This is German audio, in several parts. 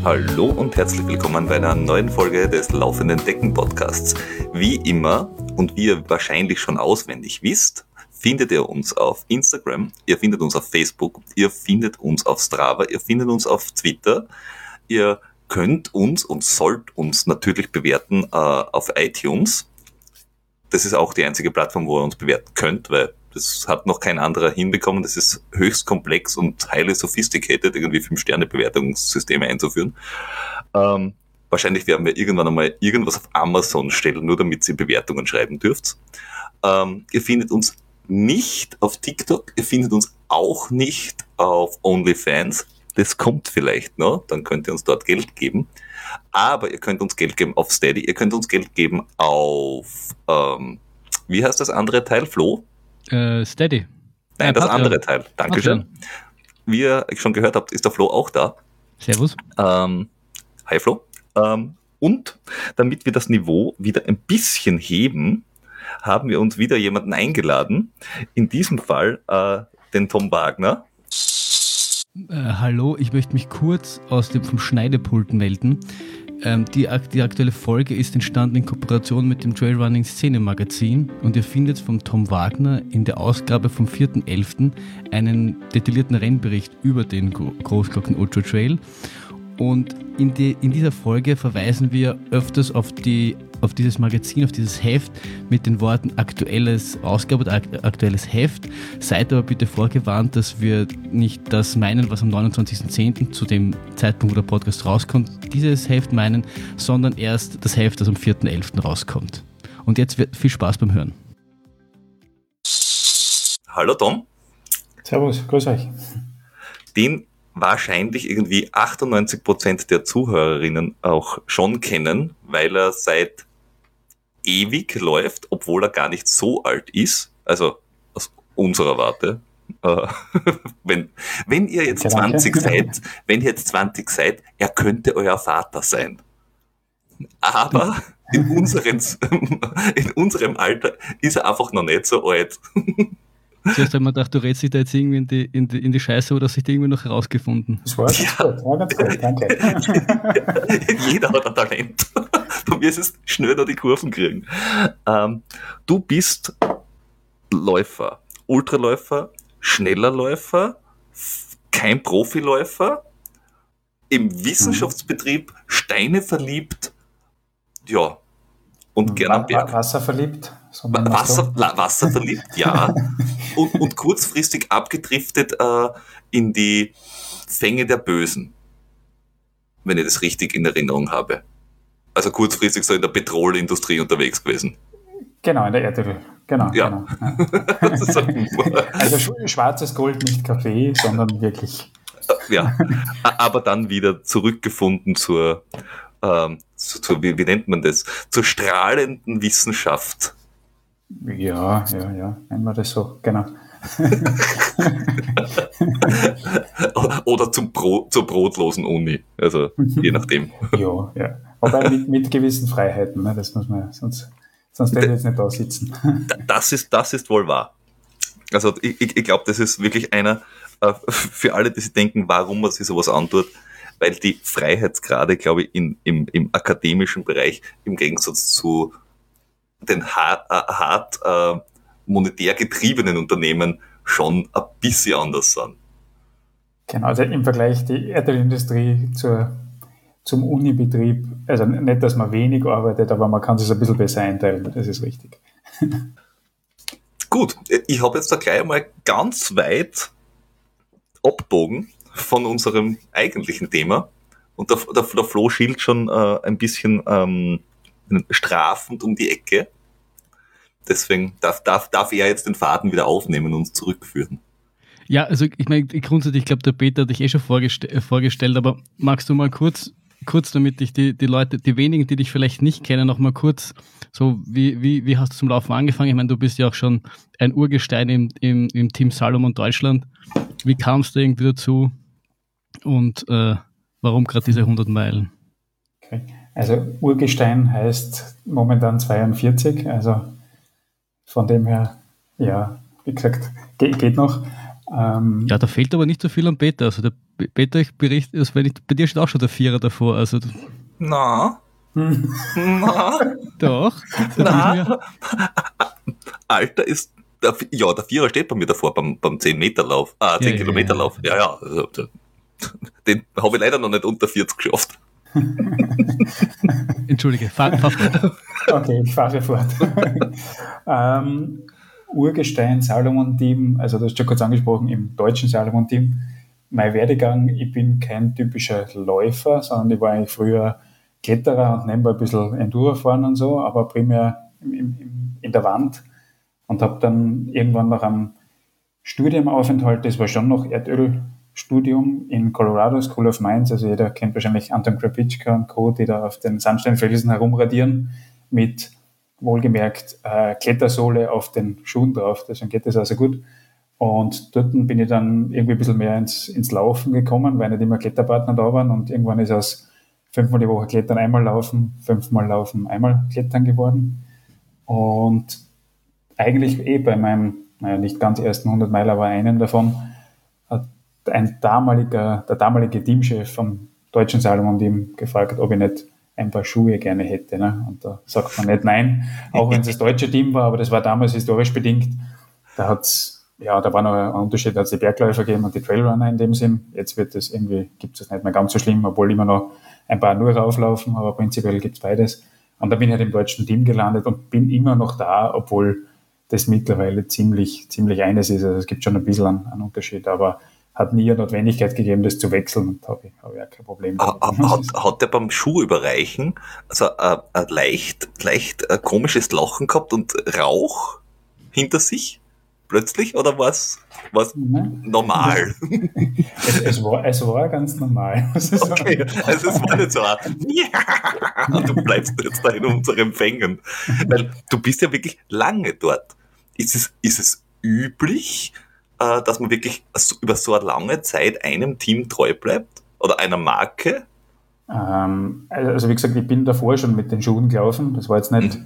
Hallo und herzlich willkommen bei einer neuen Folge des Laufenden Decken Podcasts. Wie immer und wie ihr wahrscheinlich schon auswendig wisst, findet ihr uns auf Instagram, ihr findet uns auf Facebook, ihr findet uns auf Strava, ihr findet uns auf Twitter. Ihr könnt uns und sollt uns natürlich bewerten auf iTunes. Das ist auch die einzige Plattform, wo ihr uns bewerten könnt, weil das hat noch kein anderer hinbekommen. Das ist höchst komplex und highly sophisticated, irgendwie 5-Sterne-Bewertungssysteme einzuführen. Wahrscheinlich werden wir irgendwann einmal irgendwas auf Amazon stellen, nur damit ihr Bewertungen schreiben dürft. Ihr findet uns nicht auf TikTok, ihr findet uns auch nicht auf OnlyFans. Das kommt vielleicht noch, dann könnt ihr uns dort Geld geben. Aber ihr könnt uns Geld geben auf Steady, ihr könnt uns Geld geben auf, wie heißt das andere Teil, Flo? Steady. Nein, das andere Teil. Dankeschön. Wie ihr schon gehört habt, ist der Flo auch da. Servus. Hi Flo. Und damit wir das Niveau wieder ein bisschen heben, haben wir uns wieder jemanden eingeladen. In diesem Fall den Tom Wagner. Hallo, ich möchte mich kurz vom Schneidepult melden. Die aktuelle Folge ist entstanden in Kooperation mit dem Trailrunning Szene Magazin und ihr findet vom Tom Wagner in der Ausgabe vom 4.11. einen detaillierten Rennbericht über den Großglocken Ultra Trail. Und in dieser Folge verweisen wir öfters auf dieses Magazin, auf dieses Heft mit den Worten aktuelles Ausgabe oder aktuelles Heft. Seid aber bitte vorgewarnt, dass wir nicht das meinen, was am 29.10. zu dem Zeitpunkt, wo der Podcast rauskommt, dieses Heft meinen, sondern erst das Heft, das am 4.11. rauskommt. Und jetzt viel Spaß beim Hören. Hallo Tom. Servus, grüß euch. Den wahrscheinlich irgendwie 98% der Zuhörerinnen auch schon kennen, weil er seit ewig läuft, obwohl er gar nicht so alt ist. Also aus unserer Warte. Wenn ihr jetzt 20 seid, er könnte euer Vater sein. Aber in unserem Alter ist er einfach noch nicht so alt. Zuerst einmal gedacht, du redest dich da jetzt irgendwie in die Scheiße oder hast du dich irgendwie noch herausgefunden? Das war ganz gut, danke. Jeder hat ein Talent. Bei mir ist es schnell noch die Kurven kriegen. Du bist Läufer, Ultraläufer, schneller Läufer, kein Profiläufer, im Wissenschaftsbetrieb, Steine verliebt, ja, und gerne am Berg. Wasser verliebt. Wasser verliebt, ja. Und kurzfristig abgedriftet in die Fänge der Bösen. Wenn ich das richtig in Erinnerung habe. Also kurzfristig so in der Petrolindustrie unterwegs gewesen. Genau, in der Erdöl. Genau. Ja. Genau. Also schwarzes Gold, nicht Kaffee, sondern wirklich. Ja, aber dann wieder zurückgefunden zur wie nennt man das? Zur strahlenden Wissenschaft. Ja, nennen wir das so, genau. Oder zur brotlosen Uni, also je nachdem. Ja. Aber mit gewissen Freiheiten, ne? Das muss man, sonst hätte ich jetzt nicht da sitzen. Das ist wohl wahr. Also ich glaube, das ist wirklich einer für alle, die sich denken, warum man sich sowas antut, weil die Freiheitsgrade, glaube ich, im akademischen Bereich im Gegensatz zu den hart monetär getriebenen Unternehmen schon ein bisschen anders sind. Genau, also im Vergleich die Erdölindustrie zum Unibetrieb, also nicht, dass man wenig arbeitet, aber man kann es ein bisschen besser einteilen, das ist richtig. Gut, ich habe jetzt da gleich mal ganz weit abgebogen von unserem eigentlichen Thema und der Flo schielt schon ein bisschen strafend um die Ecke. Deswegen darf er jetzt den Faden wieder aufnehmen und uns zurückführen. Ja, also ich meine, grundsätzlich, ich glaube, der Peter hat dich schon vorgestellt, aber magst du mal kurz, damit ich die Leute, die wenigen, die dich vielleicht nicht kennen, noch mal kurz, so wie hast du zum Laufen angefangen? Ich meine, du bist ja auch schon ein Urgestein im Team Salomon Deutschland. Wie kamst du irgendwie dazu und warum gerade diese 100 Meilen? Okay. Also Urgestein heißt momentan 42, also von dem her, ja, wie gesagt, geht noch. Ja, da fehlt aber nicht so viel am Peter. Also der Peter, ich berichte, also bei dir steht auch schon der Vierer davor. Also Na? Na? doch. Na? Alter ist, der Vierer steht bei mir davor beim 10-Meter-Lauf. 10-Kilometer-Lauf. Ja. Also, den habe ich leider noch nicht unter 40 geschafft. Entschuldige, fahr fort. Okay, ich fahre fort. Urgestein Salomon-Team, also du hast schon kurz angesprochen, im deutschen Salomon-Team. Mein Werdegang, ich bin kein typischer Läufer, sondern ich war eigentlich früher Kletterer und nebenbei ein bisschen Enduro fahren und so, aber primär in der Wand und habe dann irgendwann nach einem Studienaufenthalt, das war schon noch Erdölstudium in Colorado, School of Mines, also jeder kennt wahrscheinlich Anton Krapitschka und Co., die da auf den Sandsteinfelsen herumradieren mit wohlgemerkt Klettersohle auf den Schuhen drauf, deswegen geht das also gut. Und dort bin ich dann irgendwie ein bisschen mehr ins Laufen gekommen, weil nicht immer Kletterpartner da waren und irgendwann ist aus 5-mal die Woche Klettern, einmal laufen, 5-mal laufen, einmal Klettern geworden. Und eigentlich bei meinem, nicht ganz ersten 100 Meiler war einen davon, hat der damalige Teamchef vom deutschen Salomon-Team gefragt, ob ich nicht ein paar Schuhe gerne hätte. Ne? Und da sagt man nicht nein, auch wenn es das deutsche Team war, aber das war damals historisch bedingt. Da war noch ein Unterschied, da hat es die Bergläufer gegeben und die Trailrunner in dem Sinn. Jetzt gibt es nicht mehr ganz so schlimm, obwohl immer noch ein paar nur rauflaufen, aber prinzipiell gibt es beides. Und da bin ich halt im deutschen Team gelandet und bin immer noch da, obwohl das mittlerweile ziemlich eines ist. Also es gibt schon ein bisschen einen Unterschied, aber hat nie eine Notwendigkeit gegeben, das zu wechseln und habe ich auch kein Problem damit. Hat der beim Schuhüberreichen also ein leicht komisches Lachen gehabt und Rauch hinter sich plötzlich oder was normal? Es war ganz normal. Okay, also es war nicht so und du bleibst jetzt da in unserem Fängen. Weil du bist ja wirklich lange dort. Ist es üblich, dass man wirklich über so eine lange Zeit einem Team treu bleibt? Oder einer Marke? Also wie gesagt, ich bin davor schon mit den Schuhen gelaufen. Das war jetzt nicht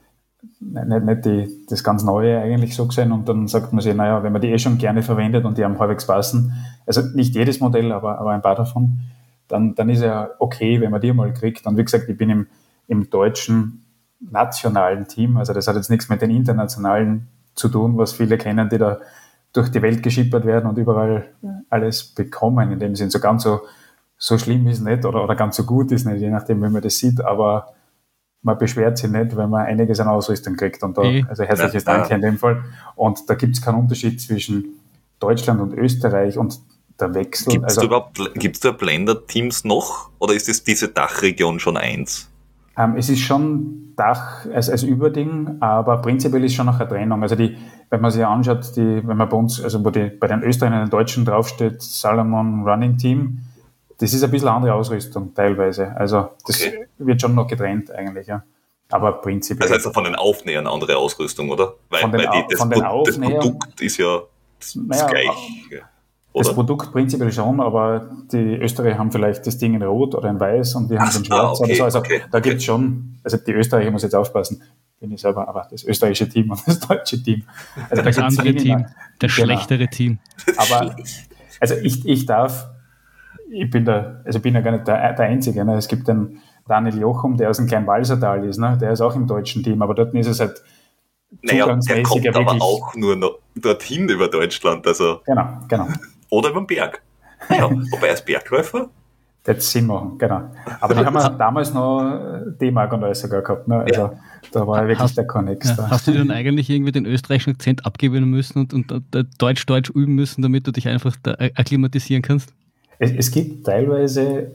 das ganz Neue eigentlich so gesehen. Und dann sagt man sich, wenn man die schon gerne verwendet und die am halbwegs passen, also nicht jedes Modell, aber ein paar davon, dann ist ja okay, wenn man die mal kriegt. Und wie gesagt, ich bin im deutschen nationalen Team, also das hat jetzt nichts mit den internationalen zu tun, was viele kennen, die da durch die Welt geschippert werden und überall alles bekommen. In dem Sinn, so ganz so schlimm ist nicht oder ganz so gut ist nicht, je nachdem, wie man das sieht, aber man beschwert sich nicht, wenn man einiges an Ausrüstung kriegt. Und also herzliches Dank in dem Fall. Und da gibt es keinen Unterschied zwischen Deutschland und Österreich und der Wechsel. Gibt es da Blender-Teams noch oder ist es diese Dachregion schon eins? Es ist schon Dach als Überding, aber prinzipiell ist schon noch eine Trennung. Also wenn man sich anschaut, wenn man bei uns, also bei den Österreichern und den Deutschen draufsteht, Salomon Running Team, das ist ein bisschen andere Ausrüstung teilweise. Also das wird schon noch getrennt eigentlich, ja. Aber prinzipiell. Das heißt von den Aufnähern andere Ausrüstung, oder? Weil das Produkt ist ja das gleiche. Das Produkt prinzipiell schon, aber die Österreicher haben vielleicht das Ding in Rot oder in Weiß und wir haben es in Schwarz oder so. Also da gibt es schon, also die Österreicher muss jetzt aufpassen, bin ich selber, aber das österreichische Team und das deutsche Team. Also das andere Team, das schlechtere Team. Aber also ich bin ja gar nicht der Einzige. Ne? Es gibt den Daniel Jochum, der aus dem kleinen Walsertal ist, ne? Der ist auch im deutschen Team, aber dort ist es halt der kommt aber auch nur noch dorthin über Deutschland. Also. Genau. Oder über den Berg. Ja, wobei als Bergläufer. Das hätte Sinn machen, genau. Aber die haben wir damals noch D-Mark und alles sogar gehabt. Ne? Also da war ja wirklich der Connex. Hast du dir dann eigentlich irgendwie den österreichischen Akzent abgewöhnen müssen und Deutsch üben müssen, damit du dich einfach da akklimatisieren kannst? Es gibt teilweise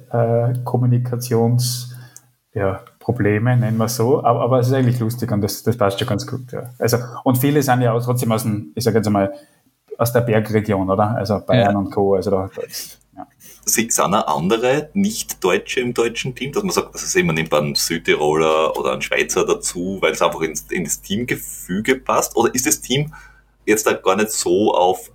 Kommunikationsprobleme, nennen wir es so, aber es ist eigentlich lustig und das passt schon ganz gut. Ja. Also, und viele sind ja auch trotzdem aus der Bergregion, oder? Also Bayern und Co. Also da ist, ja. Sind auch andere Nicht-Deutsche im deutschen Team, dass man sagt, man nimmt einen Südtiroler oder einen Schweizer dazu, weil es einfach in das Teamgefüge passt? Oder ist das Team jetzt da gar nicht so auf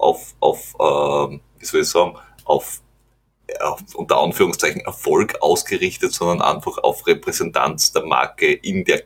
unter Anführungszeichen Erfolg ausgerichtet, sondern einfach auf Repräsentanz der Marke in der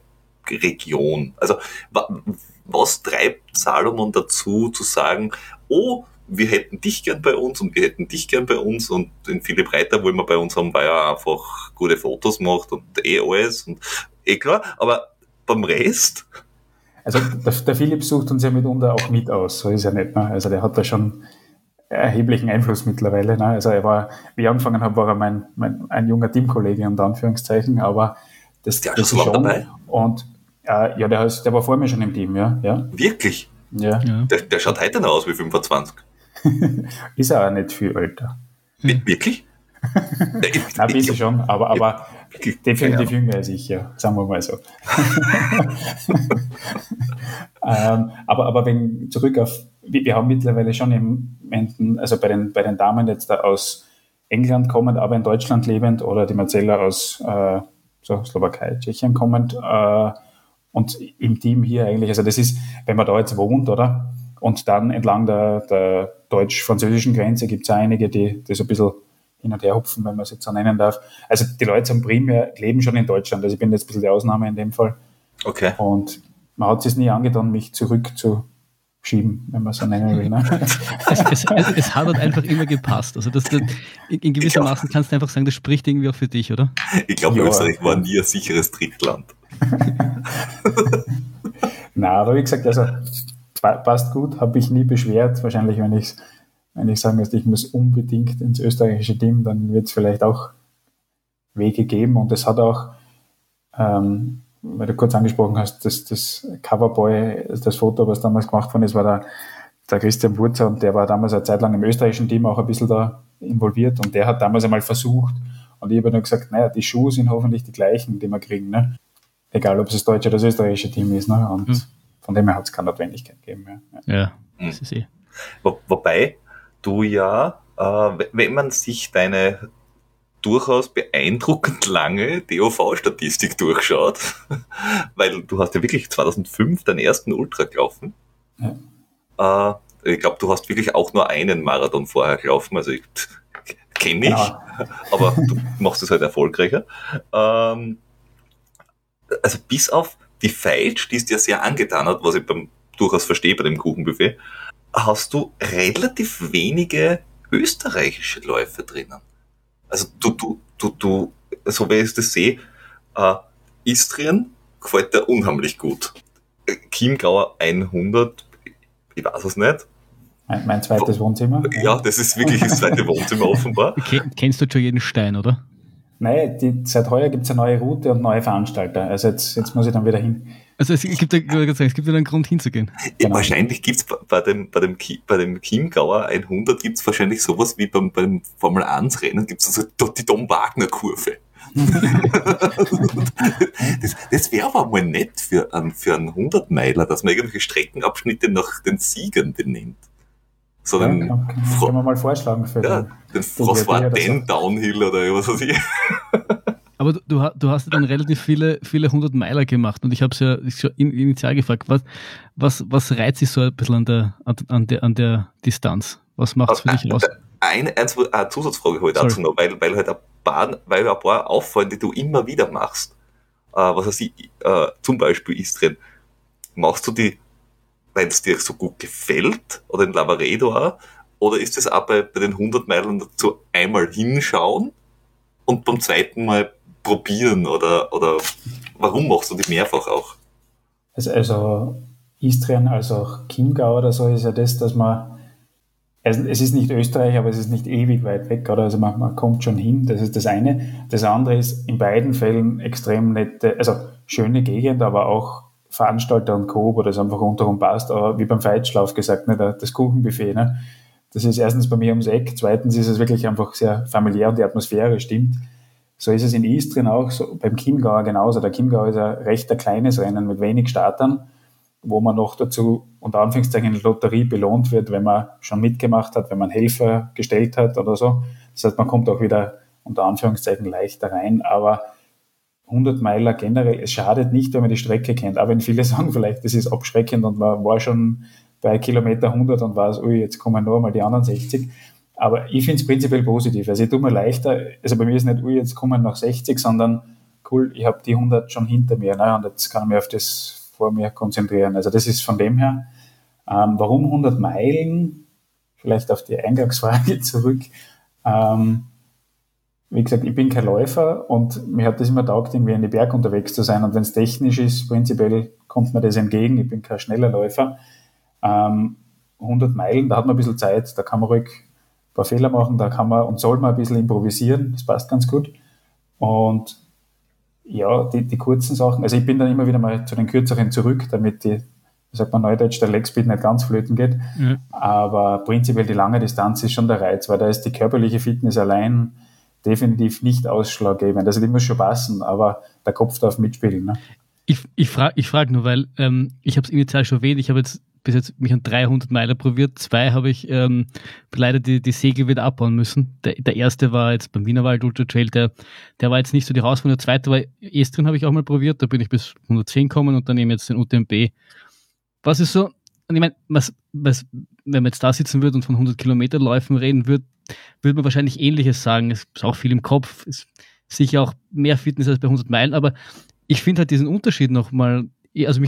Region? Also was treibt Salomon dazu, zu sagen, wir hätten dich gern bei uns und wir hätten dich gern bei uns und den Philipp Reiter wollen wir bei uns haben, weil er einfach gute Fotos macht und alles und klar, aber beim Rest... Also der Philipp sucht uns ja mitunter auch mit aus, so ist er nicht. Ne? Also der hat da schon erheblichen Einfluss mittlerweile. Ne? Also er war, wie ich angefangen habe, war er ein junger Teamkollege unter Anführungszeichen, aber das ist so lange dabei? Und ja, der war vor mir schon im Team, ja. Wirklich? Ja. Der schaut heute noch aus wie 25. Ist er auch nicht viel älter. Wirklich? Nein, ein bisschen schon, aber definitiv jünger als ich, ja, sagen wir mal so. aber wenn zurück auf, wir haben mittlerweile schon im Momenten, also bei den Damen jetzt da aus England kommend, aber in Deutschland lebend, oder die Marcella aus Slowakei, Tschechien kommend, und im Team hier eigentlich, also das ist, wenn man da jetzt wohnt, oder? Und dann entlang der deutsch-französischen Grenze gibt es einige, die so ein bisschen hin und her hupfen, wenn man es jetzt so nennen darf. Also die Leute haben leben schon in Deutschland, also ich bin jetzt ein bisschen die Ausnahme in dem Fall. Okay. Und man hat es nie angetan, mich zurückzuschieben, wenn man so nennen will. Ne? Es hat halt einfach immer gepasst. Also in gewisser Maßen kannst du einfach sagen, das spricht irgendwie auch für dich, oder? Ich glaube, Österreich war nie ein sicheres Drittland. Nein, aber wie gesagt, also passt gut, habe ich nie beschwert. Wahrscheinlich, wenn ich sagen müsste, ich muss unbedingt ins österreichische Team, dann wird es vielleicht auch Wege geben. Und es hat auch, weil du kurz angesprochen hast, das Coverboy, das Foto, was damals gemacht worden ist, war der Christian Wurzer, und der war damals eine Zeit lang im österreichischen Team auch ein bisschen da involviert, und der hat damals einmal versucht, und ich habe nur gesagt, naja, die Schuhe sind hoffentlich die gleichen, die wir kriegen, ne? Egal, ob es das deutsche oder das österreichische Team ist, ne? Und von dem her hat es keine Notwendigkeit gegeben. Ja, das ist Wobei du ja, wenn man sich deine durchaus beeindruckend lange DOV-Statistik durchschaut, weil du hast ja wirklich 2005 deinen ersten Ultra gelaufen. Ja. Ich glaube, du hast wirklich auch nur einen Marathon vorher gelaufen, also ich kenne ich, genau. Aber du machst es halt erfolgreicher. Also bis auf die Feilsch, die es dir sehr angetan hat, was ich durchaus verstehe bei dem Kuchenbuffet, hast du relativ wenige österreichische Läufe drinnen. Also du, so wie ich das sehe, Istrien gefällt dir unheimlich gut. Chiemgauer 100, ich weiß es nicht. Mein zweites Wohnzimmer. Ja, das ist wirklich das zweite Wohnzimmer offenbar. Kennst du schon jeden Stein, oder? Nein, seit heuer gibt es eine neue Route und neue Veranstalter. Also jetzt muss ich dann wieder hin. Also es gibt ja einen Grund hinzugehen. Ja, genau. Wahrscheinlich gibt es bei dem Chiemgauer 100 gibt es wahrscheinlich sowas wie beim Formel 1 Rennen, gibt es also die Dom-Wagner-Kurve. das wäre aber mal nett für einen 100-Meiler, dass man irgendwelche Streckenabschnitte nach den Siegern benennt. So können wir mal vorschlagen für den François Den Downhill oder was weiß ich. Aber du hast ja dann relativ viele 100-Meiler gemacht, und ich habe es ja schon initial gefragt, was reizt sich so ein bisschen an der Distanz? Was macht es für dich aus? Eine Zusatzfrage halt dazu noch, weil halt ein paar auffallen, die du immer wieder machst. Was weiß ich, zum Beispiel Istrien. Machst du die, weil es dir so gut gefällt, oder in Lavaredo auch, oder ist es auch bei den 100 Meilern dazu einmal hinschauen und beim zweiten Mal probieren, oder warum machst du die mehrfach auch? Also Istrien als auch Chiemgau oder so ist ja das, dass man, also es ist nicht Österreich, aber es ist nicht ewig weit weg, oder? Also man kommt schon hin, das ist das eine. Das andere ist in beiden Fällen extrem nette, also schöne Gegend, aber auch Veranstalter und Co., wo das einfach rundherum passt, aber wie beim Feitschlauf gesagt, ne, das Kuchenbuffet, ne? Das ist erstens bei mir ums Eck, zweitens ist es wirklich einfach sehr familiär und die Atmosphäre stimmt. So ist es in Istrien auch, so beim Chiemgauer genauso. Der Chiemgauer ist ein recht kleines Rennen mit wenig Startern, wo man noch dazu unter Anführungszeichen in der Lotterie belohnt wird, wenn man schon mitgemacht hat, wenn man Helfer gestellt hat oder so. Das heißt, man kommt auch wieder unter Anführungszeichen leichter rein, aber 100 Meiler generell, es schadet nicht, wenn man die Strecke kennt, auch wenn viele sagen vielleicht, das ist abschreckend und man war schon bei Kilometer 100 und weiß, jetzt kommen nur mal die anderen 60. Aber ich finde es prinzipiell positiv. Also ich tue mir leichter, also bei mir ist nicht, jetzt kommen noch 60, sondern cool, ich habe die 100 schon hinter mir, ne, und jetzt kann ich mich auf das vor mir konzentrieren. Also das ist von dem her. Warum 100 Meilen? vielleicht auf die Eingangsfrage zurück. Wie gesagt, ich bin kein Läufer und mir hat das immer taugt, irgendwie in den Berg unterwegs zu sein. Und wenn es technisch ist, prinzipiell kommt mir das entgegen. Ich bin kein schneller Läufer. 100 Meilen, da hat man ein bisschen Zeit, da kann man ruhig ein paar Fehler machen, da kann man und soll man ein bisschen improvisieren, das passt ganz gut. Und ja, die kurzen Sachen, also ich bin dann immer wieder mal zu den kürzeren zurück, damit wie sagt man neudeutsch, der Legspeed nicht ganz flöten geht. Mhm. Aber prinzipiell die lange Distanz ist schon der Reiz, weil da ist die körperliche Fitness allein definitiv nicht ausschlaggebend. Also die muss schon passen, aber der Kopf darf mitspielen. Ne? Ich frag nur, weil ich habe es initial schon erwähnt, ich habe jetzt bis jetzt mich an 300 Meilen probiert. 2 habe ich leider die Segel wieder abbauen müssen. Der erste war jetzt beim Wienerwald Ultra Trail, der war jetzt nicht so die Herausforderung. Der zweite war Estrin, habe ich auch mal probiert. Da bin ich bis 110 gekommen und dann eben jetzt den UTMB. Was ist so, und ich meine, wenn man jetzt da sitzen würde und von 100 Kilometerläufen reden würde man wahrscheinlich Ähnliches sagen. Es ist auch viel im Kopf, ist sicher auch mehr Fitness als bei 100 Meilen, aber ich finde halt diesen Unterschied nochmal, also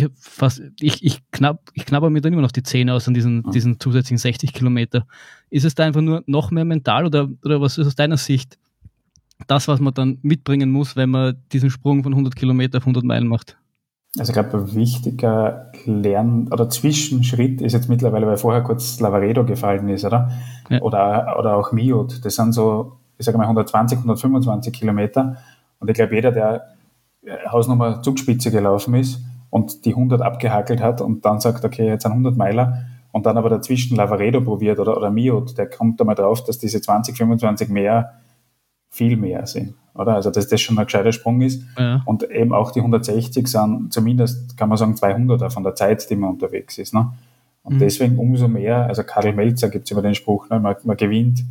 ich knabber mir dann immer noch die Zähne aus an diesen zusätzlichen 60 Kilometer. Ist es da einfach nur noch mehr mental oder was ist aus deiner Sicht das, was man dann mitbringen muss, wenn man diesen Sprung von 100 Kilometer auf 100 Meilen macht? Also ich glaube, ein wichtiger oder Zwischenschritt ist jetzt mittlerweile, weil vorher kurz Lavaredo gefallen ist, oder? Ja. Oder auch Miot. Das sind so, ich sage mal 120, 125 Kilometer. Und ich glaube, jeder, der Hausnummer Zugspitze gelaufen ist und die 100 abgehackelt hat und dann sagt, okay, jetzt ein 100 Meiler und dann aber dazwischen Lavaredo probiert oder Miot, der kommt da mal drauf, dass diese 20, 25 mehr viel mehr sind, oder? Also, dass das schon ein gescheiter Sprung ist. Ja. Und eben auch die 160 sind zumindest, kann man sagen, 200er von der Zeit, die man unterwegs ist, ne? Und deswegen umso mehr, also Karl Melzer gibt es immer den Spruch, ne? Man gewinnt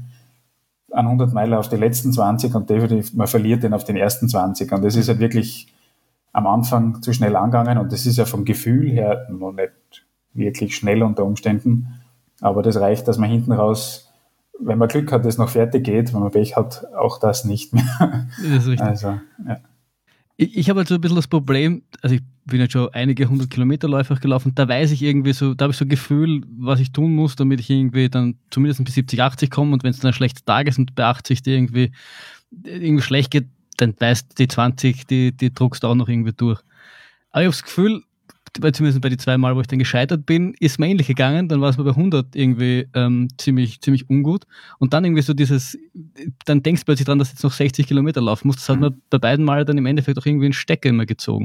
an 100 Meilen auf die letzten 20 und definitiv, man verliert den auf den ersten 20. Und das ist halt wirklich am Anfang zu schnell angegangen und das ist ja vom Gefühl her noch nicht wirklich schnell unter Umständen, aber das reicht, dass man hinten raus, wenn man Glück hat, das noch fertig geht, wenn man Pech hat, auch das nicht mehr. Das ist richtig. Also, ja. Ich habe halt so ein bisschen das Problem, also ich bin jetzt schon einige 100 Kilometerläufe gelaufen, da weiß ich irgendwie so, da habe ich so ein Gefühl, was ich tun muss, damit ich irgendwie dann zumindest bis 70, 80 komme und wenn es dann ein schlechter Tag ist und bei 80 die irgendwie schlecht geht, dann weißt die 20, die druckst du auch noch irgendwie durch. Aber ich habe das Gefühl, zumindest bei den 2 Mal, wo ich dann gescheitert bin, ist mir ähnlich gegangen, dann war es mir bei 100 irgendwie ziemlich ungut und dann irgendwie so dann denkst du plötzlich dran, dass du jetzt noch 60 Kilometer laufen musst, das hat mir bei beiden Malen dann im Endeffekt auch irgendwie einen Stecker immer gezogen.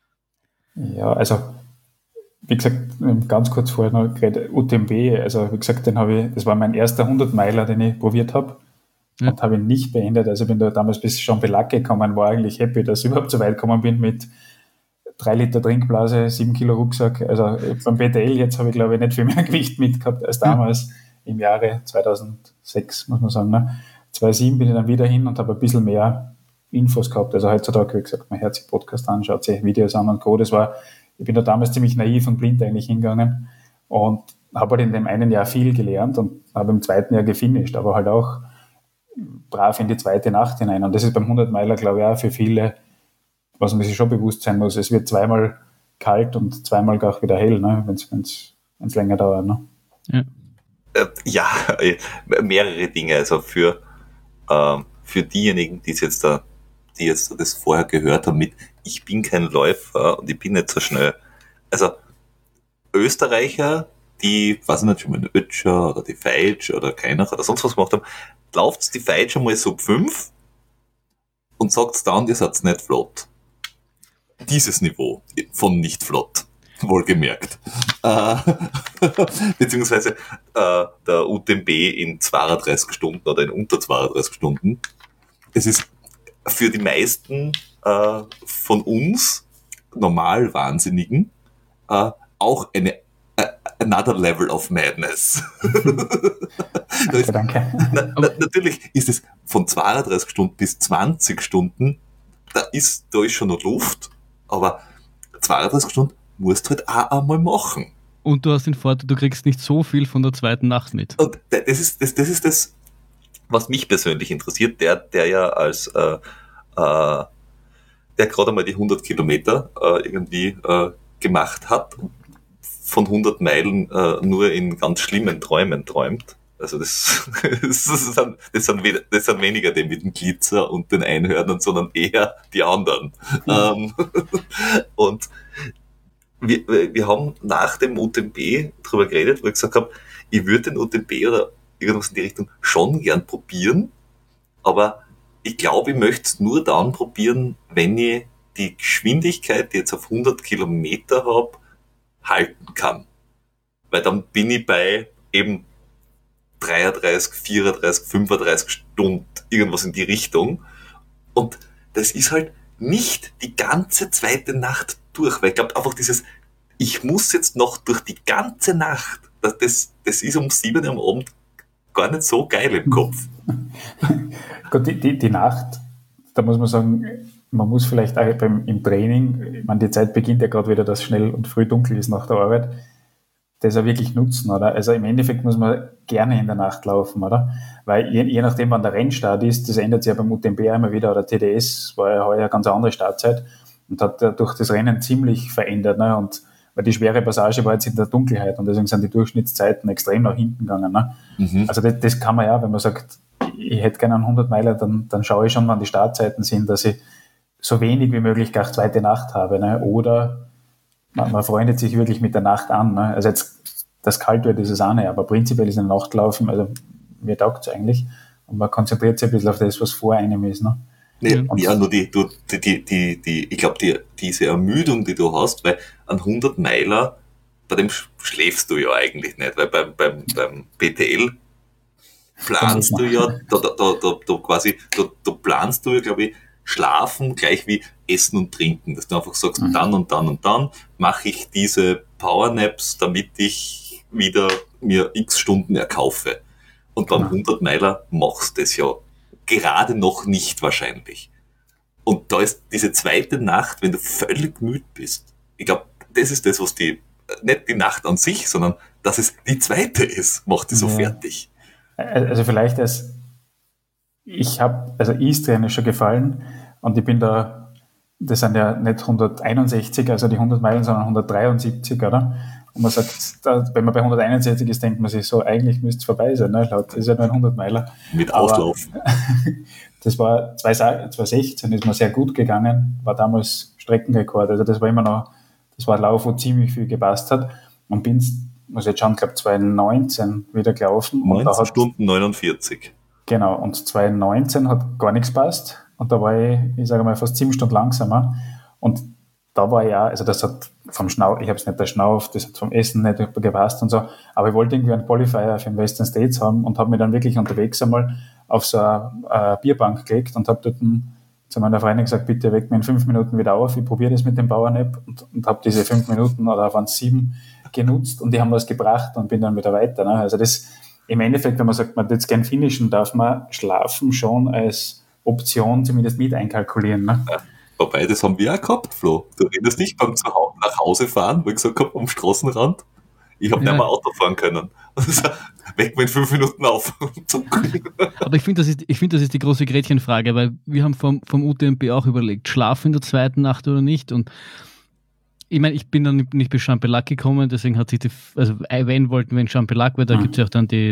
Ja, also wie gesagt, ganz kurz vorher noch geredet, UTMB, also wie gesagt, das war mein erster 100-Meiler, den ich probiert habe und habe ihn nicht beendet, also bin da damals bis schon Belag gekommen, war eigentlich happy, dass ich überhaupt so weit gekommen bin mit 3 Liter Trinkblase, 7 Kilo Rucksack. Also beim BTL jetzt habe ich, glaube ich, nicht viel mehr Gewicht mitgehabt als damals im Jahre 2006, muss man sagen. Ne? 2007 bin ich dann wieder hin und habe ein bisschen mehr Infos gehabt. Also heutzutage, wie gesagt, man hört sich Podcast an, schaut sich Videos an und Co. Ich bin da damals ziemlich naiv und blind eigentlich hingegangen und habe halt in dem einen Jahr viel gelernt und habe im zweiten Jahr gefinisht, aber halt auch brav in die zweite Nacht hinein. Und das ist beim 100-Meiler, glaube ich, auch für viele, was man sich schon bewusst sein muss, es wird 2-mal kalt und 2-mal auch wieder hell, ne, wenn es länger dauert. Ne? Ja. Mehrere Dinge. Also für diejenigen, die jetzt das vorher gehört haben mit ich bin kein Läufer und ich bin nicht so schnell. Also Österreicher, die, weiß ich nicht, schon mal den Ötscher oder die Feitsch oder keiner oder sonst was gemacht haben, lauft die Feitsch einmal Sub 5 und sagt dann, ihr seid nicht flott. Dieses Niveau von nicht flott, wohlgemerkt. Beziehungsweise der UTMB in 32 Stunden oder in unter 32 Stunden. Es ist für die meisten von uns Normalwahnsinnigen auch another level of madness. Danke. Natürlich ist es von 32 Stunden bis 20 Stunden, da ist schon noch Luft, aber 32 Stunden musst du halt auch einmal machen. Und du hast den Vorteil, du kriegst nicht so viel von der zweiten Nacht mit. Und das ist das, was mich persönlich interessiert, der ja als der gerade einmal die 100 Kilometer irgendwie gemacht hat, von 100 Meilen nur in ganz schlimmen Träumen träumt Also das sind weniger die mit dem Glitzer und den Einhörnern, sondern eher die anderen. Und wir haben nach dem UTMB drüber geredet, wo ich gesagt habe, ich würde den UTMB oder irgendwas in die Richtung schon gern probieren, aber ich glaube, ich möchte es nur dann probieren, wenn ich die Geschwindigkeit, die ich jetzt auf 100 Kilometer habe, halten kann. Weil dann bin ich bei eben 33, 34, 35 Stunden, irgendwas in die Richtung. Und das ist halt nicht die ganze zweite Nacht durch, weil ich glaube einfach ich muss jetzt noch durch die ganze Nacht, das ist um 7 Uhr am Abend gar nicht so geil im Kopf. Gut, die Nacht, da muss man sagen, man muss vielleicht auch im Training, ich meine, die Zeit beginnt ja gerade wieder, dass schnell und früh dunkel ist nach der Arbeit, das auch wirklich nutzen, oder? Also im Endeffekt muss man gerne in der Nacht laufen, oder? Weil je nachdem, wann der Rennstart ist, das ändert sich ja beim UTMB immer wieder, oder TDS war ja heuer eine ganz andere Startzeit und hat ja durch das Rennen ziemlich verändert, ne? Und weil die schwere Passage war jetzt in der Dunkelheit und deswegen sind die Durchschnittszeiten extrem nach hinten gegangen, ne? Also das kann man ja, wenn man sagt, ich hätte gerne einen 100-Meiler, dann schaue ich schon, wann die Startzeiten sind, dass ich so wenig wie möglich gleich zweite Nacht habe, ne? Oder man freundet sich wirklich mit der Nacht an, ne? Also jetzt, das kalt wird, ist es auch nicht, aber prinzipiell ist ein Nachtlaufen, also mir taugt es eigentlich und man konzentriert sich ein bisschen auf das, was vor einem ist, ne? Ja, nur ich glaube, diese Ermüdung, die du hast, weil ein 100-Meiler, bei dem schläfst du ja eigentlich nicht, weil beim PTL planst du ja, da planst du ja, glaube ich, Schlafen gleich wie Essen und Trinken, dass du einfach sagst, dann und dann und dann mache ich diese Powernaps, damit ich wieder mir x Stunden erkaufe. Und beim 100-Meiler machst du das ja gerade noch nicht wahrscheinlich. Und da ist diese zweite Nacht, wenn du völlig müde bist, ich glaube, das ist das, was nicht die Nacht an sich, sondern dass es die zweite ist, macht die so fertig. Also vielleicht Istrien ist schon gefallen und ich bin da, das sind ja nicht 161, also die 100 Meilen, sondern 173, oder? Und man sagt, wenn man bei 161 ist, denkt man sich so, eigentlich müsste es vorbei sein, ne? Laut, das ist ja nur ein 100-Meiler. Mit Auslaufen. Das war 2016, ist mir sehr gut gegangen, war damals Streckenrekord, also das war immer noch, das war ein Lauf, wo ziemlich viel gepasst hat und bin, muss ich jetzt schauen, ich glaube 2019 wieder gelaufen. 19 Stunden 49. Genau, und 2019 hat gar nichts gepasst und da war ich sage mal, fast 7 Stunden langsamer und da war ja, also das hat vom Schnauf, ich habe es nicht erschnauft, das hat vom Essen nicht gepasst und so, aber ich wollte irgendwie einen Qualifier für den Western States haben und habe mich dann wirklich unterwegs einmal auf so eine Bierbank gelegt und habe dort zu meiner Freundin gesagt, bitte weck mir in 5 Minuten wieder auf, ich probiere das mit dem Powernap und habe diese 5 Minuten oder waren 7 genutzt und die haben was gebracht und bin dann wieder weiter. Ne? Also das im Endeffekt, wenn man sagt, man würde jetzt gern finishen, darf man Schlafen schon als Option zumindest mit einkalkulieren. Ne? Ja, wobei, das haben wir auch gehabt, Flo. Du redest nicht beim nach Hause fahren, wo ich gesagt habe, am Straßenrand, ich habe nicht mehr Auto fahren können. Also, weg mit 5 Minuten auf. Aber ich finde, das ist die große Gretchenfrage, weil wir haben vom UTMB auch überlegt, schlafen in der zweiten Nacht oder nicht. Und ich meine, ich bin dann nicht bis Champelac gekommen, deswegen hat sich wenn wollten wir in Champelac, weil da gibt es ja auch dann die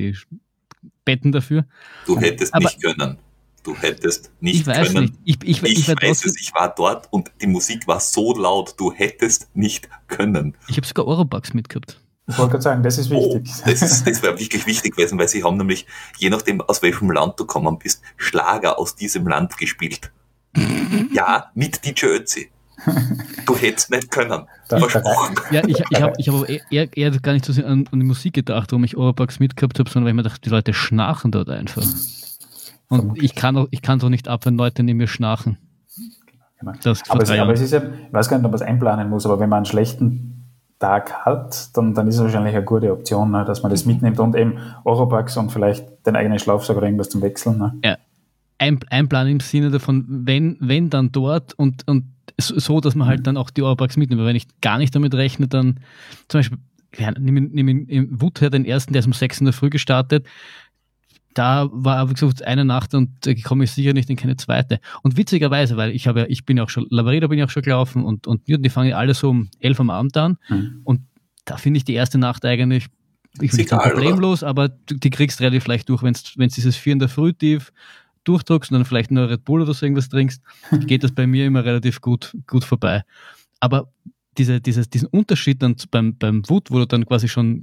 Betten dafür. Du hättest nicht können. Du hättest nicht können. Ich weiß nicht. Ich weiß es, ich war dort und die Musik war so laut, du hättest nicht können. Ich habe sogar Oropax mitgehabt. Ich wollte gerade sagen, das ist wichtig. Das wäre wirklich wichtig gewesen, weil sie haben nämlich, je nachdem aus welchem Land du gekommen bist, Schlager aus diesem Land gespielt. Ja, mit DJ Ötzi. Du hättest nicht können. Versprochen. Ja, ich hab aber eher gar nicht so sehr an die Musik gedacht, warum ich Oropax mitgehabt habe, sondern weil ich mir dachte, die Leute schnarchen dort einfach. Und ich kann doch nicht ab, wenn Leute neben mir schnarchen. Genau. Aber es ist ja, ich weiß gar nicht, ob man es einplanen muss, aber wenn man einen schlechten Tag hat, dann ist es wahrscheinlich eine gute Option, ne, dass man das mitnimmt und eben Oropax und vielleicht den eigenen Schlafsack oder irgendwas zum Wechseln. Ne? Ja, einplanen im Sinne davon, wenn dann dort und so, dass man halt dann auch die Oropax mitnimmt. Aber wenn ich gar nicht damit rechne, dann zum Beispiel, nimm Woodhead den ersten, der ist um 6 in der Früh gestartet. Da war aber gesagt, eine Nacht und komme ich sicher nicht in keine zweite. Und witzigerweise, weil ich bin ja auch schon, Lavareda bin ich auch schon gelaufen und die fangen alle so um 11 am Abend an. Und da finde ich die erste Nacht eigentlich ich will nicht sagen problemlos, aber die kriegst du relativ leicht durch, wenn du dieses 4 in der Früh tief durchdruckst und dann vielleicht nur Red Bull oder so irgendwas trinkst, geht das bei mir immer relativ gut vorbei. Aber diesen Unterschied dann beim Wut, wo du dann quasi schon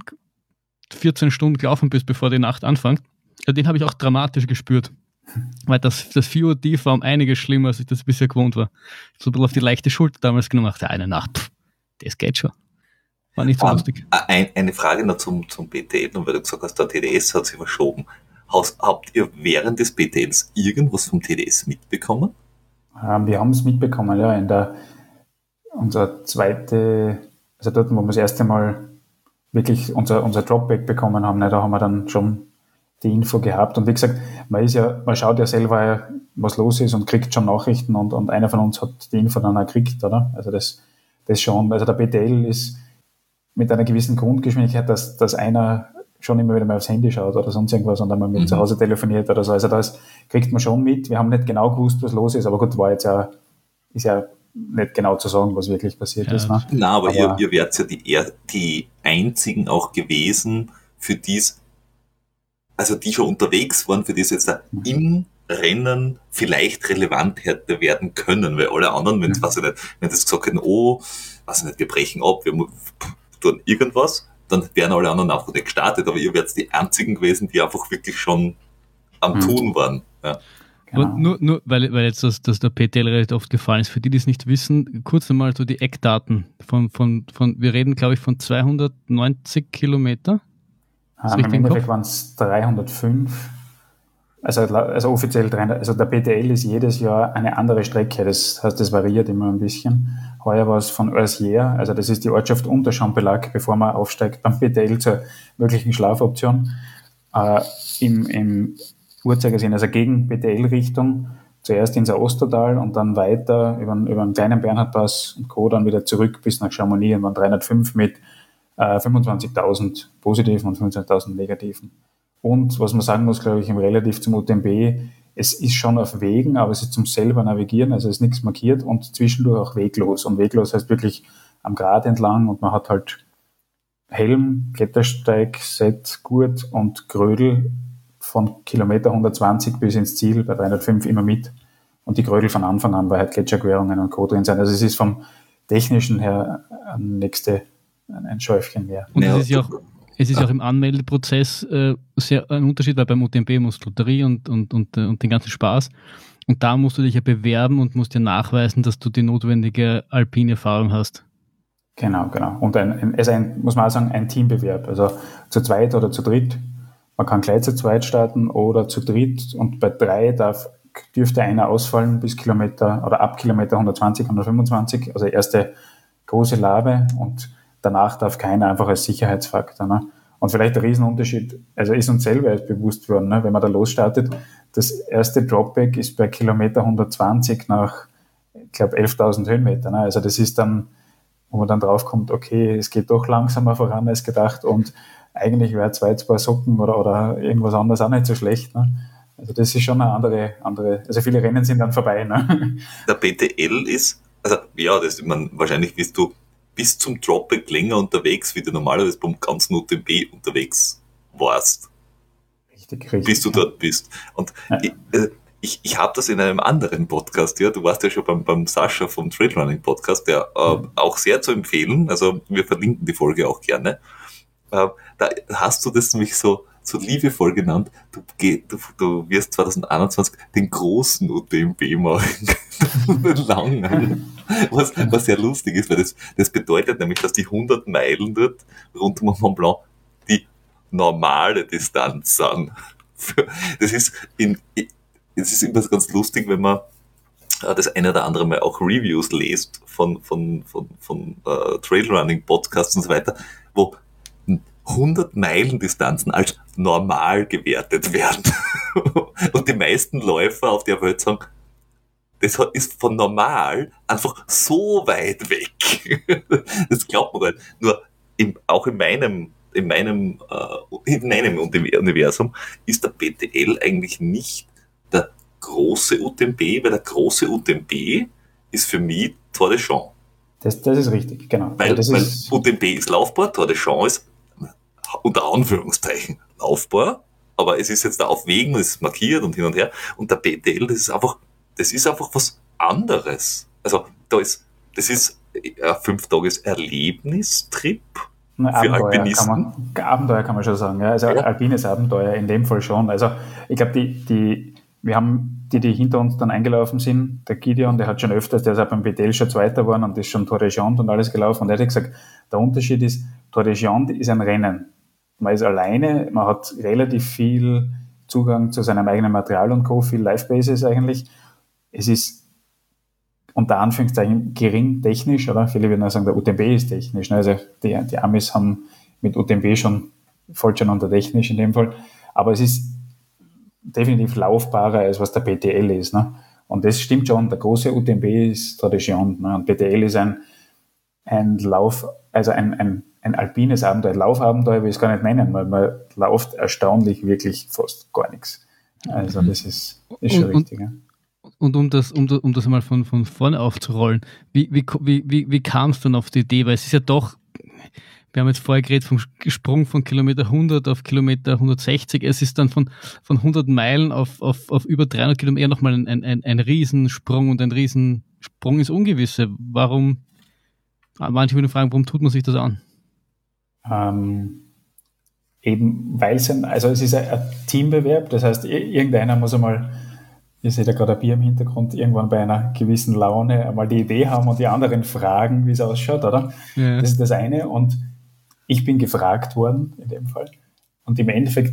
14 Stunden gelaufen bist, bevor die Nacht anfängt, den habe ich auch dramatisch gespürt. Weil das 4 Uhr tief war um einiges schlimmer, als ich das bisher gewohnt war. Ich habe so ein bisschen auf die leichte Schulter damals genommen, dachte, eine Nacht, das geht schon. War nicht so lustig. Eine Frage noch zum BTL, weil du gesagt hast, der TDS hat sich verschoben. Habt ihr während des BTLs irgendwas vom TDS mitbekommen? Wir haben es mitbekommen, ja, unser zweite, also dort, wo wir das erste Mal wirklich unser Dropback bekommen haben, da haben wir dann schon die Info gehabt. Und wie gesagt, man schaut ja selber, was los ist und kriegt schon Nachrichten und einer von uns hat die Info dann auch gekriegt, oder? Also das schon, also der BTL ist mit einer gewissen Grundgeschwindigkeit, dass einer schon immer wieder mal aufs Handy schaut oder sonst irgendwas und dann mal mit zu Hause telefoniert oder so. Also das kriegt man schon mit. Wir haben nicht genau gewusst, was los ist, aber gut, ist ja nicht genau zu sagen, was wirklich passiert ist. Ne? Nein, aber ihr werdet ja die einzigen auch gewesen, für dies, also die schon unterwegs waren, für die es jetzt im Rennen vielleicht relevant hätte werden können, weil alle anderen, wenn das gesagt hätten, wir brechen ab, wir tun irgendwas, dann wären alle anderen einfach nicht gestartet, aber ihr werdet die einzigen gewesen, die einfach wirklich schon am Tun waren. Ja. Genau. Nur weil jetzt das der PTL recht oft gefallen ist, für die es nicht wissen, kurz einmal so die Eckdaten von wir reden glaube ich von 290 Kilometer. Im Endeffekt waren es 305. Also offiziell 300. Also der PTL ist jedes Jahr eine andere Strecke. Das heißt, das variiert immer ein bisschen. Heuer war es von Oisier, also das ist die Ortschaft unter Champellac, bevor man aufsteigt beim PTL zur möglichen Schlafoption. Im Uhrzeigersinn, also gegen PTL-Richtung, zuerst ins Ostertal und dann weiter über einen kleinen Bernhardpass und Co. dann wieder zurück bis nach Chamonix und waren 305 mit 25.000 positiven und 25.000 negativen. Und was man sagen muss, glaube ich, im Relativ zum UTMB, es ist schon auf Wegen, aber es ist zum selber navigieren, also es ist nichts markiert und zwischendurch auch weglos. Und weglos heißt wirklich am Grat entlang und man hat halt Helm, Klettersteig, Set, Gurt und Grödel von Kilometer 120 bis ins Ziel bei 305 immer mit. Und die Grödel von Anfang an, weil halt Gletscherquerungen und Co. drin sind. Also es ist vom Technischen her ein Schäufchen mehr. Und es ist auch im Anmeldeprozess sehr ein Unterschied, weil beim UTMB musst du Lotterie und den ganzen Spaß. Und da musst du dich ja bewerben und musst dir nachweisen, dass du die notwendige alpine Erfahrung hast. Genau. Und muss man auch sagen, ein Teambewerb. Also zu zweit oder zu dritt. Man kann gleich zu zweit starten oder zu dritt. Und bei 3 dürfte einer ausfallen bis Kilometer oder ab Kilometer 120, 125. Also erste große Labe und danach darf keiner, einfach als Sicherheitsfaktor. Ne? Und vielleicht der Riesenunterschied, also ist uns selber erst bewusst worden, ne? Wenn man da losstartet, das erste Dropback ist bei Kilometer 120 nach, ich glaube, 11.000 Höhenmeter. Ne? Also das ist dann, wo man dann draufkommt, okay, es geht doch langsamer voran als gedacht und eigentlich wäre 2 Paar Socken oder irgendwas anderes auch nicht so schlecht. Ne? Also das ist schon eine andere, also viele Rennen sind dann vorbei. Ne? Der BTL ist, wahrscheinlich bist du bis zum Dropback länger unterwegs, wie du normalerweise beim ganzen UTMB unterwegs warst. Richtig. Bis du dort bist. Und ja. Ich habe das in einem anderen Podcast, ja, du warst ja schon beim Sascha vom Trailrunning Podcast, der auch sehr zu empfehlen, also wir verlinken die Folge auch gerne. Da hast du das nämlich so liebevoll genannt, du wirst 2021 den großen UTMB machen. Den langen. Was sehr lustig ist, weil das bedeutet nämlich, dass die 100 Meilen dort rund um Mont Blanc die normale Distanz sind. Das ist immer ganz lustig, wenn man das eine oder andere Mal auch Reviews liest von Trailrunning Podcasts und so weiter, wo 100 Meilen Distanzen als normal gewertet werden. Und die meisten Läufer auf der Welt sagen, das ist von normal einfach so weit weg. Das glaubt man nicht. Nur auch in meinem Universum ist der BTL eigentlich nicht der große UTMB, weil der große UTMB ist für mich Tour de Champs. Das ist richtig, genau. Weil UTMB ist laufbar, Tour de Champs ist unter Anführungszeichen laufbar, aber es ist jetzt da auf Wegen, es ist markiert und hin und her. Und der PTL, das ist einfach was anderes. Also das ist ein 5-Tages-Erlebnistrip für Alpinisten. Abenteuer kann man schon sagen, ja. Also alpines Abenteuer in dem Fall schon. Also ich glaube, wir haben die hinter uns dann eingelaufen sind, der Gideon, der hat schon öfters, der ist auch beim PTL schon Zweiter geworden und ist schon Tour de Giant und alles gelaufen. Und er hat gesagt, der Unterschied ist, Tour de Giant ist ein Rennen. Man ist alleine, man hat relativ viel Zugang zu seinem eigenen Material und Co., viel Live-Bases eigentlich. Es ist unter Anführungszeichen gering technisch, oder? Viele würden auch sagen, der UTMB ist technisch. Ne? Also die Amis haben mit UTMB fällt schon unter technisch in dem Fall. Aber es ist definitiv laufbarer, als was der PTL ist. Ne? Und das stimmt schon. Der große UTMB ist Tour de Giant. Ne? Und PTL ist ein Lauf, also ein alpines Abenteuer, Laufabenteuer will ich es gar nicht nennen, weil man läuft erstaunlich wirklich fast gar nichts. Also das ist schon richtig. Ja. Und um das einmal von vorne aufzurollen, wie kam es dann auf die Idee? Weil es ist ja doch, wir haben jetzt vorher geredet vom Sprung von Kilometer 100 auf Kilometer 160, es ist dann von 100 Meilen auf über 300 Kilometer eher nochmal ein Riesensprung und ein Riesensprung ins Ungewisse. Warum, manche würden fragen, warum tut man sich das an? Eben, weil es ist ein Teambewerb, das heißt, irgendeiner muss einmal, ihr seht ja gerade ein Bier im Hintergrund, irgendwann bei einer gewissen Laune einmal die Idee haben und die anderen fragen, wie es ausschaut, oder? Ja. Das ist das eine. Und ich bin gefragt worden, in dem Fall. Und im Endeffekt,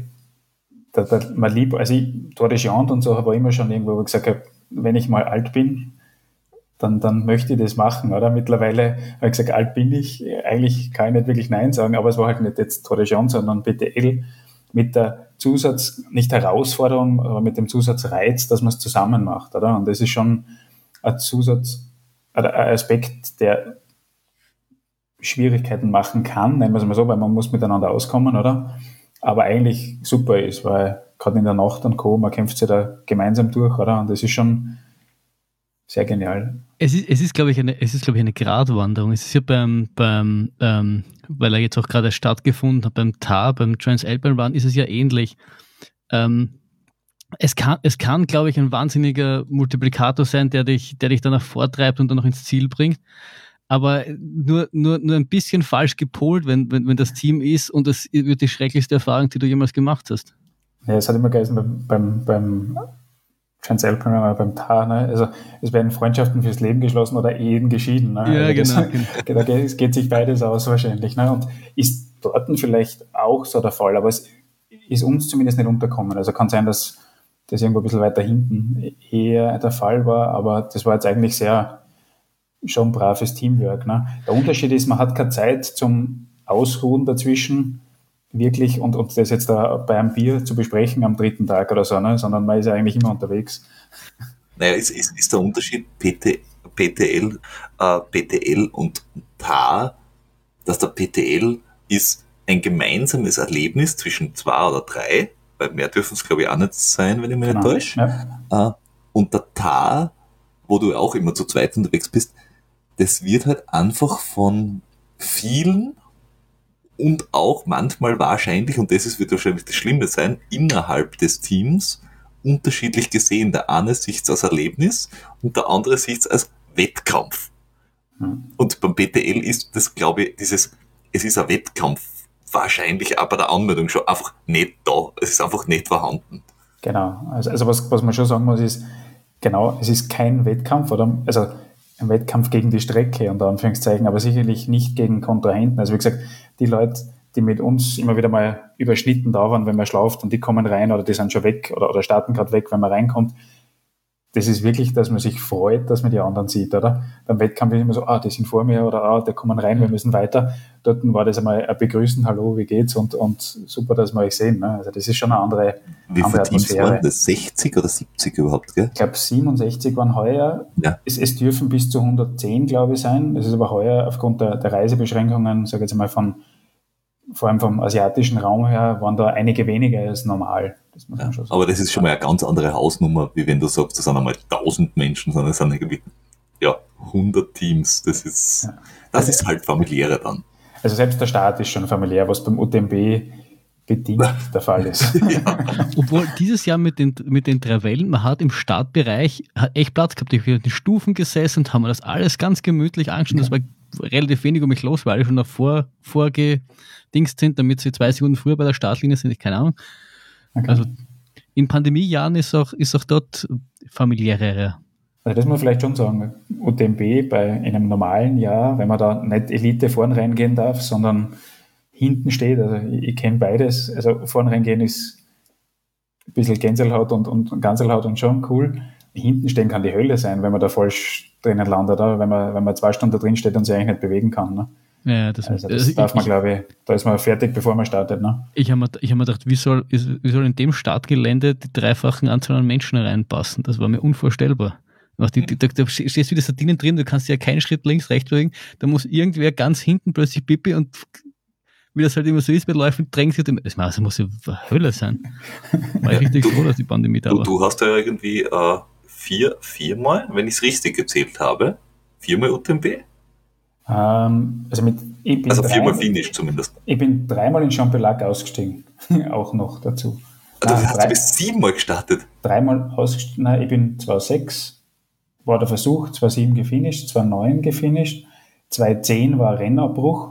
Tour de Giant und so, habe ich immer schon irgendwo gesagt, wenn ich mal alt bin, dann möchte ich das machen, oder? Mittlerweile habe ich gesagt, alt bin ich, eigentlich kann ich nicht wirklich Nein sagen, aber es war halt nicht jetzt Tour de Giant, sondern PTL mit der nicht Herausforderung, aber mit dem Zusatzreiz, dass man es zusammen macht, oder? Und das ist schon ein ein Aspekt, der Schwierigkeiten machen kann, nennen wir es mal so, weil man muss miteinander auskommen, oder? Aber eigentlich super ist, weil gerade in der Nacht und Co., man kämpft sich da gemeinsam durch, oder? Und das ist schon sehr genial. Es ist, glaube ich, eine Gratwanderung. Es ist ja weil er jetzt auch gerade stattgefunden hat, beim TAR, beim Transalpine Run, ist es ja ähnlich. Es kann, glaube ich, ein wahnsinniger Multiplikator sein, der dich danach vortreibt und dann noch ins Ziel bringt. Aber nur ein bisschen falsch gepolt, wenn das Team ist, und das wird die schrecklichste Erfahrung, die du jemals gemacht hast. Ja, es hat immer geheißen beim Transalpine oder beim TAR, ne? Also es werden Freundschaften fürs Leben geschlossen oder Ehen geschieden. Ne? Ja, also genau. Es geht sich beides aus wahrscheinlich. Ne? Und ist dort vielleicht auch so der Fall, aber es ist uns zumindest nicht unterkommen. Also kann sein, dass das irgendwo ein bisschen weiter hinten eher der Fall war, aber das war jetzt eigentlich schon braves Teamwork. Ne? Der Unterschied ist, man hat keine Zeit zum Ausruhen dazwischen, wirklich, und das jetzt da bei einem Bier zu besprechen am 3. Tag oder so, ne? Sondern man ist ja eigentlich immer unterwegs. Naja, ist der Unterschied PTL und TAR, dass der PTL ist ein gemeinsames Erlebnis zwischen 2 oder 3, weil mehr dürfen es, glaube ich, auch nicht sein, wenn ich mich nicht täusche. Ja. Und der TAR, wo du auch immer zu zweit unterwegs bist, das wird halt einfach von vielen und auch manchmal wahrscheinlich, und wird wahrscheinlich das Schlimme sein, innerhalb des Teams unterschiedlich gesehen. Der eine sieht es als Erlebnis und der andere sieht es als Wettkampf. Und beim PTL ist das, glaube ich, es ist ein Wettkampf, wahrscheinlich auch bei der Anmeldung schon einfach nicht da. Es ist einfach nicht vorhanden. Genau. Also was man schon sagen muss, ist, genau, es ist kein Wettkampf, oder? Also ein Wettkampf gegen die Strecke, unter Anführungszeichen, aber sicherlich nicht gegen Kontrahenten. Also wie gesagt, die Leute, die mit uns immer wieder mal überschnitten da waren, wenn man schlaft, und die kommen rein oder die sind schon weg oder starten gerade weg, wenn man reinkommt. Das ist wirklich, dass man sich freut, dass man die anderen sieht, oder? Beim Wettkampf ist immer so, die sind vor mir, oder die kommen rein, wir müssen weiter. Dort war das einmal ein Begrüßen, hallo, wie geht's, und super, dass wir euch sehen. Ne? Also das ist schon eine andere Atmosphäre. Wie viele Teams waren das? 60 oder 70 überhaupt, gell? Ich glaube 67 waren heuer. Ja. Es dürfen bis zu 110, glaube ich, sein. Es ist aber heuer aufgrund der Reisebeschränkungen, sage ich jetzt mal, vor allem vom asiatischen Raum her, waren da einige weniger als normal. Das muss man schon sagen. Aber das ist schon mal eine ganz andere Hausnummer, wie wenn du sagst, das sind einmal 1000 Menschen, sondern es sind irgendwie 100 Teams. Das ist halt familiärer dann. Also selbst der Start ist schon familiär, was beim UTMB bedingt der Fall ist. Ja. Obwohl dieses Jahr mit den 3 Wellen, man hat im Startbereich echt Platz gehabt. Ich bin in den Stufen gesessen und haben mir das alles ganz gemütlich angeschaut. Das war relativ wenig um mich los, weil alle schon davor vorgedingst sind, damit sie 2 Sekunden früher bei der Startlinie sind. Keine Ahnung. Okay. Also in Pandemiejahren ist auch dort familiärer. Also das muss man vielleicht schon sagen. UTMB in einem normalen Jahr, wenn man da nicht Elite vorne reingehen darf, sondern hinten steht, also ich kenne beides, also vorne reingehen ist ein bisschen Gänsehaut und Ganselhaut und schon cool. Hinten stehen kann die Hölle sein, wenn man da falsch drinnen landet, oder? Wenn man 2 Stunden da drin steht und sich eigentlich nicht bewegen kann. Ne? Ja, das darf man, glaube ich, da ist man fertig, bevor man startet. Ne? Ich hab mir gedacht, wie soll in dem Startgelände die 3-fachen Anzahl an Menschen reinpassen? Das war mir unvorstellbar. Da stehst wieder Sardinen drin, du kannst ja keinen Schritt links, rechts bewegen, da muss irgendwer ganz hinten plötzlich Pipi und wie das halt immer so ist bei Läufen, drängt sich dem. Das muss ja Hölle sein. War ich richtig froh, dass die Pandemie da war. Du hast ja irgendwie viermal, wenn ich es richtig gezählt habe, 4-mal UTMB? Also 4-mal Finish zumindest. Ich bin 3-mal in Champellac ausgestiegen, auch noch dazu. Du bist 7-mal gestartet? 3-mal ausgestiegen, nein, ich bin 2006, war der Versuch, 2007 gefinisht, 2009 gefinisht, 2010 war Rennabbruch,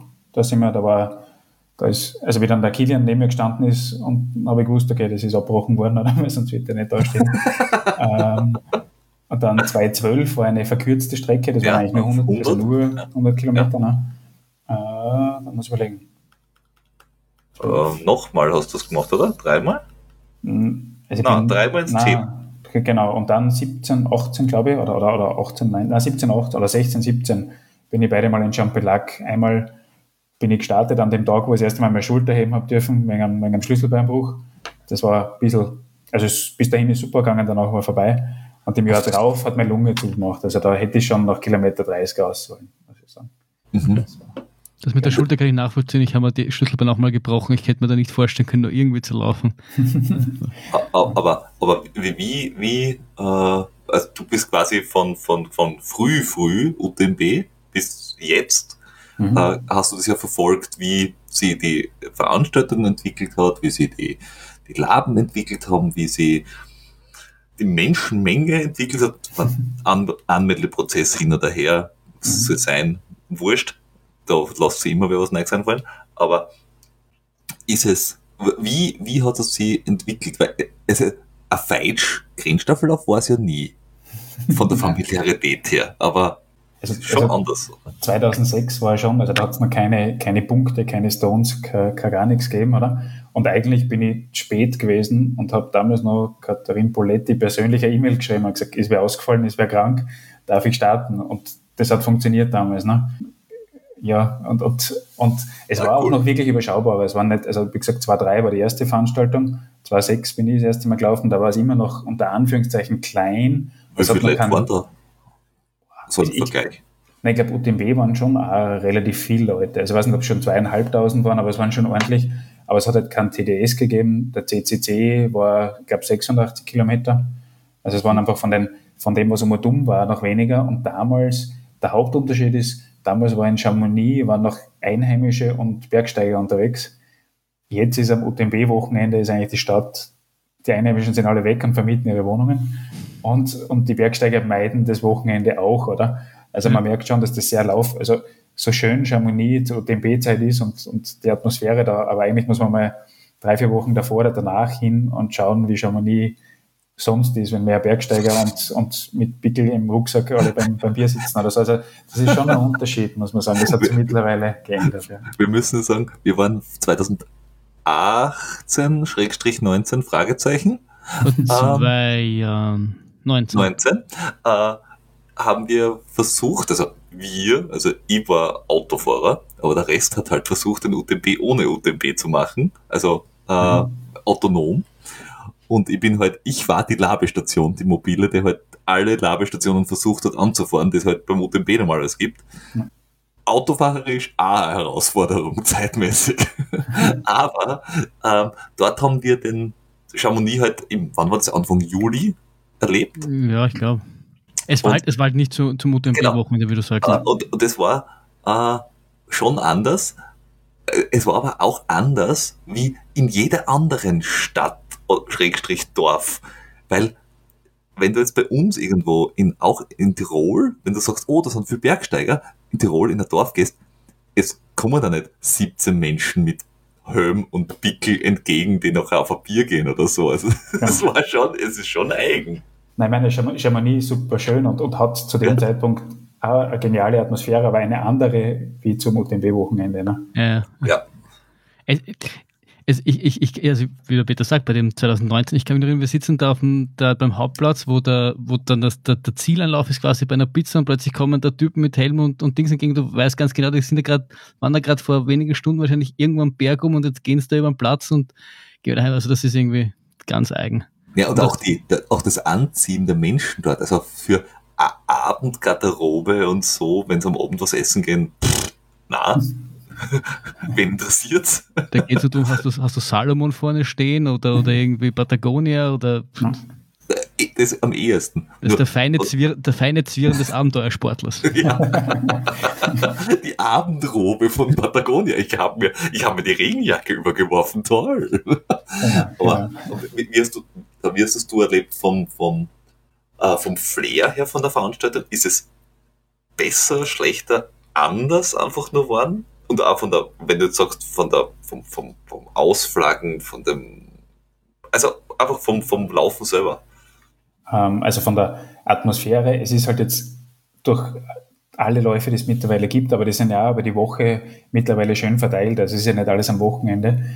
also wie dann der Kilian neben mir gestanden ist und habe ich gewusst, okay, das ist abgebrochen worden, oder? Sonst wird er nicht da stehen. Und dann 2012 war eine verkürzte Strecke, das war eigentlich nur 100 Kilometer. Ja. Ne? Dann muss ich überlegen. Nochmal hast du das gemacht, oder? 3-mal? Also 3-mal ins Ziel. Genau, und dann 17, 18, glaube ich, oder 18, 17, 18 oder 16, 17 bin ich beide mal in Champellac. Einmal bin ich gestartet an dem Tag, wo ich das erste Mal meine Schulter heben habe dürfen, wegen einem Schlüsselbeinbruch. Das war ein bisschen, also bis dahin ist super gegangen, danach war vorbei. Und im Jahr drauf hat meine Lunge zugemacht. Also da hätte ich schon nach Kilometer 30 raus sollen, muss ich sagen. Mhm. Das mit der Schulter kann ich nachvollziehen. Ich habe mir die Schlüsselbein auch mal gebrochen. Ich hätte mir da nicht vorstellen können, nur irgendwie zu laufen. aber wie also du bist quasi von früh UTMB bis jetzt, hast du das ja verfolgt, wie sie die Veranstaltung entwickelt hat, wie sie die Laben entwickelt haben, wie sie die Menschenmenge entwickelt hat, Anmeldeprozess hin oder her, soll sein, wurscht, da lässt sich immer wieder was Neues einfallen, aber wie hat es sie entwickelt? Weil ein Feitsch-Grenzstaffellauf war es ja nie, von der Familiarität her, aber schon anders. 2006 war schon, also da hat es noch keine Punkte, keine Stones, gar nichts gegeben, oder? Und eigentlich bin ich spät gewesen und habe damals noch Katharine Poletti persönlich eine E-Mail geschrieben und gesagt, es wäre ausgefallen, es wäre krank, darf ich starten? Und das hat funktioniert damals, ne? Ja, und es war auch noch wirklich überschaubar, aber es war nicht, also wie gesagt, 2003 war die erste Veranstaltung, 2006 bin ich das erste Mal gelaufen, da war es immer noch unter Anführungszeichen klein. Wie viele Leute waren da? So ein Vergleich. Ich glaube, UTMB waren schon auch relativ viele Leute. Also ich weiß nicht, ob es schon 2.500 waren, aber es waren schon ordentlich. Aber es hat halt kein TDS gegeben. Der CCC war, ich glaube, 86 Kilometer. Also es waren einfach von dem, was immer dumm war, noch weniger. Und damals, der Hauptunterschied ist, damals war in Chamonix, waren noch Einheimische und Bergsteiger unterwegs. Jetzt ist am UTMB-Wochenende ist eigentlich die Stadt, die Einheimischen sind alle weg und vermieten ihre Wohnungen. Und die Bergsteiger meiden das Wochenende auch, oder? Also man merkt schon, dass das sehr also so schön Chamonix zur UTMB-Zeit ist und die Atmosphäre da, aber eigentlich muss man mal 3-4 Wochen davor oder danach hin und schauen, wie Chamonix sonst ist, wenn mehr Bergsteiger und mit Pickel im Rucksack alle beim Bier sitzen oder so. Also das ist schon ein Unterschied, muss man sagen. Das hat sich mittlerweile geändert. Ja. Wir müssen sagen, wir waren 2018/19 Fragezeichen. Vor 2 Jahren. 19. Haben wir versucht, also ich war Autofahrer, aber der Rest hat halt versucht, den UTMB ohne UTMB zu machen, also autonom. Und ich war die Labestation, die mobile, die halt alle Labestationen versucht hat anzufahren, die es halt beim UTMB normalerweise gibt. Ja. Autofahrerisch auch eine Herausforderung, zeitmäßig. Aber dort haben wir den Chamonix halt wann war das, Anfang Juli erlebt? Ja, ich glaube. Es war halt nicht zum UTMB-Wochenende, wie du sagst. Und das war schon anders, es war aber auch anders wie in jeder anderen Stadt, Schrägstrich Dorf, weil wenn du jetzt bei uns irgendwo, auch in Tirol, wenn du sagst, oh, da sind viele Bergsteiger, in Tirol in ein Dorf gehst, es kommen da nicht 17 Menschen mit Helm und Pickel entgegen, die noch auf ein Bier gehen oder so. Also es ist schon eigen. Nein, ich meine, Chamonix ist super schön und hat zu dem Zeitpunkt auch eine geniale Atmosphäre, aber eine andere wie zum UTMB-Wochenende. Ne? Ja. Also wie der Peter sagt, bei dem 2019, ich kann mich erinnern, wir sitzen da beim Hauptplatz, wo dann der Zieleinlauf ist quasi bei einer Pizza und plötzlich kommen da Typen mit Helm und Dings entgegen, du weißt ganz genau, waren da gerade vor wenigen Stunden wahrscheinlich irgendwo am Berg und jetzt gehen sie da über den Platz und gehen heim, also das ist irgendwie ganz eigen. Ja, und auch das Anziehen der Menschen dort, also für Abendgarderobe und so, wenn sie am Abend was essen gehen, wen interessiert's? Da geht's darum, hast du Salomon vorne stehen oder irgendwie Patagonia oder. Das am ehesten. Das ist der feine Zwirn des Abenteuersportlers. Ja. Die Abendrobe von Patagonia. Ich hab mir die Regenjacke übergeworfen. Toll. Aber wie hast du erlebt vom Flair her von der Veranstaltung? Ist es besser, schlechter, anders einfach nur geworden? Und auch wenn du jetzt sagst, vom Ausflaggen, also einfach vom Laufen selber. Also von der Atmosphäre, es ist halt jetzt durch alle Läufe, die es mittlerweile gibt, aber die sind ja auch über die Woche mittlerweile schön verteilt, also es ist ja nicht alles am Wochenende.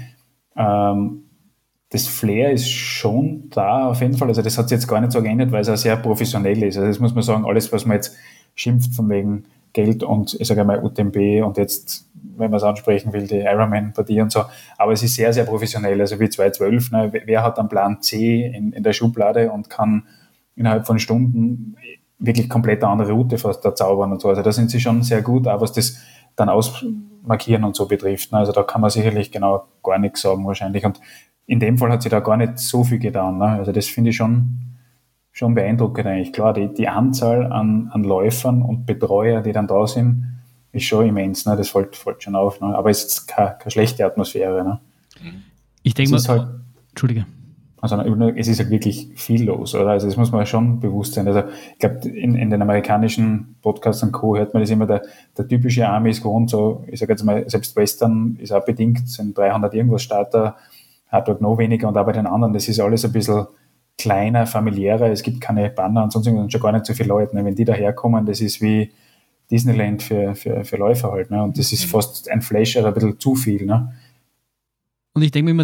Das Flair ist schon da auf jeden Fall, also das hat sich jetzt gar nicht so geändert, weil es auch sehr professionell ist. Also das muss man sagen, alles, was man jetzt schimpft von wegen Geld und ich sage einmal UTMB und jetzt, wenn man es ansprechen will, die Ironman-Partie und so, aber es ist sehr, sehr professionell, also wie 2012, ne? Wer hat einen Plan C in der Schublade und kann innerhalb von Stunden wirklich komplett eine andere Route fast da zaubern und so, also da sind sie schon sehr gut, auch was das dann ausmarkieren und so betrifft, ne? Also da kann man sicherlich genau gar nichts sagen wahrscheinlich und in dem Fall hat sich da gar nicht so viel getan, ne? Also das finde ich schon beeindruckend eigentlich. Klar, die Anzahl an Läufern und Betreuer, die dann da sind, ist schon immens, ne? Das fällt schon auf, ne? Aber es ist keine schlechte Atmosphäre. Ne? Ich denke mal, halt, Entschuldige. Also es ist halt wirklich viel los, oder? Also das muss man schon bewusst sein. Also ich glaube, in den amerikanischen Podcasts und Co. hört man das immer, der typische Army ist gewohnt, so, ich sage jetzt mal, selbst Western ist auch bedingt, sind 300 irgendwas Starter, hat dort noch weniger und auch bei den anderen, das ist alles ein bisschen kleiner, familiärer, es gibt keine Banner und sonst und schon gar nicht so viele Leute. Ne? Wenn die daherkommen, das ist wie Disneyland für Läufer halt. Ne? Und das ist fast ein Flash oder ein bisschen zu viel. Ne? Und ich denke mir immer,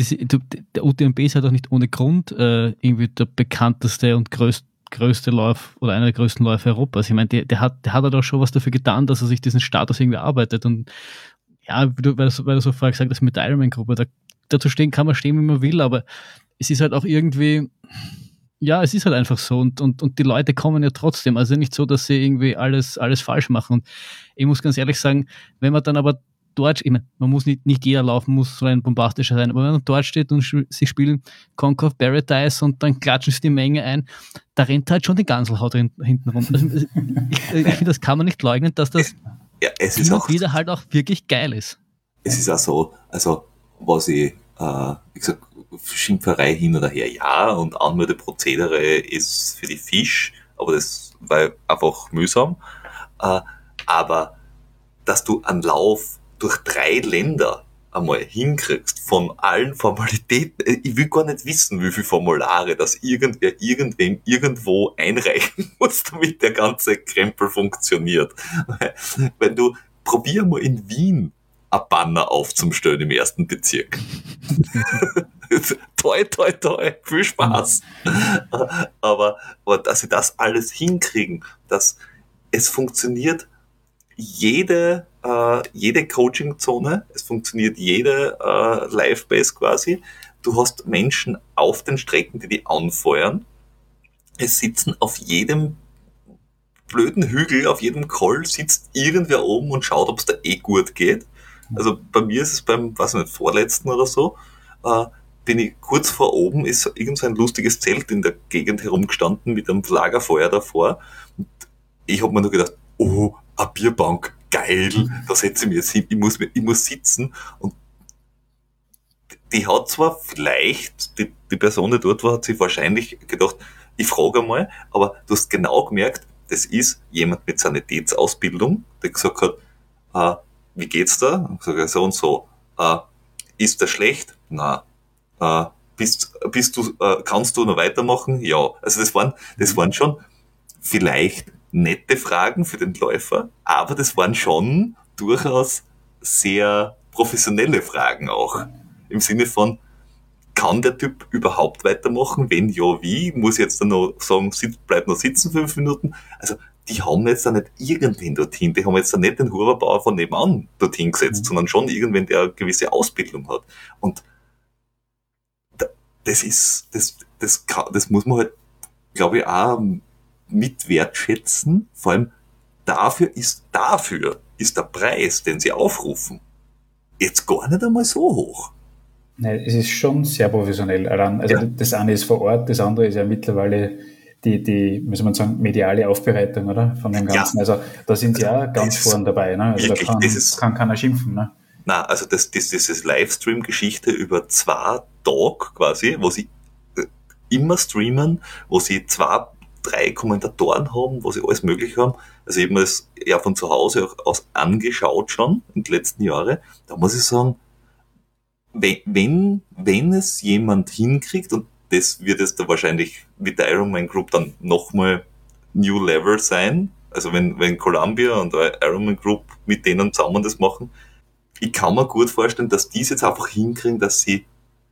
der UTMB ist halt auch nicht ohne Grund irgendwie der bekannteste und größte Lauf oder einer der größten Läufe Europas. Ich meine, der hat halt auch schon was dafür getan, dass er sich diesen Status irgendwie arbeitet. Und ja, weil du so vorher gesagt hast mit der Ironman-Gruppe, dazu kann man stehen, wie man will, aber es ist halt auch irgendwie, ja, es ist halt einfach so und die Leute kommen ja trotzdem, also nicht so, dass sie irgendwie alles falsch machen und ich muss ganz ehrlich sagen, wenn man dann aber dort, ich meine, man muss nicht jeder laufen, muss so ein bombastischer sein, aber wenn man dort steht und sie spielen Conquer of Paradise und dann klatschen sie die Menge ein, da rennt halt schon die Ganselhaut hinten rum. Also, ich finde, das kann man nicht leugnen, dass das es ist auch wieder halt auch wirklich geil ist. Es ist auch so, also was ich gesagt, Schimpferei hin oder her, ja, und Anmeldeprozedere ist für die Fisch, aber das war einfach mühsam. Aber dass du einen Lauf durch 3 Länder einmal hinkriegst, von allen Formalitäten, ich will gar nicht wissen, wie viele Formulare das irgendwer irgendwem irgendwo einreichen muss, damit der ganze Krempel funktioniert. Wenn du, probier mal in Wien ein Banner aufzustellen im 1. Bezirk. Toi, toi, toi, viel Spaß. Aber dass sie das alles hinkriegen, dass es funktioniert jede Coaching-Zone, es funktioniert jede Live-Base quasi. Du hast Menschen auf den Strecken, die anfeuern. Es sitzen auf jedem blöden Hügel, auf jedem Koll sitzt irgendwer oben und schaut, ob es da gut geht. Also bei mir ist es beim, weiß nicht, vorletzten oder so, bin ich kurz vor oben, ist irgend so ein lustiges Zelt in der Gegend herumgestanden mit einem Lagerfeuer davor. Und ich habe mir nur gedacht, oh, eine Bierbank, geil, da setze ich mich jetzt hin, ich muss sitzen. Und die hat zwar vielleicht, die Person, die dort war, hat sich wahrscheinlich gedacht, ich frage mal, aber du hast genau gemerkt, das ist jemand mit Sanitätsausbildung, der gesagt hat, wie geht's da? Ich sage, so und so. Ist das schlecht? Na. Kannst du noch weitermachen? Ja. Also das waren schon vielleicht nette Fragen für den Läufer, aber das waren schon durchaus sehr professionelle Fragen auch. Im Sinne von, kann der Typ überhaupt weitermachen? Wenn ja, wie? Muss ich jetzt dann noch sagen, bleib noch sitzen 5 Minuten? Also, die haben jetzt da nicht irgendwen dorthin, die haben jetzt da nicht den Huberbauer von nebenan dorthin gesetzt, sondern schon irgendwen, der eine gewisse Ausbildung hat. Und das muss man halt, glaube ich, auch mit wertschätzen. Vor allem dafür ist der Preis, den sie aufrufen, jetzt gar nicht einmal so hoch. Nein, es ist schon sehr professionell. Also das eine ist vor Ort, das andere ist ja mittlerweile die muss man sagen, mediale Aufbereitung, oder? Von dem Ganzen. Ja. Also da sind sie ja ganz vorn dabei. Ne? Also wirklich, da kann keiner schimpfen. Ne? Nein, also das ist Livestream-Geschichte über 2 Tage quasi, wo sie immer streamen, wo sie 2, 3 Kommentatoren haben, wo sie alles mögliche haben. Also ich habe mir das ja von zu Hause auch aus angeschaut schon in den letzten Jahren. Da muss ich sagen, wenn es jemand hinkriegt, und das wird es da wahrscheinlich mit der Ironman Group dann nochmal New Level sein, also wenn Columbia und Ironman Group mit denen zusammen das machen, ich kann mir gut vorstellen, dass die es jetzt einfach hinkriegen, dass sie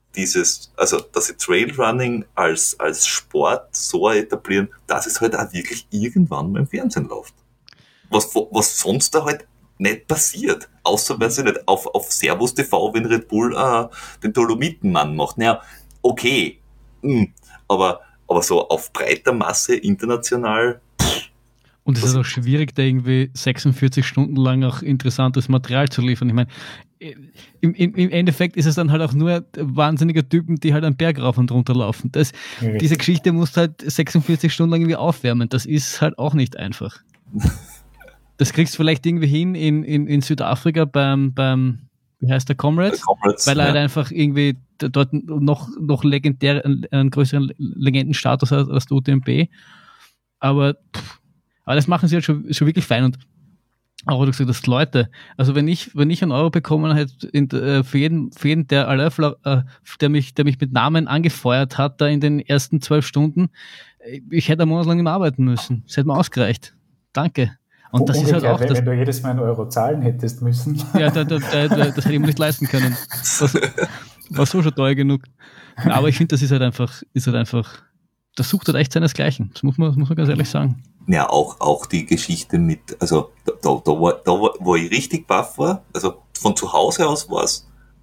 dass sie Trailrunning als Sport so etablieren, dass es halt auch wirklich irgendwann mal im Fernsehen läuft. Was sonst da halt nicht passiert. Außer wenn sie nicht auf Servus TV, wenn Red Bull den Dolomitenmann macht. Naja, okay. Aber so auf breiter Masse international. Und es ist auch schwierig, da irgendwie 46 Stunden lang auch interessantes Material zu liefern. Ich meine, im Endeffekt ist es dann halt auch nur wahnsinnige Typen, die halt einen Berg rauf und runter laufen. Diese Geschichte muss halt 46 Stunden lang irgendwie aufwärmen. Das ist halt auch nicht einfach. Das kriegst du vielleicht irgendwie hin in Südafrika beim wie heißt der, Comrades? Weil er halt einfach irgendwie dort noch legendär einen größeren Legendenstatus hat als der UTMB. Aber das machen sie halt schon wirklich fein. Und auch, wie du gesagt hast, Leute, also wenn ich einen Euro bekommen hätte für jeden, der mich mit Namen angefeuert hat, da in den ersten 12 Stunden, ich hätte einen Monat lang immer arbeiten müssen. Das hätte mir ausgereicht. Danke. Und das ist halt auch wenn du jedes Mal einen Euro zahlen hättest müssen. Ja, das hätte ich mir nicht leisten können. War so schon teuer genug. Aber ich finde, das ist halt einfach, das sucht halt echt seinesgleichen. Das muss man ganz ehrlich sagen. Ja, auch die Geschichte mit, also da wo ich richtig baff war, also von zu Hause aus war es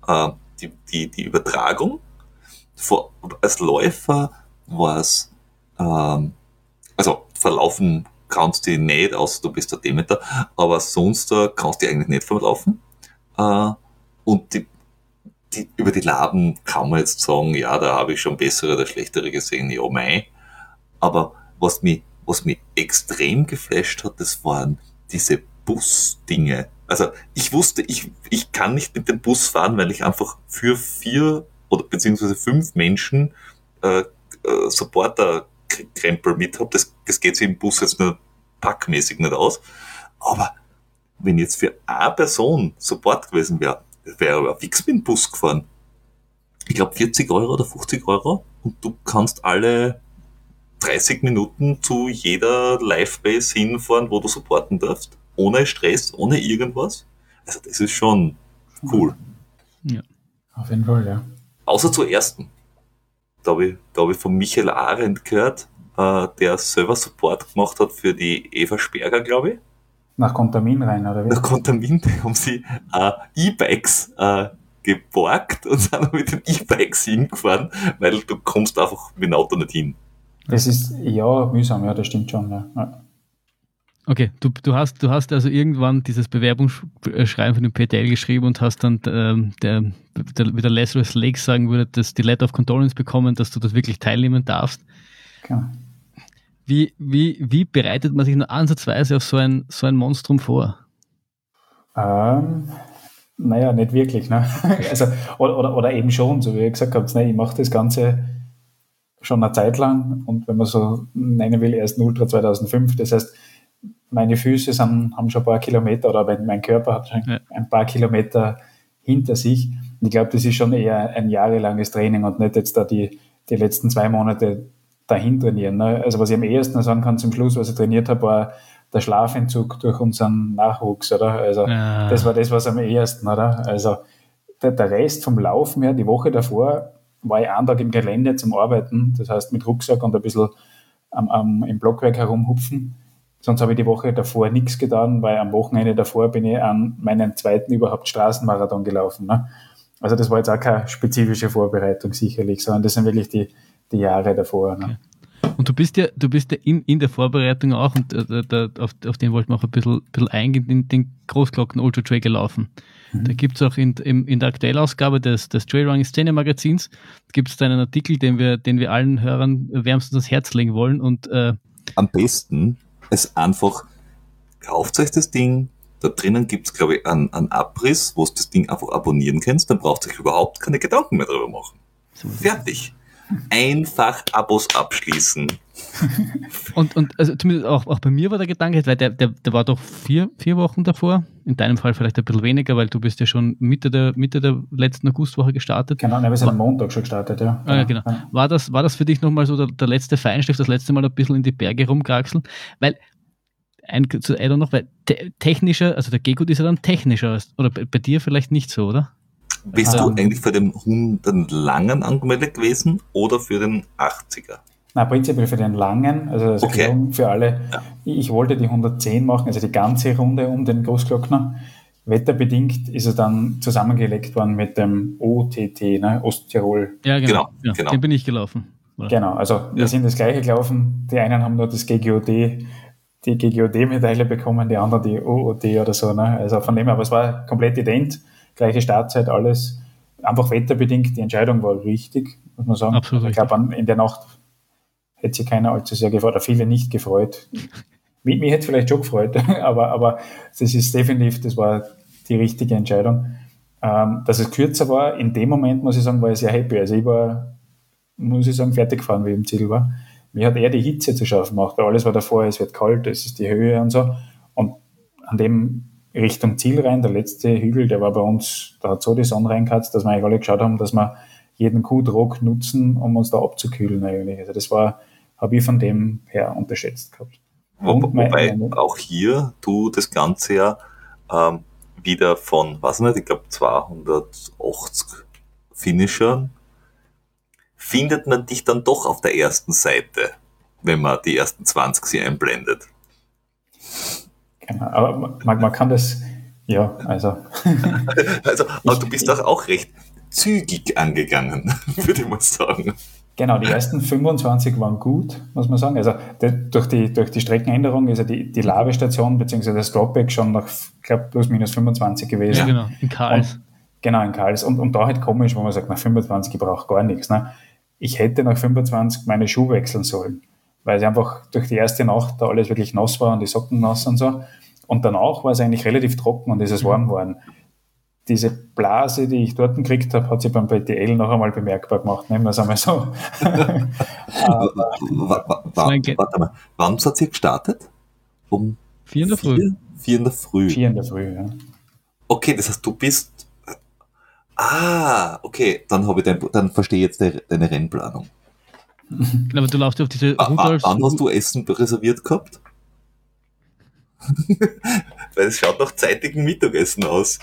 die Übertragung. Als Läufer war es, also verlaufen kannst du nicht, außer du bist der Demeter, aber sonst kannst du eigentlich nicht verlaufen. Und über die Laben kann man jetzt sagen, ja, da habe ich schon bessere oder schlechtere gesehen, ja, mei. Aber was mich extrem geflasht hat, das waren diese Bus-Dinge. Also ich wusste, ich kann nicht mit dem Bus fahren, weil ich einfach für 4 oder beziehungsweise 5 Menschen Supporter-Krempel mit habe. Das geht sich im Bus jetzt nur packmäßig nicht aus. Aber wenn jetzt für eine Person Support gewesen wäre aber fix mit dem Bus gefahren. Ich glaube 40 Euro oder 50 Euro und du kannst alle 30 Minuten zu jeder Live-Base hinfahren, wo du supporten darfst. Ohne Stress, ohne irgendwas. Also das ist schon cool. Ja. Auf jeden Fall, ja. Außer zur ersten. Da hab ich von Michael Arendt gehört, der selber Support gemacht hat für die Eva Sperger, glaube ich. Nach Kontamin rein, oder wie? Nach Kontamin haben sie E-Bikes geborgt und sind mit den E-Bikes hingefahren, weil du kommst einfach mit dem Auto nicht hin. Das ist ja mühsam, ja, das stimmt schon. Ja. Okay, du hast also irgendwann dieses Bewerbungsschreiben für den PTL geschrieben und hast dann wie der Lazarus Lake sagen würde, die Letter of Condolence bekommen, dass du das wirklich teilnehmen darfst. Genau. Wie bereitet man sich nur ansatzweise auf so ein Monstrum vor? Naja, nicht wirklich. Ne? Also, oder eben schon, so wie ihr gesagt habt, ne, ich mache das Ganze schon eine Zeit lang und wenn man so nennen will, erst Ultra 2005. Das heißt, meine Füße haben schon ein paar Kilometer oder mein Körper hat schon ein paar Kilometer hinter sich. Und ich glaube, das ist schon eher ein jahrelanges Training und nicht jetzt da die letzten 2 Monate dahin trainieren. Ne? Also was ich am ehesten sagen kann zum Schluss, was ich trainiert habe, war der Schlafentzug durch unseren Nachwuchs, oder? Also das war das, was am ehesten, oder? Also der Rest vom Laufen her, die Woche davor, war ich einen Tag im Gelände zum Arbeiten, das heißt mit Rucksack und ein bisschen im Blockwerk herumhupfen. Sonst habe ich die Woche davor nichts getan, weil am Wochenende davor bin ich an meinen zweiten überhaupt Straßenmarathon gelaufen. Ne? Also das war jetzt auch keine spezifische Vorbereitung sicherlich, sondern das sind wirklich die Jahre davor. Ne? Okay. Und du bist ja in der Vorbereitung auch, und auf den wollten wir auch ein bisschen eingehen, in den Großglocken Ultra Trail gelaufen. Da gibt es auch in der Aktuellausgabe des Trailrunning-Szene-Magazins gibt es einen Artikel, den wir allen Hörern wärmstens ans Herz legen wollen. Und am besten ist einfach, kauft euch das Ding, da drinnen gibt es, glaube ich, einen Abriss, wo du das Ding einfach abonnieren kannst, dann braucht ihr euch überhaupt keine Gedanken mehr drüber machen. So, fertig. Einfach Abos abschließen. Und also zumindest auch bei mir war der Gedanke, weil der war doch 4 Wochen davor, in deinem Fall vielleicht ein bisschen weniger, weil du bist ja schon Mitte der letzten Augustwoche gestartet. Genau, wir sind am Montag schon gestartet, ja. Ja, genau. War das für dich nochmal so der letzte Feinschliff, das letzte Mal ein bisschen in die Berge rumkraxeln? Weil weil technischer, also der Gehgut ist ja dann technischer, oder bei dir vielleicht nicht so, oder? Bist du eigentlich für den 100 Langen angemeldet gewesen oder für den 80er? Nein, prinzipiell für den Langen, also okay. Für alle. Ja. Ich wollte die 110 machen, also die ganze Runde um den Großglockner. Wetterbedingt ist er dann zusammengelegt worden mit dem OTT, ne, Osttirol. Ja, genau. Den bin ich gelaufen. Oder? Genau, also wir sind das Gleiche gelaufen. Die einen haben nur die GGOD-Medaille bekommen, die anderen die OOT oder so. Ne? Also von dem her, aber es war komplett ident. Gleiche Startzeit, alles. Einfach wetterbedingt, die Entscheidung war richtig, muss man sagen. Absolut. Ich glaube, in der Nacht hätte sich keiner allzu sehr gefreut, oder viele nicht gefreut. Mich hätte es vielleicht schon gefreut, aber das ist definitiv, das war die richtige Entscheidung. Dass es kürzer war, in dem Moment, muss ich sagen, war ich sehr happy. Also ich war, muss ich sagen, fertig gefahren, wie ich im Ziel war. Mir hat eher die Hitze zu schaffen gemacht, weil alles war davor, es wird kalt, es ist die Höhe und so. Und an dem Richtung Ziel rein, der letzte Hügel, der war bei uns, da hat so die Sonne reingekatzt, dass wir eigentlich alle geschaut haben, dass wir jeden Kuhdruck nutzen, um uns da abzukühlen eigentlich. Also das habe ich von dem her unterschätzt gehabt. Wobei auch hier du das Ganze ja wieder von, weiß nicht, ich glaube 280 Finishern findet man dich dann doch auf der ersten Seite, wenn man die ersten 20 sie einblendet. Genau, aber man kann das, ja, also. Aber du bist doch auch recht zügig angegangen, würde ich mal sagen. Genau, die ersten 25 waren gut, muss man sagen. Also durch die Streckenänderung ist ja die Labestation bzw. das Dropback schon nach, ich glaube, plus minus 25 gewesen. Ja, genau, in Karls. Genau, in Karls. Und da halt komisch, wo man sagt, nach 25, ich brauche gar nichts. Ne? Ich hätte nach 25 meine Schuhe wechseln sollen, weil es einfach durch die erste Nacht da alles wirklich nass war und die Socken nass und so. Und danach war es eigentlich relativ trocken und ist es warm geworden. Diese Blase, die ich dort gekriegt habe, hat sich beim PTL noch einmal bemerkbar gemacht. Nehmen wir es einmal so. Warte mal, wann hat sie gestartet? Um 4 in der Früh. 4 in der Früh. 4 in der Früh, ja. Okay, das heißt, du bist... okay, dann verstehe ich jetzt deine Rennplanung. Aber du laufst auf diese Wann hast du Essen reserviert gehabt? Weil es schaut nach zeitigem Mittagessen aus.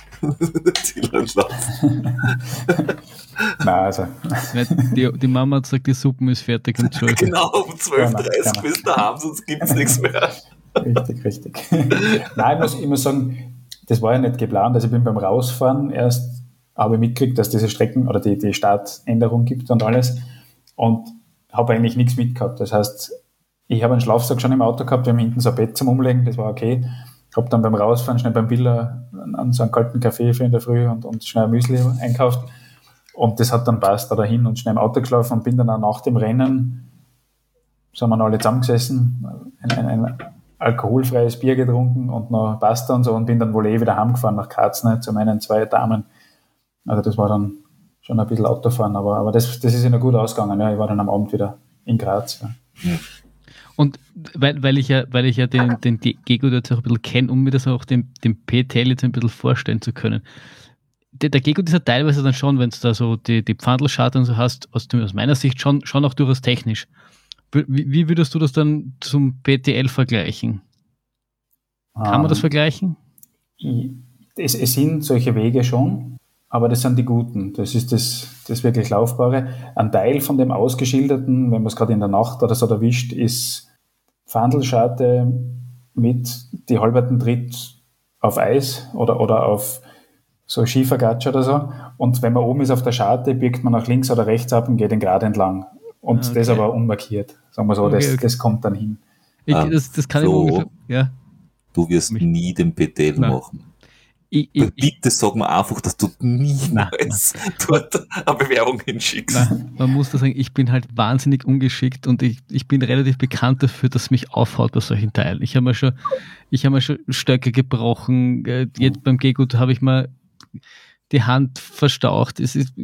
Nein, also. Die Mama hat gesagt, die Suppe ist fertig um 12 Uhr. Genau, um 12.30 Uhr bist du daheim, sonst gibt es nichts mehr. Richtig. Nein, ich muss sagen, das war ja nicht geplant. Also ich bin beim Rausfahren erst, habe ich mitgekriegt, dass diese Strecken oder die Startänderung gibt und alles. Und habe eigentlich nichts mitgehabt. Das heißt, ich habe einen Schlafsack schon im Auto gehabt, wir haben hinten so ein Bett zum Umlegen, das war okay. Ich habe dann beim Rausfahren schnell beim Biller an so einen kalten Kaffee für in der Früh und schnell ein Müsli einkauft. Und das hat dann passt da dahin und schnell im Auto geschlafen und bin dann auch nach dem Rennen, sind wir noch alle zusammengesessen, ein alkoholfreies Bier getrunken und noch Pasta und so und bin dann wohl wieder heimgefahren nach Katzen zu meinen 2 Damen. Also das war dann schon ein bisschen Autofahren, aber das ist ja gut ausgegangen. Ja. Ich war dann am Abend wieder in Graz. Ja. Und weil ich ja den Gego jetzt auch ein bisschen kenne, um mir das auch dem PTL jetzt ein bisschen vorstellen zu können. Der Gego ist ja teilweise dann schon, wenn du da so die Pfandlscharte und so hast, aus meiner Sicht schon auch durchaus technisch. Wie würdest du das dann zum PTL vergleichen? Kann man das vergleichen? Es sind solche Wege schon, aber das sind die guten. Das ist das wirklich Laufbare. Ein Teil von dem Ausgeschilderten, wenn man es gerade in der Nacht oder so erwischt, ist Pfandlscharte mit die halberten Tritt auf Eis oder auf so Schiefergatsch oder so. Und wenn man oben ist auf der Scharte, biegt man nach links oder rechts ab und geht den Grad entlang. Und okay. Das aber unmarkiert. Sagen wir so, okay. Das kommt dann hin. Das kann so, ich ungefähr, ja. Du wirst nie den PTL machen. Bitte sag mir einfach, dass du niemals dort eine Bewerbung hinschickst. Man muss da sagen, ich bin halt wahnsinnig ungeschickt und ich bin relativ bekannt dafür, dass mich aufhaut bei solchen Teilen. Ich habe mir schon Stöcke gebrochen. Jetzt beim Gehgut habe ich mal die Hand verstaucht.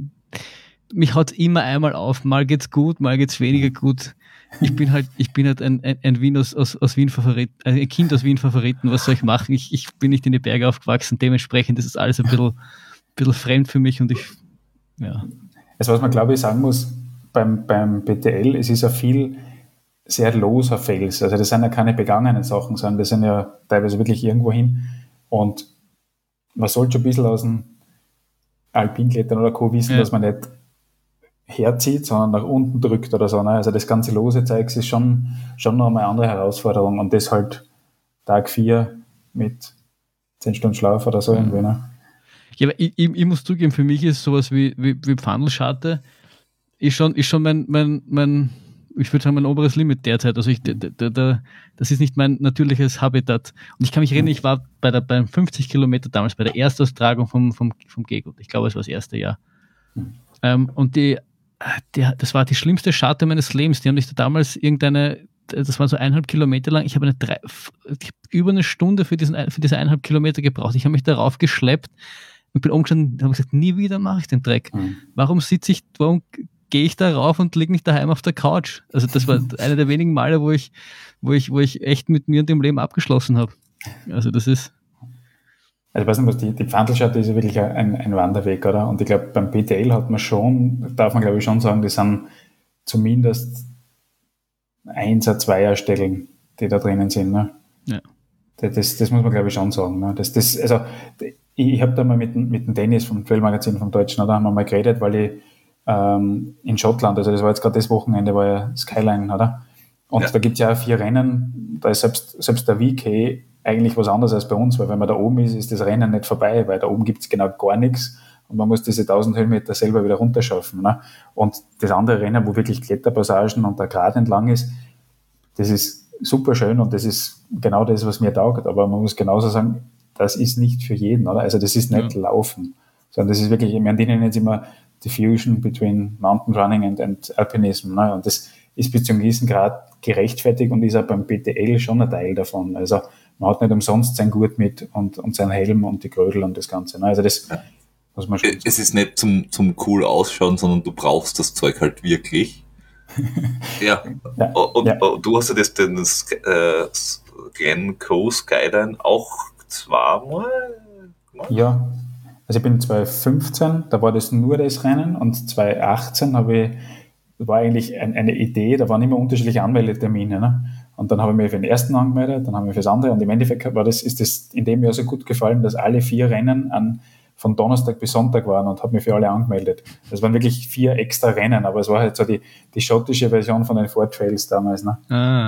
Mich haut immer einmal auf. Mal geht's gut, mal geht's weniger gut. Ich bin halt ein Wien aus Wien Favorit, ein Kind aus Wien Favoriten. Was soll ich machen? Ich bin nicht in die Berge aufgewachsen. Dementsprechend ist es alles ein bisschen fremd für mich und ja. Also was man glaube ich sagen muss, beim PTL, es ist ja viel sehr loser Fails. Also das sind ja keine begangenen Sachen, sondern das sind ja teilweise wirklich irgendwo hin. Und man sollte schon ein bisschen aus dem Alpinklettern oder Co. wissen, dass man nicht herzieht, sondern nach unten drückt oder so. Ne? Also das ganze lose Zeugs ist schon noch eine andere Herausforderung und das halt Tag 4 mit 10 Stunden Schlaf oder so irgendwie. Ne? Ja, aber ich muss zugeben, für mich ist sowas wie Pfandlscharte ist schon mein ich würde sagen, mein oberes Limit derzeit. Also das ist nicht mein natürliches Habitat. Und ich kann mich erinnern, ich war beim 50 Kilometer damals bei der Erstaustragung vom Gehgut. Ich glaube, es war das erste Jahr. Und das war die schlimmste Scharte meines Lebens. Die haben mich da damals das war so 1,5 Kilometer lang. Ich habe über eine Stunde für diese 1,5 Kilometer gebraucht. Ich habe mich darauf geschleppt und bin umgestanden und habe gesagt, nie wieder mache ich den Dreck. Warum gehe ich da rauf und liege nicht daheim auf der Couch? Also das war einer der wenigen Male, wo ich echt mit mir und dem Leben abgeschlossen habe. Also das ist... Also ich weiß nicht, die Pfandlscharte ist ja wirklich ein Wanderweg, oder? Und ich glaube, beim PTL darf man glaube ich schon sagen, das sind zumindest 1er, 2er Stellen, die da drinnen sind. Ne? Ja. Das muss man glaube ich schon sagen. Ne? Also ich habe da mal mit dem Dennis vom Trail-Magazin vom Deutschen, da haben wir mal geredet, weil ich in Schottland, also das war jetzt gerade das Wochenende, war ja Skyline, oder? Und da gibt es ja auch 4 Rennen, da ist selbst der VK eigentlich was anderes als bei uns, weil wenn man da oben ist das Rennen nicht vorbei, weil da oben gibt es genau gar nichts und man muss diese 1000 Höhenmeter selber wieder runterschaffen. Ne? Und das andere Rennen, wo wirklich Kletterpassagen und der Grat entlang ist, das ist super schön und das ist genau das, was mir taugt, aber man muss genauso sagen, das ist nicht für jeden, oder? Also das ist nicht Laufen, sondern das ist wirklich, ich meine, die nennen jetzt immer die Fusion between Mountain Running and Alpinism, ne? Und das ist bis zum gewissen Grad gerechtfertigt und ist auch beim PTL schon ein Teil davon. Also man hat nicht umsonst sein Gurt mit und sein Helm und die Grödel und das Ganze. Ne? Also das muss man schon sagen. Es ist nicht zum cool ausschauen, sondern du brauchst das Zeug halt wirklich. Und du hast ja das Glencoe Skyline auch zweimal gemacht? Ja, also ich bin 2015, da war das nur das Rennen und 2018 war eigentlich eine Idee, da waren immer unterschiedliche Anmeldetermine. Ne? Und dann habe ich mich für den ersten angemeldet, dann habe ich mich für das andere und im Endeffekt ist das in dem Jahr so gut gefallen, dass alle 4 Rennen von Donnerstag bis Sonntag waren und habe mich für alle angemeldet. Das waren wirklich 4 extra Rennen, aber es war halt so die schottische Version von den Ford Trails damals. Ne?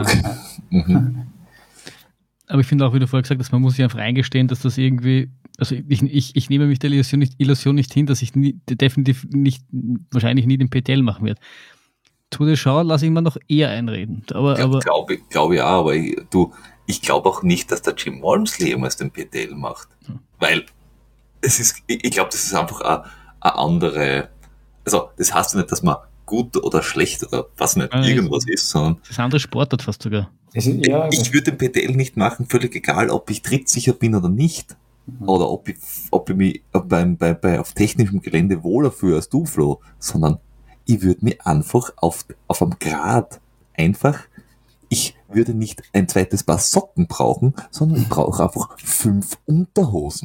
Aber ich finde auch, wie du vorher gesagt hast, man muss sich einfach eingestehen, dass das irgendwie, also ich nehme mich der Illusion nicht hin, dass ich definitiv wahrscheinlich nie den PTL machen werde. Tour de Schau lasse ich mir noch eher einreden. Glaube ich auch, aber ich glaube auch nicht, dass der Jim Walmsley jemals den PTL macht. Weil ich glaube, das ist einfach eine andere, also das heißt nicht, dass man gut oder schlecht oder was nicht irgendwas ist, sondern das andere Sportart fast sogar. Es ist, ja, ich würde den PTL nicht machen, völlig egal, ob ich trittsicher bin oder nicht. Oder ob ich mich auf technischem Gelände wohler fühle als du, Flo, sondern ich würde mich einfach auf einem Grad ich würde nicht ein zweites Paar Socken brauchen, sondern ich brauche einfach 5 Unterhosen.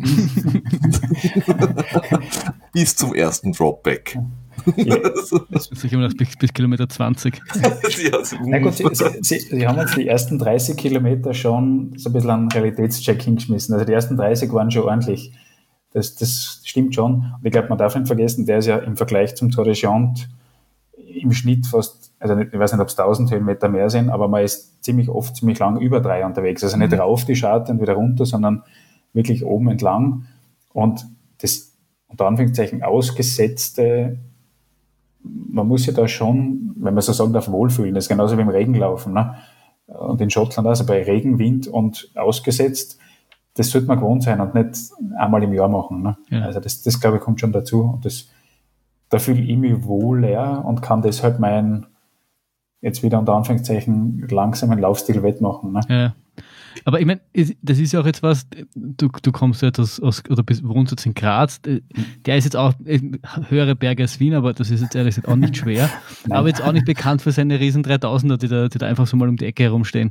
Bis zum ersten Dropback. Ich immer noch bis Kilometer 20. Na gut, Sie haben jetzt die ersten 30 Kilometer schon so ein bisschen einen Realitätscheck hingeschmissen. Also die ersten 30 waren schon ordentlich. Das stimmt schon. Und ich glaube, man darf nicht vergessen, der ist ja im Vergleich zum Tour de Giant im Schnitt fast, also ich weiß nicht, ob es 1000 Höhenmeter mehr sind, aber man ist ziemlich lang über 3 unterwegs. Also nicht rauf die Scharte und wieder runter, sondern wirklich oben entlang. Und das unter Anführungszeichen ausgesetzte, man muss ja da schon, wenn man so sagen darf, wohlfühlen. Das ist genauso wie im Regen laufen. Ne? Und in Schottland also bei Regen, Wind und ausgesetzt, das sollte man gewohnt sein und nicht einmal im Jahr machen. Ne? Ja. Also das glaube ich kommt schon dazu. Und da fühle ich mich wohler und kann deshalb meinen, jetzt wieder unter Anführungszeichen, langsamen Laufstil wettmachen. Ne? Ja. Aber ich meine, das ist ja auch jetzt was, du kommst ja jetzt oder wohnst jetzt in Graz, der ist jetzt auch höhere Berge als Wien, aber das ist jetzt ehrlich gesagt auch nicht schwer, aber jetzt auch nicht bekannt für seine riesen 3000er, die da einfach so mal um die Ecke herumstehen.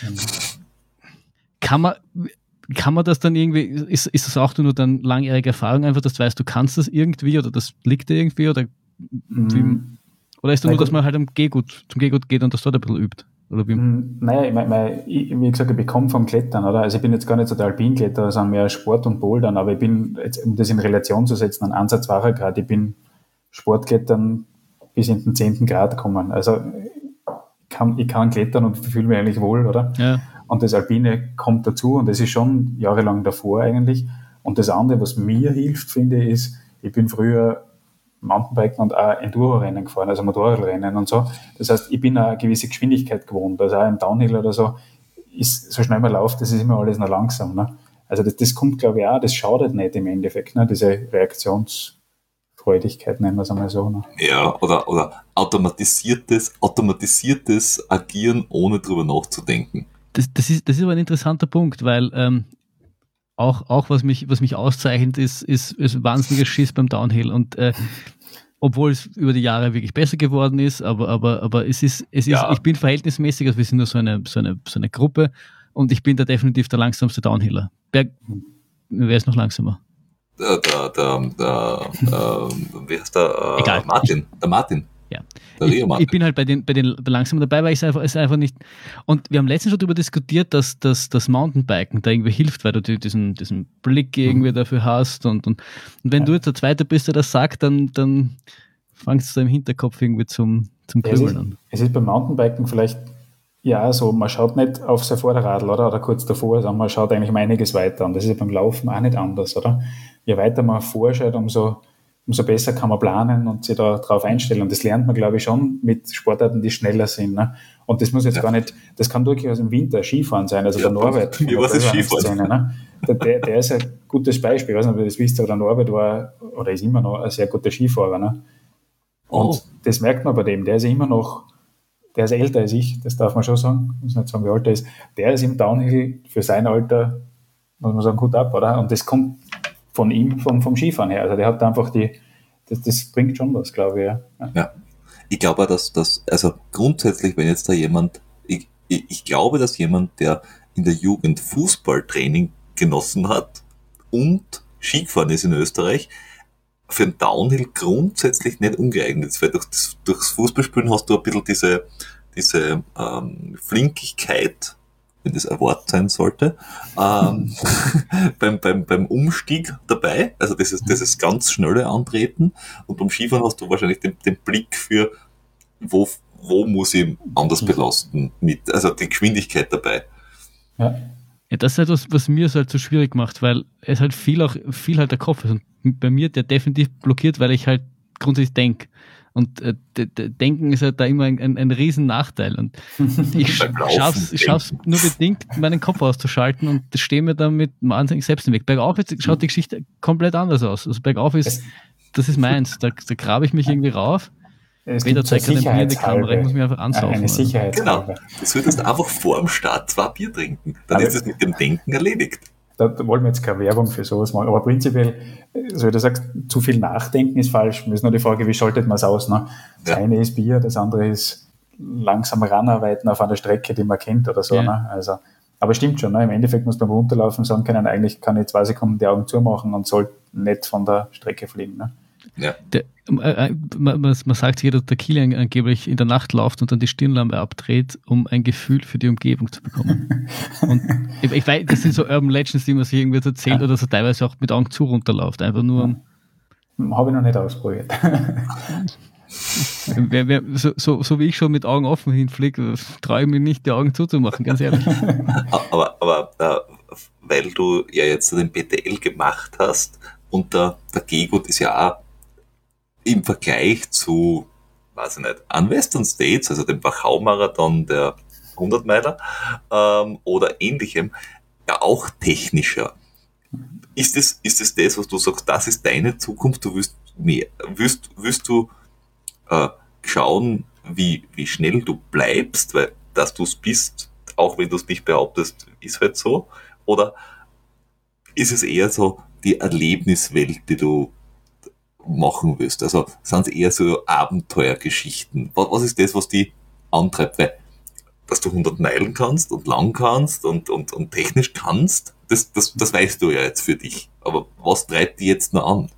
Kann man das dann irgendwie, ist das auch nur dann langjährige Erfahrung einfach, dass du weißt, du kannst das irgendwie oder das liegt dir irgendwie oder oder ist das nur, dass man halt zum Gehgut geht und das dort ein bisschen übt? Oder wie? Naja, wie gesagt, ich komme vom Klettern, oder? Also ich bin jetzt gar nicht so der Alpinkletterer, sondern mehr Sport und Bouldern, aber ich bin, jetzt, um das in Relation zu setzen, einen Ansatz war gerade, ich bin Sportklettern bis in den 10. Grad gekommen. Also ich kann klettern und fühle mich eigentlich wohl, oder? Ja. Und das Alpine kommt dazu und das ist schon jahrelang davor eigentlich. Und das andere, was mir hilft, finde ich, ist, ich bin früher Mountainbiken und auch Enduro-Rennen gefahren, also Motorradrennen und so. Das heißt, ich bin auch eine gewisse Geschwindigkeit gewohnt. Also auch im Downhill oder so, ist, so schnell man läuft, das ist immer alles noch langsam. Ne? Also das kommt, glaube ich, auch, das schadet nicht im Endeffekt, ne? Diese Reaktionsfreudigkeit, nennen wir es einmal so. Ne? Ja, oder automatisiertes Agieren, ohne drüber nachzudenken. Das ist aber ein interessanter Punkt, weil auch was mich auszeichnet, ist wahnsinniges Schiss beim Downhill. Und obwohl es über die Jahre wirklich besser geworden ist, aber es ist, ja. Ich bin verhältnismäßig, also wir sind nur so eine Gruppe und ich bin da definitiv der langsamste Downhiller. Wer ist noch langsamer? Wie heißt der? Martin. Der Martin. Ja. Ich bin halt bei den langsamen dabei, weil es einfach nicht. Und wir haben letztens schon darüber diskutiert, dass das Mountainbiken da irgendwie hilft, weil du diesen Blick irgendwie dafür hast. Und wenn du jetzt der Zweite bist, der das sagt, dann fangst du im Hinterkopf irgendwie zum Grübeln an. Es ist beim Mountainbiken vielleicht ja so, man schaut nicht auf sein Vorderradl oder kurz davor, sondern man schaut eigentlich um einiges weiter. Und das ist ja beim Laufen auch nicht anders, oder? Je weiter man vorschaut, umso besser kann man planen und sich da drauf einstellen. Und das lernt man, glaube ich, schon mit Sportarten, die schneller sind. Ne? Und das muss jetzt gar nicht, das kann durchaus im Winter Skifahren sein. Also der Norbert, ne? der ist ein gutes Beispiel. Ich weiß nicht, ob ihr das wisst, aber der Norbert war oder ist immer noch ein sehr guter Skifahrer. Ne? Und das merkt man bei dem. Der ist immer noch, der ist älter als ich, das darf man schon sagen. Ich muss nicht sagen, wie alt er ist. Der ist im Downhill für sein Alter, muss man sagen, gut ab, oder? Und das kommt von ihm, vom Skifahren her. Also der hat einfach das bringt schon was, glaube ich. Ja. Ich glaube, also grundsätzlich, wenn jetzt da jemand, ich glaube, dass jemand, der in der Jugend Fußballtraining genossen hat und Skigefahren ist in Österreich, für einen Downhill grundsätzlich nicht ungeeignet ist, weil durchs Fußballspielen hast du ein bisschen diese Flinkigkeit, wenn das ein Wort sein sollte, beim Umstieg dabei, also dieses ganz schnelle Antreten, und beim Skifahren hast du wahrscheinlich den Blick für, wo muss ich anders belasten, also die Geschwindigkeit dabei. Ja, das ist etwas, was mir es halt so schwierig macht, weil es halt viel halt der Kopf ist und bei mir der definitiv blockiert, weil ich halt grundsätzlich denke. Und Denken ist halt da immer ein riesen Nachteil. Und ich schaff's nur bedingt, meinen Kopf auszuschalten und das stehe mir dann mit wahnsinnig selbst im Weg. Bergauf schaut die Geschichte komplett anders aus. Also bergauf das ist meins. Da grabe ich mich irgendwie rauf. Weder zeigt er mir in die Kamera, ich muss mich einfach ansaufen. Eine Sicherheitshalber. Genau. Du solltest einfach vor dem Start 2 Bier trinken. Dann ist es mit dem Denken erledigt. Da wollen wir jetzt keine Werbung für sowas machen. Aber prinzipiell, so wie du sagst, zu viel nachdenken ist falsch. Mir ist nur die Frage, wie schaltet man es aus? Ne? Das eine ist Bier, das andere ist langsam ranarbeiten auf einer Strecke, die man kennt oder so. Ja. Ne? Also, aber stimmt schon, ne? Im Endeffekt muss man runterlaufen und sagen können, eigentlich kann ich 2 Sekunden die Augen zumachen und soll nicht von der Strecke fliegen. Ne? Ja. Man sagt sich, dass der Kilian angeblich in der Nacht läuft und dann die Stirnlampe abdreht, um ein Gefühl für die Umgebung zu bekommen. Und ich weiß, das sind so Urban Legends, die man sich irgendwie so erzählt oder so teilweise auch mit Augen zu runterläuft. Einfach nur. Habe ich noch nicht ausprobiert. So wie ich schon mit Augen offen hinfliege, traue ich mich nicht, die Augen zuzumachen, ganz ehrlich. Aber weil du ja jetzt den BTL gemacht hast und der Gegut ist ja auch im Vergleich zu, weiß ich nicht, an Western States, also dem Wachau-Marathon der 100-Meiler oder ähnlichem, ja auch technischer. Ist es das, was du sagst, das ist deine Zukunft, du wirst mehr, wirst du schauen, wie schnell du bleibst, weil dass du es bist, auch wenn du es nicht behauptest, ist halt so, oder ist es eher so die Erlebniswelt, die du machen willst? Also sind es eher so Abenteuergeschichten? Was ist das, was die antreibt? Weil, dass du 100 Meilen kannst und lang kannst und technisch kannst, das weißt du ja jetzt für dich. Aber was treibt die jetzt noch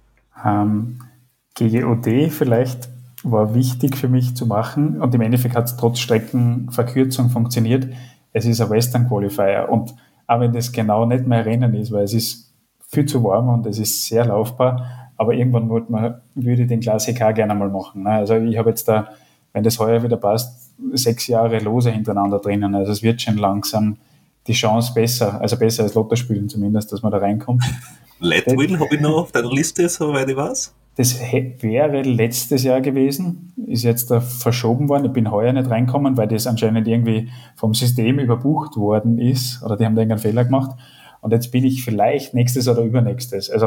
an? GGOD vielleicht war wichtig für mich zu machen und im Endeffekt hat es trotz Streckenverkürzung funktioniert. Es ist ein Western Qualifier und auch wenn das genau nicht mehr Rennen ist, weil es ist viel zu warm und es ist sehr laufbar, aber irgendwann würde ich den Klassiker gerne mal machen. Ne? Also ich habe jetzt da, wenn das heuer wieder passt, 6 Jahre Lose hintereinander drinnen. Also es wird schon langsam die Chance besser als Lotto spielen zumindest, dass man da reinkommt. Leadville habe ich noch auf deiner Liste, soweit ich weiß. Das wäre letztes Jahr gewesen, ist jetzt verschoben worden. Ich bin heuer nicht reingekommen, weil das anscheinend irgendwie vom System überbucht worden ist oder die haben da irgendeinen Fehler gemacht. Und jetzt bin ich vielleicht nächstes oder übernächstes. Also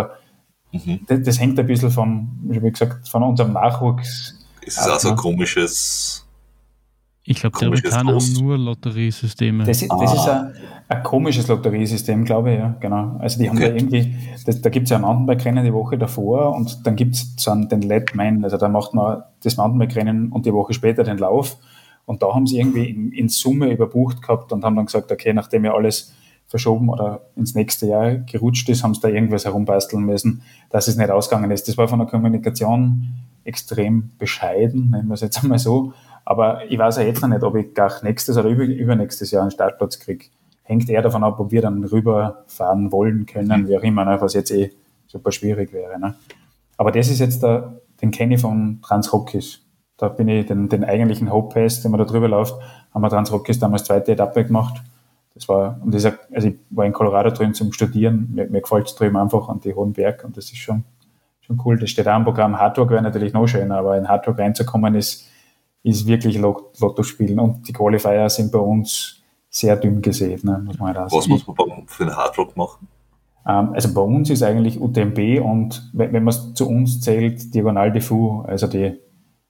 das hängt ein bisschen wie gesagt, von unserem Nachwuchs. Ist es auch so ein komisches... Ich glaube, die Amerikaner haben nur Lotteriesysteme. Das ist ein komisches Lotteriesystem, glaube ich, ja, genau. Also die haben da irgendwie, da gibt es ja ein Mountainbike-Rennen die Woche davor und dann gibt es den Leadman, also da macht man das Mountainbike-Rennen und die Woche später den Lauf und da haben sie irgendwie in Summe überbucht gehabt und haben dann gesagt, okay, nachdem ja alles verschoben oder ins nächste Jahr gerutscht ist, haben sie da irgendwas herumbasteln müssen, dass es nicht ausgegangen ist. Das war von der Kommunikation extrem bescheiden, nennen wir es jetzt einmal so. Aber ich weiß ja jetzt noch nicht, ob ich gar nächstes oder übernächstes Jahr einen Startplatz kriege. Hängt eher davon ab, ob wir dann rüberfahren wollen können, wie auch immer, ne, was jetzt super schwierig wäre. Ne. Aber das ist jetzt den kenne ich von Transrockies. Da bin ich den eigentlichen Hope Pass, den man da drüber läuft, haben wir Transrockies damals 2. Etappe gemacht. Das war, und also ich war in Colorado drüben zum Studieren, mir gefällt es drüben einfach an die hohen Berg und das ist schon cool. Das steht auch im Programm. Hardrock wäre natürlich noch schöner, aber in Hardrock reinzukommen ist wirklich Lotto spielen und die Qualifier sind bei uns sehr dünn gesät, ne, muss man halt auch sagen. Was muss man für einen Hardrock machen? Also bei uns ist eigentlich UTMB und wenn man es zu uns zählt, Diagonal de Fou, also die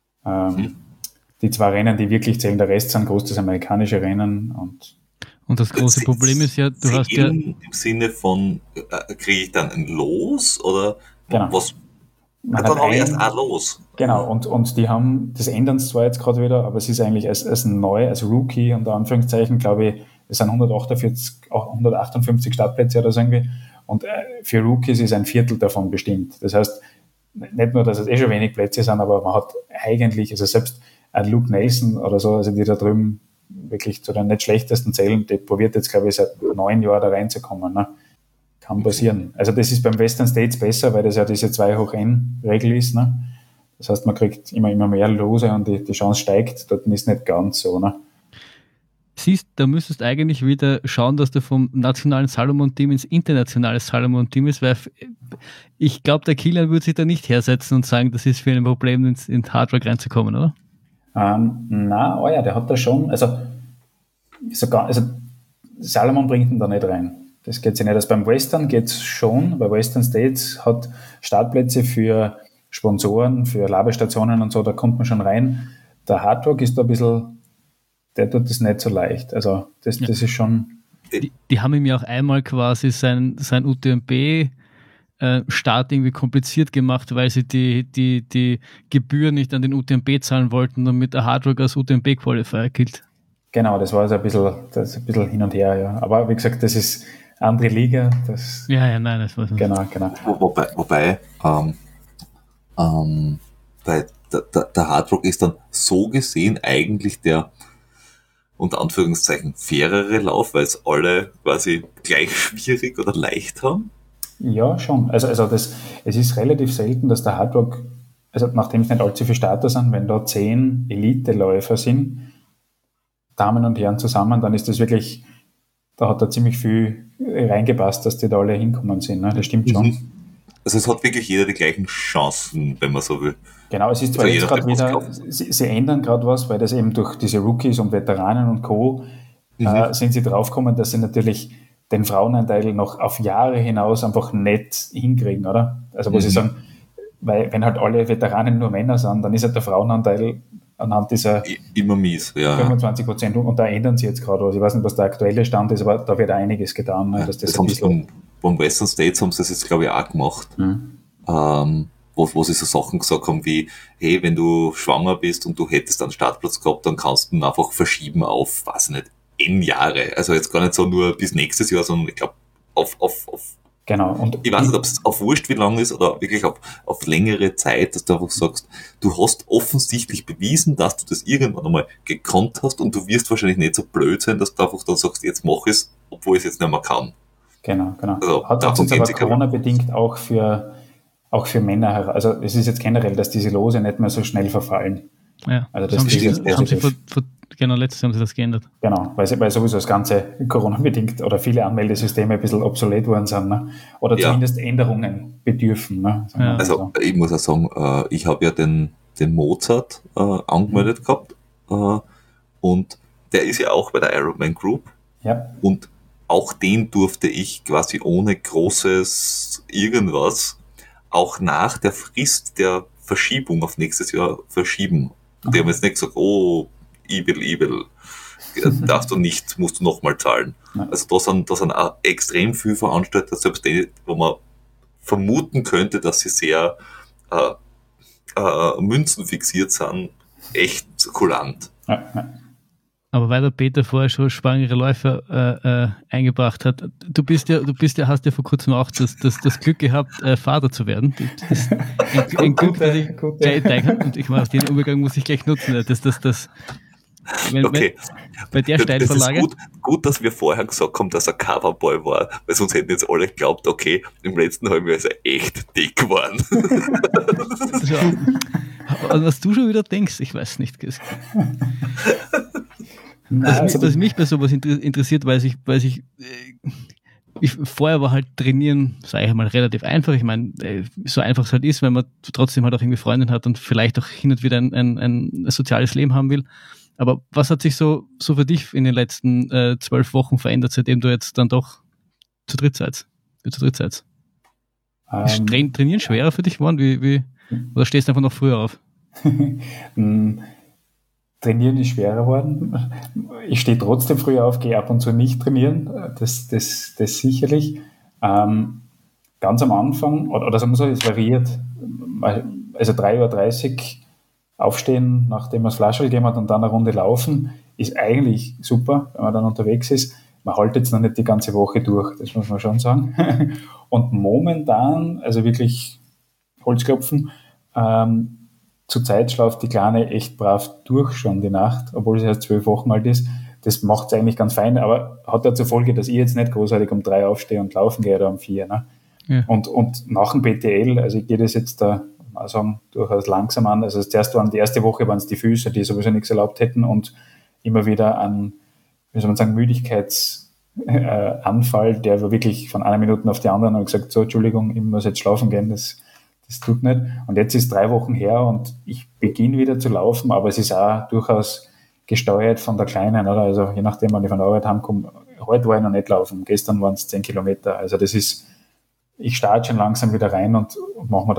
2 Rennen, die wirklich zählen, der Rest sind großteils amerikanische Rennen und das große Problem ist ja, du hast ja... Im Sinne von, kriege ich dann ein Los oder genau. Was? Dann habe ich erst ein Los. Genau, und die haben, das ändern sie zwar jetzt gerade wieder, aber es ist eigentlich als neu, als Rookie, unter Anführungszeichen, glaube ich, es sind 158 Startplätze oder so irgendwie. Und für Rookies ist ein Viertel davon bestimmt. Das heißt, nicht nur, dass es schon wenig Plätze sind, aber man hat eigentlich, also selbst ein Luke Nelson oder so, also die da drüben wirklich zu den nicht schlechtesten zählen, der probiert jetzt, glaube ich, seit 9 Jahren da reinzukommen. Ne? Kann passieren. Also das ist beim Western States besser, weil das ja diese 2/N-Regel ist. Ne? Das heißt, man kriegt immer mehr Lose und die Chance steigt. Dort ist nicht ganz so. Ne? Siehst, da müsstest eigentlich wieder schauen, dass du vom nationalen Salomon-Team ins internationale Salomon-Team ist, weil ich glaube, der Kilian würde sich da nicht hersetzen und sagen, das ist für ein Problem, ins Hardrock reinzukommen, oder? Ja, der hat da schon, also Salomon bringt ihn da nicht rein. Das geht sich nicht. Also beim Western geht es schon, bei Western States hat Startplätze für Sponsoren, für Labestationen und so, da kommt man schon rein. Der Hardrock ist da ein bisschen, der tut das nicht so leicht. Also das ist schon... Die haben ihm ja auch einmal quasi sein UTMB Start irgendwie kompliziert gemacht, weil sie die Gebühr nicht an den UTMB zahlen wollten, damit der Hardrock als UTMB-Qualifier gilt. Genau, das war also ein bisschen hin und her, ja. Aber wie gesagt, das ist andere Liga. Das nein, das war so. Genau. Wobei der Hardrock ist dann so gesehen eigentlich der unter Anführungszeichen fairere Lauf, weil es alle quasi gleich schwierig oder leicht haben. Ja, schon. Also es ist relativ selten, dass der Hardrock, also nachdem es nicht allzu viele Starter sind, wenn da 10 Elite-Läufer sind, Damen und Herren zusammen, dann ist das wirklich, da hat da ziemlich viel reingepasst, dass die da alle hinkommen sind. Ne? Das stimmt schon. Also es hat wirklich jeder die gleichen Chancen, wenn man so will. Genau, es ist zwar jetzt gerade wieder, sie ändern gerade was, weil das eben durch diese Rookies und Veteranen und Co. Sind sie draufgekommen, dass sie natürlich den Frauenanteil noch auf Jahre hinaus einfach nicht hinkriegen, oder? Also wo sie sagen, weil wenn halt alle Veteranen nur Männer sind, dann ist halt der Frauenanteil anhand dieser immer mies, ja. 25% und da ändern sie jetzt gerade was. Ich weiß nicht, was der aktuelle Stand ist, aber da wird einiges getan. Ne, dass das haben sie beim Western States haben sie das jetzt, glaube ich, auch gemacht. Wo sie so Sachen gesagt haben wie, hey, wenn du schwanger bist und du hättest einen Startplatz gehabt, dann kannst du ihn einfach verschieben auf, weiß ich nicht, N Jahre. Also jetzt gar nicht so nur bis nächstes Jahr, sondern ich glaube auf genau. Und ich weiß nicht, ob es auf wurscht wie lang ist oder wirklich auf längere Zeit, dass du einfach sagst, du hast offensichtlich bewiesen, dass du das irgendwann einmal gekonnt hast und du wirst wahrscheinlich nicht so blöd sein, dass du einfach dann sagst, jetzt mach ich es, obwohl ich es jetzt nicht mehr kann. Genau. Also, hat jetzt aber Corona-bedingt auch für Männer, also es ist jetzt generell, dass diese Lose nicht mehr so schnell verfallen. Ja, also das haben sie letztes Jahr haben sie das geändert. Genau, weil sowieso das ganze Corona-bedingt oder viele Anmeldesysteme ein bisschen obsolet worden sind, ne? Oder zumindest Änderungen bedürfen. Ne? Also ich muss auch sagen, ich habe ja den Mozart angemeldet gehabt und der ist ja auch bei der Ironman Group und auch den durfte ich quasi ohne großes irgendwas auch nach der Frist der Verschiebung auf nächstes Jahr verschieben. Die haben jetzt nicht gesagt, oh, evil, darfst du nicht, musst du nochmal zahlen. Ja. Also da sind auch extrem viele Veranstalter, selbst die, wo man vermuten könnte, dass sie sehr münzenfixiert sind, echt kulant. Ja. Aber weil der Peter vorher schon schwangere Läufer eingebracht hat, hast ja vor kurzem auch das Glück gehabt, Vater zu werden. Ein Glück, das ich gleich teilen kann. Und ich mache den Übergang, muss ich gleich nutzen. Bei der Steilvorlage. Das ist gut, dass wir vorher gesagt haben, dass er Coverboy war, weil sonst hätten jetzt alle geglaubt, okay, im letzten halben Jahr ist er echt dick geworden. Was du schon wieder denkst, ich weiß nicht. Was mich bei sowas interessiert, weil ich vorher war halt Trainieren, sage ich mal, relativ einfach. Ich meine, so einfach es halt ist, wenn man trotzdem halt auch irgendwie Freundin hat und vielleicht auch hin und wieder ein soziales Leben haben will. Aber was hat sich so für dich in den letzten 12 Wochen verändert, seitdem du jetzt dann doch zu dritt seid? Ist Trainieren schwerer für dich geworden? Oder stehst du einfach noch früher auf? Trainieren ist schwerer geworden. Ich stehe trotzdem früher auf, gehe ab und zu nicht trainieren. Das sicherlich. Ganz am Anfang, oder sagen wir so, es variiert. Also 3:30 Uhr aufstehen, nachdem man das Flaschel gegeben hat und dann eine Runde laufen, ist eigentlich super, wenn man dann unterwegs ist. Man haltet jetzt noch nicht die ganze Woche durch, das muss man schon sagen. Und momentan, also wirklich Holzklopfen, zurzeit schlaft die Kleine echt brav durch schon die Nacht, obwohl sie erst 12 Wochen alt ist. Das macht es eigentlich ganz fein, aber hat ja zur Folge, dass ich jetzt nicht großartig um 3 aufstehe und laufen gehe oder um 4. Ne? Ja. Und nach dem PTL, also ich gehe das jetzt da mal sagen, durchaus langsam an. Also die erste Woche waren es die Füße, die sowieso nichts erlaubt hätten und immer wieder an, wie soll man sagen, Müdigkeitsanfall, der war wirklich von einer Minute auf die andere und gesagt, so, Entschuldigung, ich muss jetzt schlafen gehen, das tut nicht. Und jetzt ist 3 Wochen her und ich beginne wieder zu laufen, aber es ist auch durchaus gesteuert von der Kleinen, oder? Also je nachdem, wann ich von der Arbeit heimkomme, heute war ich noch nicht laufen, gestern waren es 10 Kilometer. Also ich starte schon langsam wieder rein und mache mir da jetzt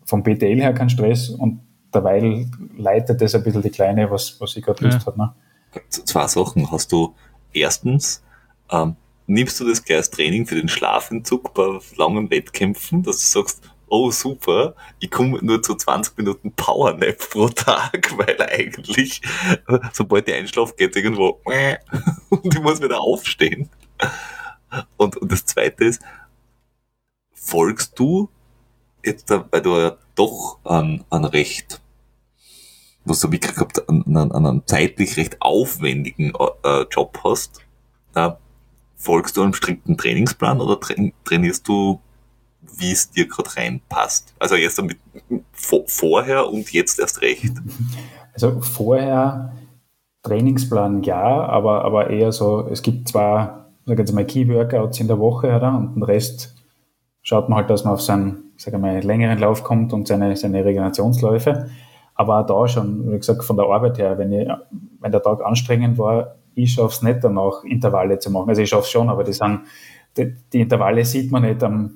vom BTL her keinen Stress und derweil leitet das ein bisschen die Kleine, was sie gerade Lust hat. Ne? Zwei Sachen. Hast du erstens, nimmst du das gleich als Training für den Schlafentzug bei langen Wettkämpfen, dass du sagst, oh super, ich komme nur zu 20 Minuten Powernap pro Tag, weil eigentlich, sobald ich einschlafe, geht irgendwo und ich muss wieder aufstehen. Und das Zweite ist, folgst du jetzt, weil du ja doch an recht, was du mitgekriegt gehabt, an einem zeitlich recht aufwendigen Job hast, folgst du einem strikten Trainingsplan oder trainierst du, wie es dir gerade reinpasst? Also jetzt damit vorher und jetzt erst recht. Also vorher Trainingsplan ja, aber eher so, es gibt zwar, sag jetzt mal, Key-Workouts in der Woche, oder? Und den Rest schaut man halt, dass man auf seinen, sag ich mal, längeren Lauf kommt und seine Regenerationsläufe. Aber auch da schon, wie gesagt, von der Arbeit her, wenn der Tag anstrengend war, ich schaffe es nicht danach, Intervalle zu machen. Also ich schaffe es schon, aber die Intervalle sieht man nicht an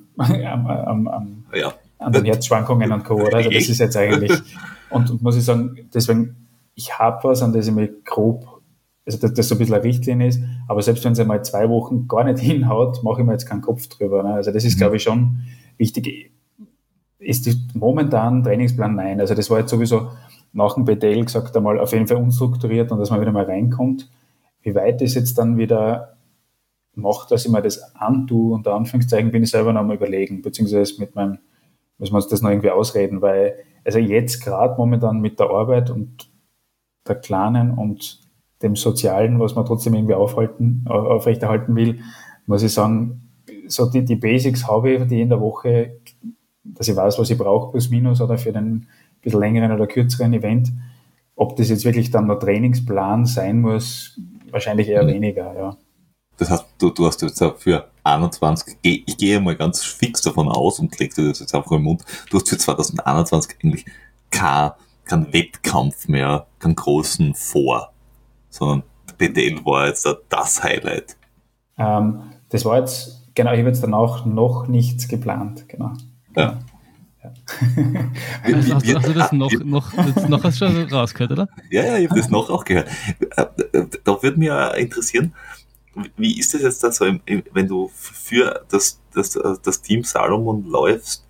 den Herzschwankungen und Co. Oder? Also das ist jetzt eigentlich, und muss ich sagen, deswegen, ich habe was, an das ich mich grob, also dass das so ein bisschen eine Richtlinie ist, aber selbst wenn es einmal 2 Wochen gar nicht hinhaut, mache ich mir jetzt keinen Kopf drüber. Ne? Also das ist, glaube ich, schon wichtig. Ist momentan Trainingsplan? Nein. Also das war jetzt sowieso nach dem BTL gesagt einmal auf jeden Fall unstrukturiert und dass man wieder mal reinkommt. Wie weit das jetzt dann wieder macht, dass ich mir das antue, unter Anführungszeichen, bin ich selber noch mal überlegen, beziehungsweise müssen wir uns das noch irgendwie ausreden, weil also jetzt gerade momentan mit der Arbeit und der Kleinen und dem Sozialen, was man trotzdem irgendwie aufrechterhalten will, muss ich sagen, so die Basics habe ich, die in der Woche, dass ich weiß, was ich brauche, plus minus, oder für den bisschen längeren oder kürzeren Event. Ob das jetzt wirklich dann noch Trainingsplan sein muss, wahrscheinlich eher weniger, ja. Das heißt, du hast jetzt für 21, ich gehe mal ganz fix davon aus und leg dir das jetzt einfach im Mund, du hast für 2021 eigentlich keinen Wettkampf mehr, keinen großen vor, sondern BTL war jetzt das Highlight. Das war jetzt, genau, ich habe jetzt danach noch nichts geplant, genau. Ja. Hast du das noch hast du schon rausgehört, oder? Ja, ich habe das noch auch gehört. Da würde mich interessieren, wie ist das jetzt da so, wenn du für das Team Salomon läufst,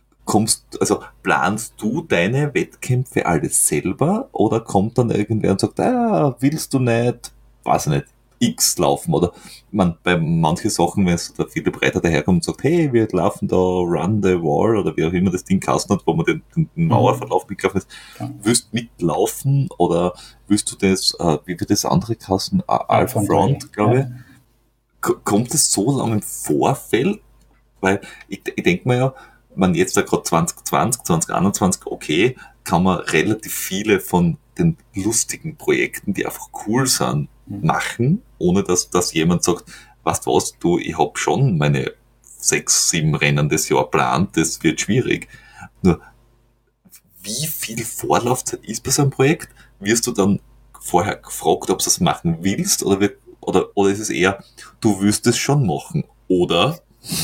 planst du deine Wettkämpfe alles selber oder kommt dann irgendwer und sagt, willst du nicht, weiß ich nicht, X laufen? Oder bei manchen Sachen, wenn der Philipp Reiter daherkommt und sagt, hey, wir laufen da Run the Wall oder wie auch immer das Ding kasten hat, wo man den Mauerverlauf mitgelaufen ist, willst du mitlaufen oder willst du das, wie wird das andere kasten? Front, glaube ich. Kommt es so lange im Vorfeld? Weil ich denke mir ja, man jetzt da gerade 2020, 2021, okay, kann man relativ viele von den lustigen Projekten, die einfach cool sind, machen, ohne dass jemand sagt, weißt du was, ich hab schon meine 6, 7 Rennen das Jahr plant, das wird schwierig. Nur, wie viel Vorlaufzeit ist bei so einem Projekt? Wirst du dann vorher gefragt, ob du das machen willst, oder ist es eher, du willst es schon machen, oder?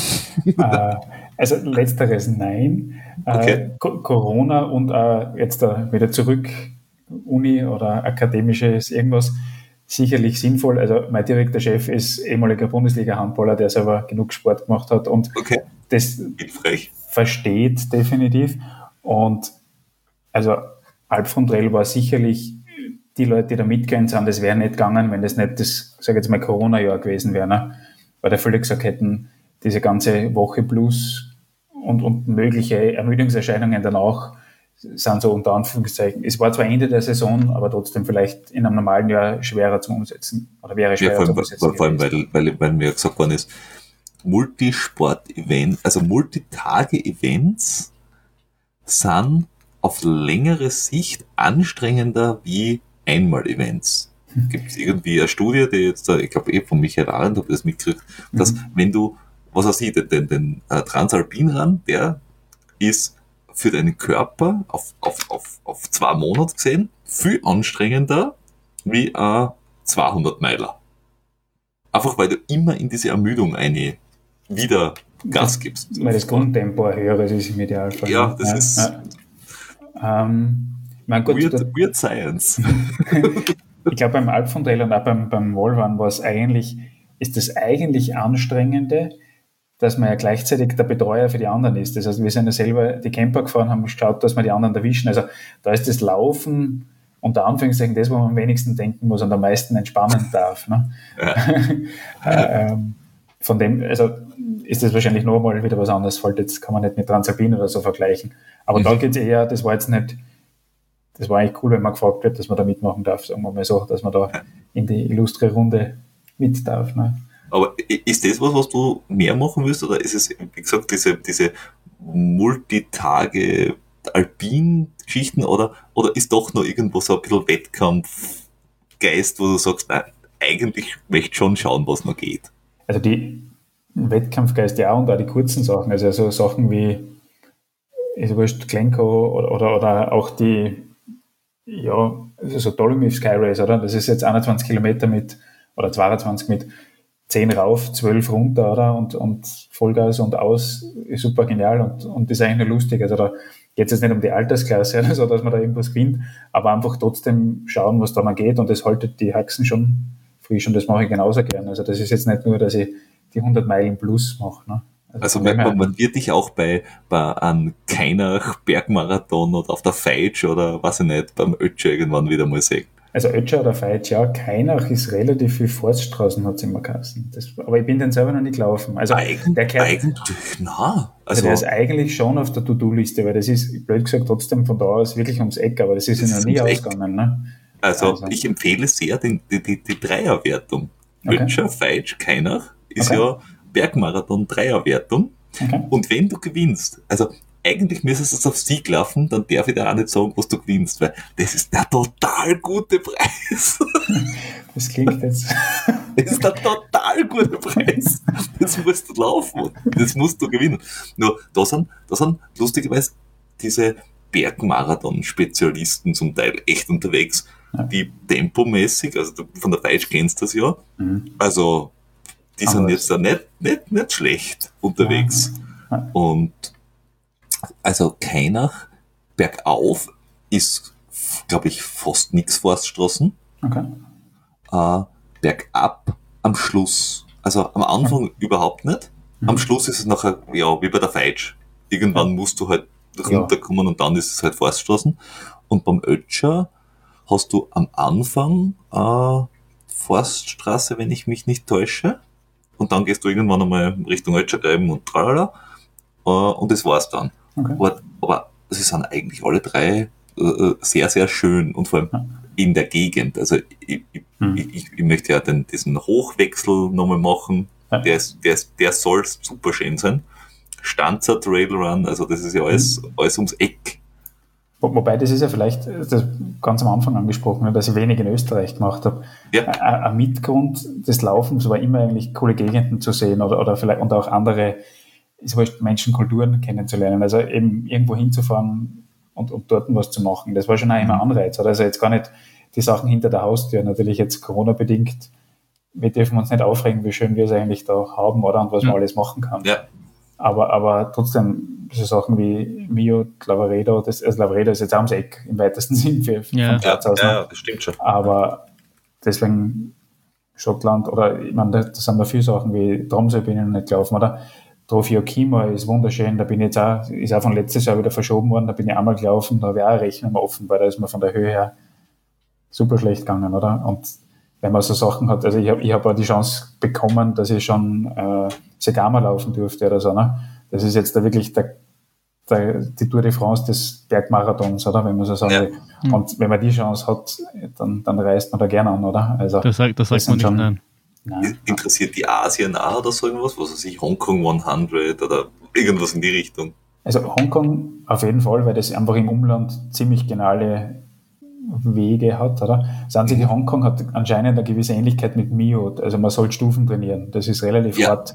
Also letzteres nein. Okay. Corona und jetzt wieder zurück, Uni oder akademisches irgendwas, sicherlich sinnvoll. Also mein direkter Chef ist ehemaliger Bundesliga-Handballer, der selber genug Sport gemacht hat und das versteht definitiv. Und also Alpfrontrail war sicherlich, die Leute, die da mitgehen sind, das wäre nicht gegangen, wenn das nicht das, sage ich jetzt mal, Corona-Jahr gewesen wäre. Ne? Weil da viele gesagt hätten, diese ganze Woche plus und mögliche Ermüdungserscheinungen danach sind so unter Anführungszeichen. Es war zwar Ende der Saison, aber trotzdem vielleicht in einem normalen Jahr schwerer zu umsetzen. Oder wäre schwerer zu umsetzen. Vor allem, weil mir gesagt worden ist, Multisport-Events, also Multitage-Events sind auf längere Sicht anstrengender wie Einmal-Events. Gibt es irgendwie eine Studie, die jetzt, ich glaube von Michael Arendt habe ich das mitgekriegt, dass wenn du, was weiß ich, den Transalpin-Run, der ist für deinen Körper auf 2 Monate gesehen viel anstrengender wie ein 200 Meiler. Einfach weil du immer in diese Ermüdung wieder Gas gibst. Weil das Grundtempo ein höheres ist im Idealfall. Ja, das ist mein Gott, weird Science. ich glaube, beim Alpfondale und auch beim Wallrun ist das eigentlich Anstrengende, dass man ja gleichzeitig der Betreuer für die anderen ist. Das heißt, wir sind ja selber die Camper gefahren, haben geschaut, dass wir die anderen erwischen. Also da ist das Laufen unter Anführungszeichen das, wo man am wenigsten denken muss und am meisten entspannen darf. Ne? Ja. Von dem, also ist das wahrscheinlich nochmal wieder was anderes. Jetzt kann man nicht mit Transalpin oder so vergleichen. Aber da geht es eher, das war eigentlich cool, wenn man gefragt wird, dass man da mitmachen darf, sagen wir mal so, dass man da in die illustre Runde mit darf. Ne? Aber ist das was du mehr machen willst, oder ist es, wie gesagt, diese Multitage Alpin-Geschichten, oder ist doch noch irgendwo so ein bisschen Wettkampfgeist, wo du sagst, nein, eigentlich möchte ich schon schauen, was noch geht? Also die Wettkampfgeist ja und auch die kurzen Sachen, also so Sachen wie Glencoe oder auch die so Dolomite Sky Race, oder? Das ist jetzt 21 Kilometer oder 22 mit 10 rauf, 12 runter, oder? Und Vollgas und aus ist super genial und ist eigentlich nur lustig. Also da geht es jetzt nicht um die Altersklasse, oder so, dass man da irgendwas gewinnt, aber einfach trotzdem schauen, was da noch geht, und das haltet die Haxen schon frisch, und das mache ich genauso gern. Also das ist jetzt nicht nur, dass ich die 100 Meilen plus mache. Ne? Also man wird dich auch bei einem Kainach Bergmarathon oder auf der Feitsch oder weiß ich nicht, beim Ötscher irgendwann wieder mal sehen. Also Ötscher oder Feitsch, ja, Kainach ist relativ viel Forststraßen, hat es immer geheißen. Aber ich bin den selber noch nicht gelaufen. Also der ist eigentlich schon auf der To-Do-Liste, weil das ist, blöd gesagt, trotzdem von da aus wirklich ums Eck, aber das ist noch nie ausgegangen. Ne? Also ich empfehle sehr die Dreierwertung. Okay. Ötscher, Feitsch, Kainach ist ja Bergmarathon Dreierwertung. Okay. Und wenn du gewinnst, also eigentlich müsstest du es auf Sieg laufen, dann darf ich dir auch nicht sagen, was du gewinnst, weil das ist der total gute Preis. Das klingt jetzt. Das ist der total gute Preis. Das musst du laufen. Das musst du gewinnen. Nur, da sind lustigerweise diese Bergmarathon-Spezialisten zum Teil echt unterwegs, die tempomäßig, also von der Feitsch kennst du das ja, also die sind jetzt da nicht schlecht unterwegs. Und also Kainach bergauf ist, glaube ich, fast nichts Forststraßen. Okay. Bergab am Schluss, also am Anfang überhaupt nicht. Am Schluss ist es nachher, ja, wie bei der Feitsch. Irgendwann musst du halt runterkommen und dann ist es halt Forststraßen. Und beim Ötscher hast du am Anfang Forststraße, wenn ich mich nicht täusche. Und dann gehst du irgendwann einmal Richtung Ötschergräben und tralala. Und das war's dann. Okay. Aber sie sind eigentlich alle drei sehr, sehr schön und vor allem in der Gegend. Also ich möchte ja diesen Hochwechsel nochmal machen. Der soll super schön sein. Stanzer Trailrun, also das ist ja alles ums Eck. Wobei, das ist ja vielleicht das ganz am Anfang angesprochen, dass ich wenig in Österreich gemacht habe. Ja. Ein Mitgrund des Laufens war immer eigentlich coole Gegenden zu sehen oder vielleicht und auch andere Menschen, Kulturen kennenzulernen. Also eben irgendwo hinzufahren und dort was zu machen. Das war schon auch immer Anreiz. Also jetzt gar nicht die Sachen hinter der Haustür. Natürlich jetzt Corona-bedingt, wir dürfen uns nicht aufregen, wie schön wir es eigentlich da haben, oder? Und was man alles machen kann. Ja. Aber trotzdem, so Sachen wie Mio, Lavaredo, Lavaredo ist jetzt auch ums Eck im weitesten Sinn vom Platz aus. Ja, das stimmt schon. Aber deswegen Schottland, oder ich meine, da sind noch viele Sachen wie Tromsø bin ich noch nicht gelaufen, oder? Trofeo-Kima ist wunderschön, da bin ich jetzt ist auch von letztes Jahr wieder verschoben worden, da bin ich einmal gelaufen, da habe ich auch eine Rechnung offen, weil da ist mir von der Höhe her super schlecht gegangen, oder? Und wenn man so Sachen hat, also ich hab auch die Chance bekommen, dass ich schon Segama laufen durfte oder so, ne? Das ist jetzt da wirklich die Tour de France des Bergmarathons, oder? Wenn man so sagen will. Ja. Und wenn man die Chance hat, dann reist man da gerne an, oder? Also, das sagt man nicht, nein. Interessiert die Asien auch oder so irgendwas? Was weiß ich, Hongkong 100 oder irgendwas in die Richtung? Also Hongkong auf jeden Fall, weil das einfach im Umland ziemlich geniale Wege hat, oder? Das einzige Hongkong hat anscheinend eine gewisse Ähnlichkeit mit Mio, also man soll Stufen trainieren, das ist relativ hart.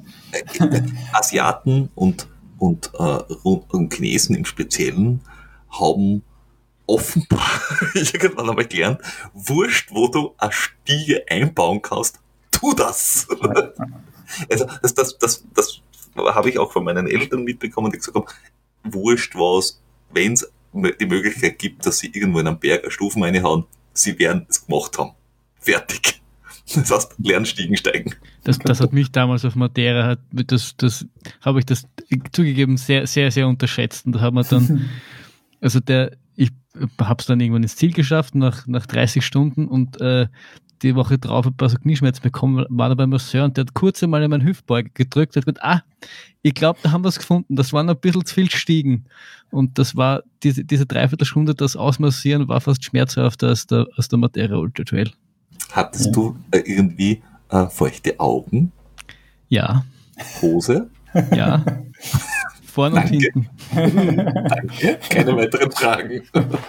Asiaten und Chinesen im Speziellen haben offenbar irgendwann einmal gelernt, wurscht, wo du eine Stiege einbauen kannst, tu das! Also das habe ich auch von meinen Eltern mitbekommen, die gesagt haben, wurscht was, wenn es die Möglichkeit gibt, dass sie irgendwo in einem Berg eine Stufen reinhauen, sie werden es gemacht haben. Fertig. Das heißt, Lernstiegen steigen. Das hat mich damals auf Madeira, das habe ich das zugegeben sehr, sehr, sehr unterschätzt. Und da haben wir dann, also ich habe es dann irgendwann ins Ziel geschafft, nach 30 Stunden und die Woche drauf ein paar so Knieschmerzen bekommen, war da beim Masseur und der hat kurz einmal in meinen Hüftbeuger gedrückt und hat gesagt, ich glaube, da haben wir es gefunden, das waren ein bisschen zu viel Stiegen. Und das war, diese Dreiviertelstunde, das Ausmassieren war fast schmerzhafter als der Madeira Ultra Trail. Hattest du irgendwie feuchte Augen? Ja. Hose? Ja. Vorne und hinten. Danke. Keine weiteren Fragen.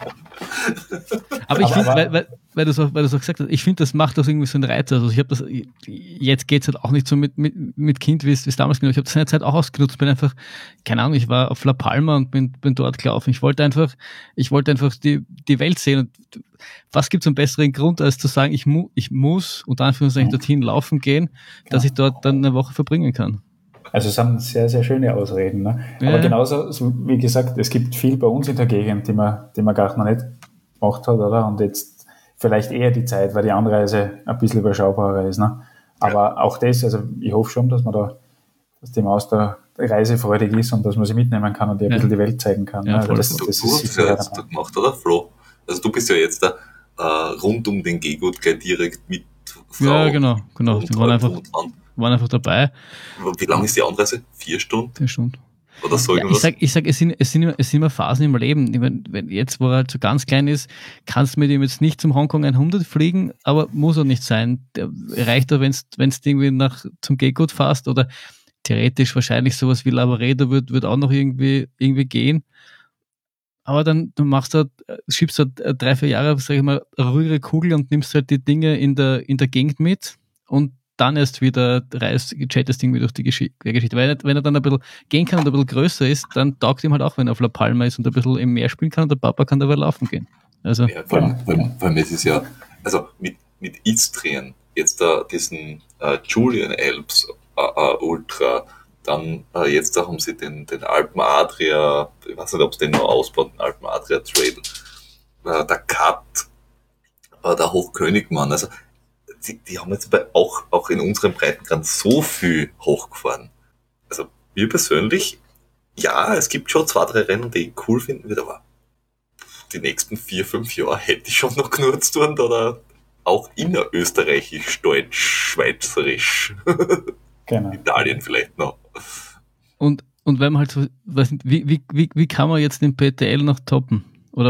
Aber ich finde, weil du so gesagt hast, ich finde, das macht das irgendwie so einen Reiz. Also ich habe das, jetzt geht es halt auch nicht so mit Kind, wie es damals genau. Ich habe das in der Zeit auch ausgenutzt, bin einfach, keine Ahnung, ich war auf La Palma und bin dort gelaufen. Ich wollte einfach die Welt sehen. Und was gibt es einen besseren Grund, als zu sagen, ich muss, unter Anführungszeichen, dorthin laufen gehen, dass ich dort dann eine Woche verbringen kann. Also es sind sehr, sehr schöne Ausreden. Ne? Ja. Aber genauso, so wie gesagt, es gibt viel bei uns in der Gegend, die man gar noch nicht gemacht hat, oder? Und jetzt vielleicht eher die Zeit, weil die Anreise ein bisschen überschaubarer ist. Ne? Aber auch das, also ich hoffe schon, dass die Maus da reisefreudig ist und dass man sie mitnehmen kann und ihr ein bisschen die Welt zeigen kann. Ja, ne? Das hast ja jetzt da gemacht, oder Flo? Also du bist ja jetzt da rund um den Gehgut gleich direkt mit Frau. Ja, genau. Die waren einfach dabei. Wie lange ist die Anreise? 4 Stunden? 4 Stunden. Oder so irgendwas? Ich sag, es sind immer Phasen im Leben. Ich mein, wenn jetzt, wo er halt so ganz klein ist, kannst du mit ihm jetzt nicht zum Hongkong 100 fliegen, aber muss auch nicht sein. Der reicht auch, wenn du irgendwie zum Gehgut fährst oder theoretisch wahrscheinlich sowas wie Lavaredo wird auch noch irgendwie gehen. Aber dann schiebst du 3-4 Jahre, sag ich mal, eine ruhige Kugel und nimmst halt die Dinge in der Gegend mit und dann erst wieder chattest irgendwie durch die Geschichte. Wenn er dann ein bisschen gehen kann und ein bisschen größer ist, dann taugt ihm halt auch, wenn er auf La Palma ist und ein bisschen im Meer spielen kann und der Papa kann dabei laufen gehen. Also, ja, vor allem es ist ja, also mit Istrien, jetzt da diesen Julian Alps Ultra, dann jetzt da haben sie den Alpen Adria, ich weiß nicht, ob es den noch ausbaut, den Alpen Adria Trail, der Cut, der Hochkönigmann, also die haben jetzt auch in unseren Breitengraden so viel hochgefahren. Also wir persönlich, ja, es gibt schon 2-3 Rennen, die ich cool finden würde, aber die nächsten 4-5 Jahre hätte ich schon noch genug zu tun, oder auch innerösterreichisch, deutsch, schweizerisch, genau. Italien vielleicht noch. Und wenn man halt so, wie kann man jetzt den PTL noch toppen? Oder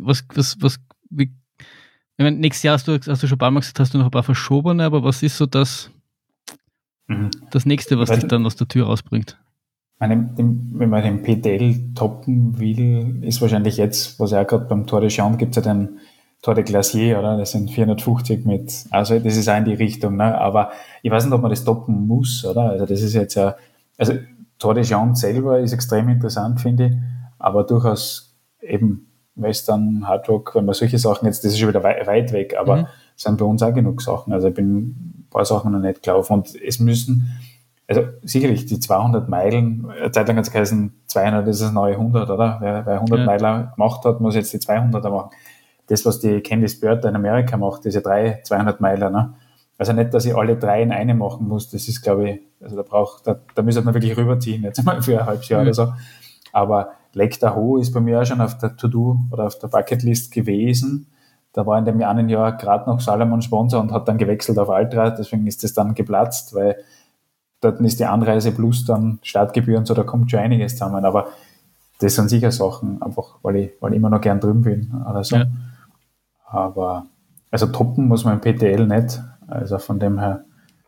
wie, ich meine, nächstes Jahr hast du schon ein paar Mal gesagt, hast du noch ein paar verschobene, aber was ist so das Nächste, was dich dann aus der Tür rausbringt? Wenn man den PTL toppen will, ist wahrscheinlich jetzt, was ja auch gerade beim Tour de Champs gibt, es ja den Tour de Glacier, oder? Das sind 450 also das ist auch in die Richtung, ne? Aber ich weiß nicht, ob man das toppen muss, oder? Also das ist jetzt ja, also Tour de Champs selber ist extrem interessant, finde ich, aber durchaus eben Western, Hardrock, wenn man solche Sachen jetzt, das ist schon wieder weit weg, aber sind bei uns auch genug Sachen. Also ich bin ein paar Sachen noch nicht gelaufen und es müssen, also sicherlich die 200 Meilen, eine Zeit lang hat es geheißen, 200 ist das neue 100, oder? Wer 100 Meilen gemacht hat, muss jetzt die 200er machen. Das, was die Candice Berta in Amerika macht, diese 3 200 Meiler, ne? Also nicht, dass ich alle 3 in eine machen muss, das ist, glaube ich, also da müsste man wirklich rüberziehen, jetzt mal für ein halbes Jahr oder so. Aber Lake Tahoe ist bei mir auch schon auf der To-Do oder auf der Bucketlist gewesen. Da war in dem einen Jahr gerade noch Salomon Sponsor und hat dann gewechselt auf Altra, deswegen ist das dann geplatzt, weil dort ist die Anreise plus dann Startgebühren, so da kommt schon einiges zusammen. Aber das sind sicher Sachen, einfach weil ich immer noch gern drüben bin oder so. Ja. Aber also toppen muss man im PTL nicht. Also von dem her,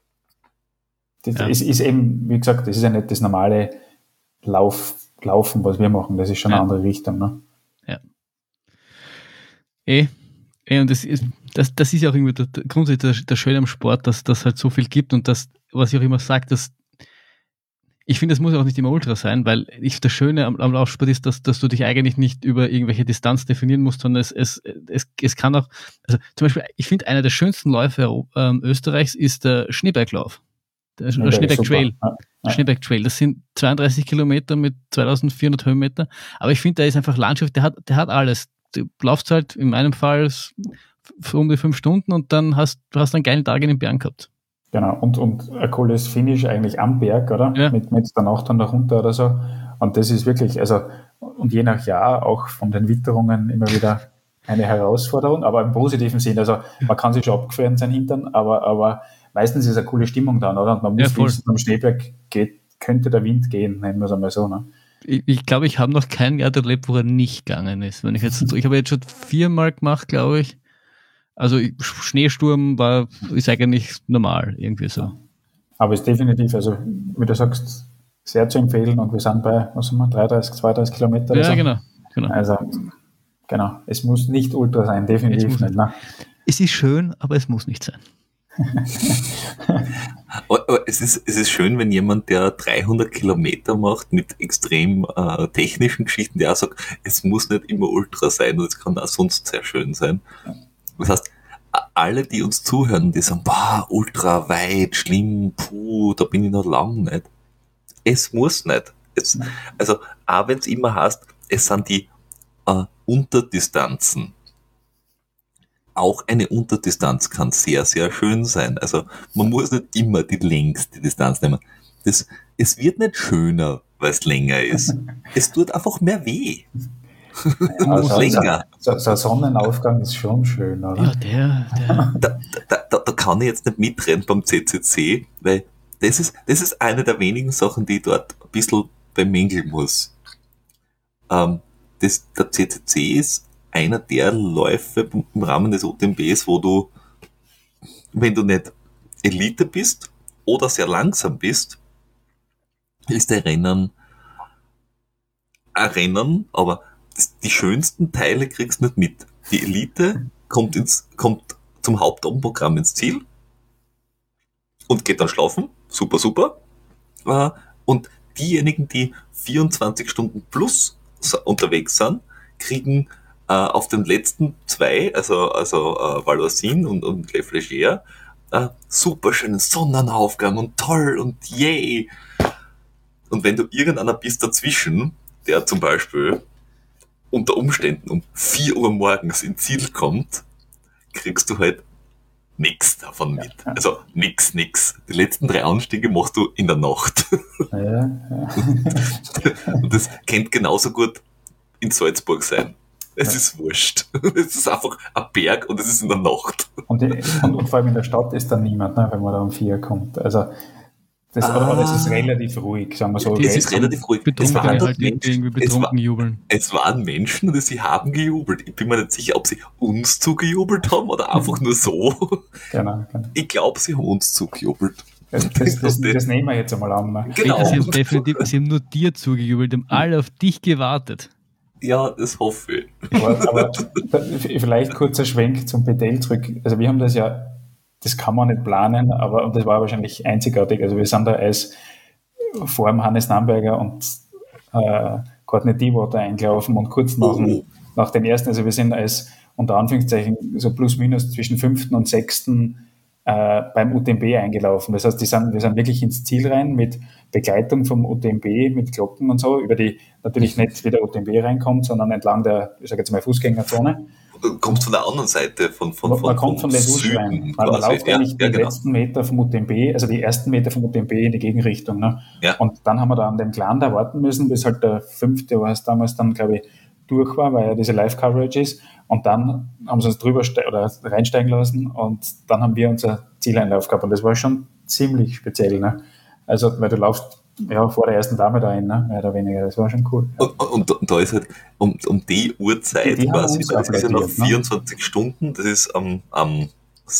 das ist eben, wie gesagt, das ist ja nicht das normale Laufen, was wir machen. Das ist schon eine andere Richtung. Ne? Ja. Und das ist ja auch irgendwie grundsätzlich der Schöne am Sport, dass das halt so viel gibt und das, was ich auch immer sage, dass ich finde, es muss auch nicht immer Ultra sein, weil das Schöne am Laufsport ist, dass du dich eigentlich nicht über irgendwelche Distanz definieren musst, sondern es kann auch, also zum Beispiel, ich finde, einer der schönsten Läufe Österreichs ist der Schneeberglauf. Der Schneeberg Trail. Ja. Schneeberg Trail. Das sind 32 Kilometer mit 2400 Höhenmeter. Aber ich finde, der ist einfach Landschaft, der hat alles. Du laufst halt in meinem Fall um die 5 Stunden und dann hast du einen geilen Tag in den Bergen gehabt. Genau, und ein cooles Finish eigentlich am Berg, oder? Ja. Mit der Nacht dann da runter oder so. Und das ist wirklich, also, und je nach Jahr auch von den Witterungen immer wieder eine Herausforderung, aber im positiven Sinn. Also, man kann sich schon abgefrieren sein Hintern, aber meistens ist eine coole Stimmung dann, oder? Und man muss wissen, am Schneeberg könnte der Wind gehen, nennen wir es einmal so, ne? Ich glaube, ich habe noch kein Jahr erlebt, wo er nicht gegangen ist. Ich habe jetzt schon 4-mal gemacht, glaube ich. Also Schneesturm ist eigentlich normal, irgendwie so. Aber ist definitiv, also wie du sagst, sehr zu empfehlen und wir sind bei, 32 Kilometer oder ja, so. Genau. Also, genau, es muss nicht Ultra sein, definitiv nicht. Ne? Es ist schön, aber es muss nicht sein. Aber es ist schön, wenn jemand, der 300 Kilometer macht mit extrem technischen Geschichten, der auch sagt, es muss nicht immer Ultra sein und es kann auch sonst sehr schön sein. Das heißt, alle, die uns zuhören, die sagen, boah, ultra weit, schlimm, da bin ich noch lang nicht. Es muss nicht. Also, auch wenn es immer heißt, es sind die Unterdistanzen. Auch eine Unterdistanz kann sehr, sehr schön sein. Also, man muss nicht immer die längste Distanz nehmen. Es wird nicht schöner, weil es länger ist. Es tut einfach mehr weh. Also länger. So ein Sonnenaufgang ist schon schön, oder? Ja, Da kann ich jetzt nicht mitreden beim CCC, weil das ist eine der wenigen Sachen, die ich dort ein bisschen bemängeln muss. Der CCC ist einer der Läufe im Rahmen des UTMBs, wo du, wenn du nicht Elite bist oder sehr langsam bist, ist ein Rennen, aber die schönsten Teile kriegst du nicht mit. Die Elite kommt zum Hauptabendprogramm ins Ziel und geht dann schlafen. Super, super. Und diejenigen, die 24 Stunden plus unterwegs sind, kriegen auf den letzten 2, also Valoisine und Le Flégère, super schönen Sonnenaufgang und toll und yay. Und wenn du irgendeiner bist dazwischen, der zum Beispiel unter Umständen um 4 Uhr morgens ins Ziel kommt, kriegst du halt nix davon mit. Ja. Also nix. Die letzten 3 Anstiege machst du in der Nacht. Ja. Und das könnte genauso gut in Salzburg sein. Es ist wurscht. Es ist einfach ein Berg und es ist in der Nacht. Und vor allem in der Stadt ist dann niemand, ne, wenn man da um 4 kommt. Also aber es ist relativ ruhig, sagen wir so. Es ist relativ ruhig. Betrunken jubeln. Es waren Menschen und sie haben gejubelt. Ich bin mir nicht sicher, ob sie uns zugejubelt haben oder einfach nur so. Genau. Ich glaube, sie haben uns zugejubelt. Das nehmen wir jetzt einmal an. Ne? Genau. Sie haben nur dir zugejubelt, haben alle auf dich gewartet. Ja, das hoffe ich. Aber vielleicht kurzer Schwenk zum Pedal zurück. Also wir haben das kann man nicht planen, und das war wahrscheinlich einzigartig. Also wir sind da vor dem Hannes Namberger und Courtney Dewater eingelaufen und kurz nach den ersten, also wir sind als unter Anführungszeichen so plus minus zwischen 5. und 6. Beim UTMB eingelaufen. Das heißt, wir sind wirklich ins Ziel rein mit Begleitung vom UTMB, mit Glocken und so, über die natürlich nicht wie der UTMB reinkommt, sondern entlang der, ich sage jetzt mal, Fußgängerzone. Du kommst von der anderen Seite man kommt von den Dusch rein. Man läuft eigentlich die letzten Meter vom UTMB, also die ersten Meter vom UTMB in die Gegenrichtung. Ne? Ja. Und dann haben wir da an dem Glander warten müssen, bis halt der 5., was damals dann, glaube ich, durch war, weil ja diese Live-Coverage ist. Und dann haben sie uns reinsteigen lassen und dann haben wir unser Zieleinlauf gehabt. Und das war schon ziemlich speziell. Ne? Also, weil du laufst vor der ersten Dame da rein, ne? Mehr oder weniger. Das war schon cool. Ja. Und da ist halt um die Uhrzeit quasi, das ist ja noch 24 Stunden, das ist am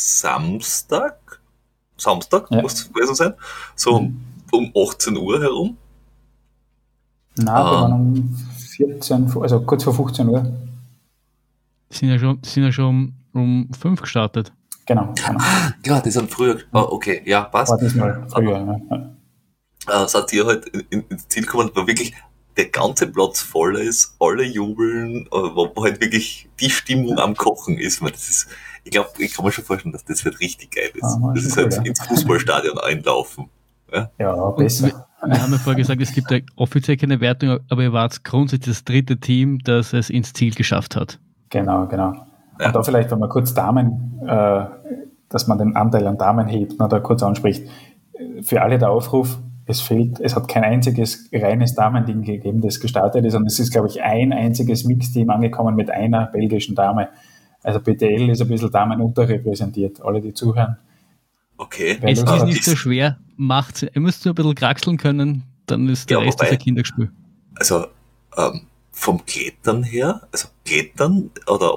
Samstag muss es gewesen sein, so um 18 Uhr herum. Nein, wir waren um 14, also kurz vor 15 Uhr. Sind ja schon um 5 gestartet. Genau. Ja, die sind früher. Okay, ja, passt. War diesmal früher. Seid ihr halt ins Ziel gekommen, wo wirklich der ganze Platz voll ist, alle jubeln, wo halt wirklich die Stimmung am Kochen ist. Ich glaube, ich kann mir schon vorstellen, dass das halt richtig geil ist. Das ist cool, halt ins Fußballstadion einlaufen. Ja, Ja, besser. Wir haben ja vorher gesagt, es gibt ja offiziell keine Wertung, aber ihr wart grundsätzlich das dritte Team, das es ins Ziel geschafft hat. Genau, genau. Ja. Und da vielleicht, wenn man kurz Damen, dass man den Anteil an Damen hebt, da kurz anspricht. Für alle der Aufruf, es hat kein einziges reines Damending gegeben, das gestartet ist, und es ist, glaube ich, ein einziges Mixteam angekommen mit einer belgischen Dame. Also BTL ist ein bisschen Damen unterrepräsentiert. Alle, die zuhören. Okay. Wer Es Lust ist hat, nicht so schwer, ihr müsst nur ein bisschen kraxeln können, dann ist der Ja, Rest wobei- dieser Kinderspiel. Also vom Klettern her, also Klettern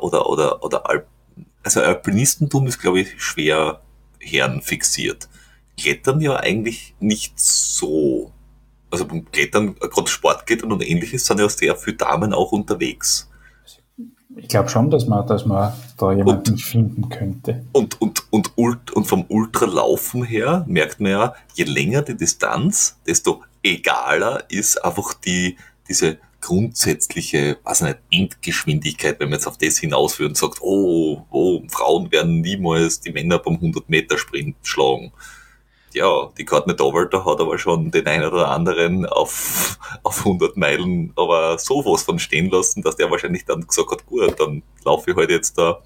also Alpinistentum ist, glaube ich, schwer herrenfixiert. Klettern ja eigentlich nicht so. Also beim Klettern, gerade Sportklettern und ähnliches, sind ja sehr viele Damen auch unterwegs. ich glaube schon, dass man da jemanden finden könnte. Und vom Ultralaufen her merkt man ja, je länger die Distanz, desto egaler ist einfach diese grundsätzliche, weiß nicht, Endgeschwindigkeit, wenn man jetzt auf das hinausführt und sagt, Frauen werden niemals die Männer beim 100-Meter-Sprint schlagen. Ja, die Courtney Dauwalter hat aber schon den einen oder anderen auf 100 Meilen aber sowas von stehen lassen, dass der wahrscheinlich dann gesagt hat, gut, dann laufe ich halt jetzt da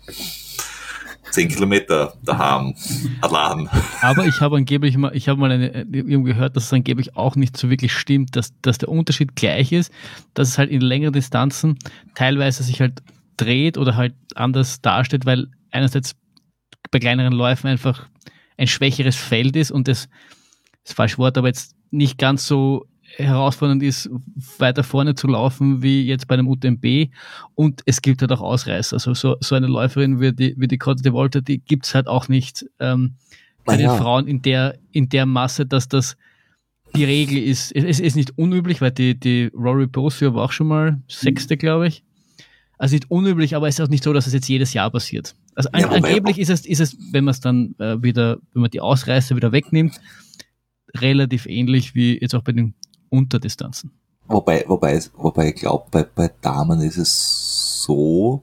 10 Kilometer daheim, allein. Aber ich habe mal irgendwo gehört, dass es angeblich auch nicht so wirklich stimmt, dass der Unterschied gleich ist, dass es halt in längeren Distanzen teilweise sich halt dreht oder halt anders darstellt, weil einerseits bei kleineren Läufen einfach ein schwächeres Feld ist und das falsche Wort, aber jetzt nicht ganz so herausfordernd ist, weiter vorne zu laufen wie jetzt bei einem UTMB, und es gibt halt auch Ausreißer. Also so eine Läuferin wie die Cote de Volta, die gibt's halt auch nicht bei den Frauen in der Masse, dass das die Regel ist. Es ist nicht unüblich, weil die Rory Bosio war auch schon mal Sechste, glaube ich. Also nicht unüblich, aber es ist auch nicht so, dass es jetzt jedes Jahr passiert. Also angeblich ist es, wenn man es dann wenn man die Ausreißer wieder wegnimmt, relativ ähnlich wie jetzt auch bei den Unterdistanzen. Wobei ich glaube, bei Damen ist es so,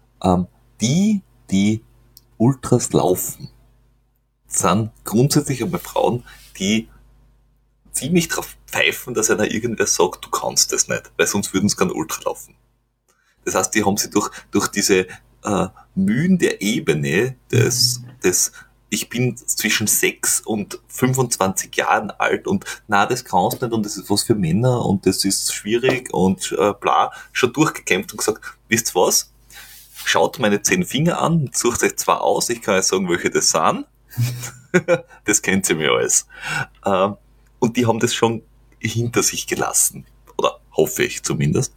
die Ultras laufen, sind grundsätzlich einmal Frauen, die ziemlich drauf pfeifen, dass einer irgendwer sagt, du kannst das nicht, weil sonst würden sie kein Ultra laufen. Das heißt, die haben sie durch diese Mühen der Ebene des ich bin zwischen 6 und 25 Jahren alt und das kannst nicht und das ist was für Männer und das ist schwierig und bla, schon durchgekämpft und gesagt, wisst ihr was? Schaut meine 10 Finger an, sucht euch 2 aus, ich kann euch sagen, welche das sind. Das kennt ihr mir alles. Und die haben das schon hinter sich gelassen. Oder hoffe ich zumindest.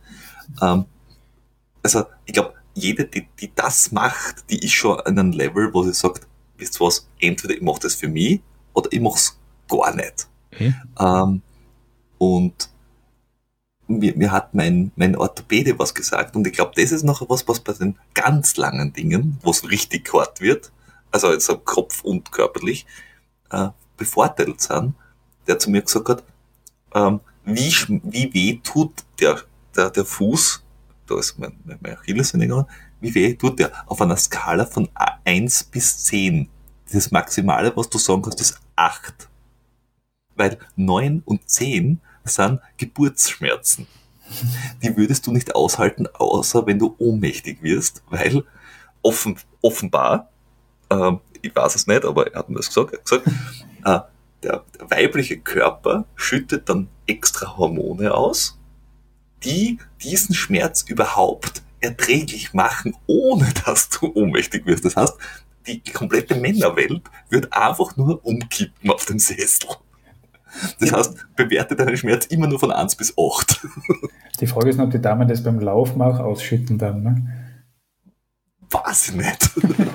Also ich glaube, jede, die das macht, die ist schon an einem Level, wo sie sagt, wisst ihr was, entweder ich mache das für mich oder ich mache es gar nicht. Okay. Und mir hat mein Orthopäde was gesagt und ich glaube, das ist noch was bei den ganz langen Dingen, wo es richtig hart wird, also jetzt am Kopf und körperlich, bevorteilt sind, der zu mir gesagt hat, wie weh tut der Fuß, da ist mein Achillessehne, wie weh tut der auf einer Skala von 1 bis 10. Das Maximale, was du sagen kannst, ist 8. Weil 9 und 10 sind Geburtsschmerzen. Die würdest du nicht aushalten, außer wenn du ohnmächtig wirst, weil offenbar, ich weiß es nicht, aber er hat mir das gesagt, der weibliche Körper schüttet dann extra Hormone aus, die diesen Schmerz überhaupt erträglich machen, ohne dass du ohnmächtig wirst. Das heißt, die komplette Männerwelt wird einfach nur umkippen auf dem Sessel. Das heißt, bewerte deinen Schmerz immer nur von 1 bis 8. Die Frage ist nur, ob die Damen das beim Laufen auch ausschütten dann, ne? Weiß ich nicht.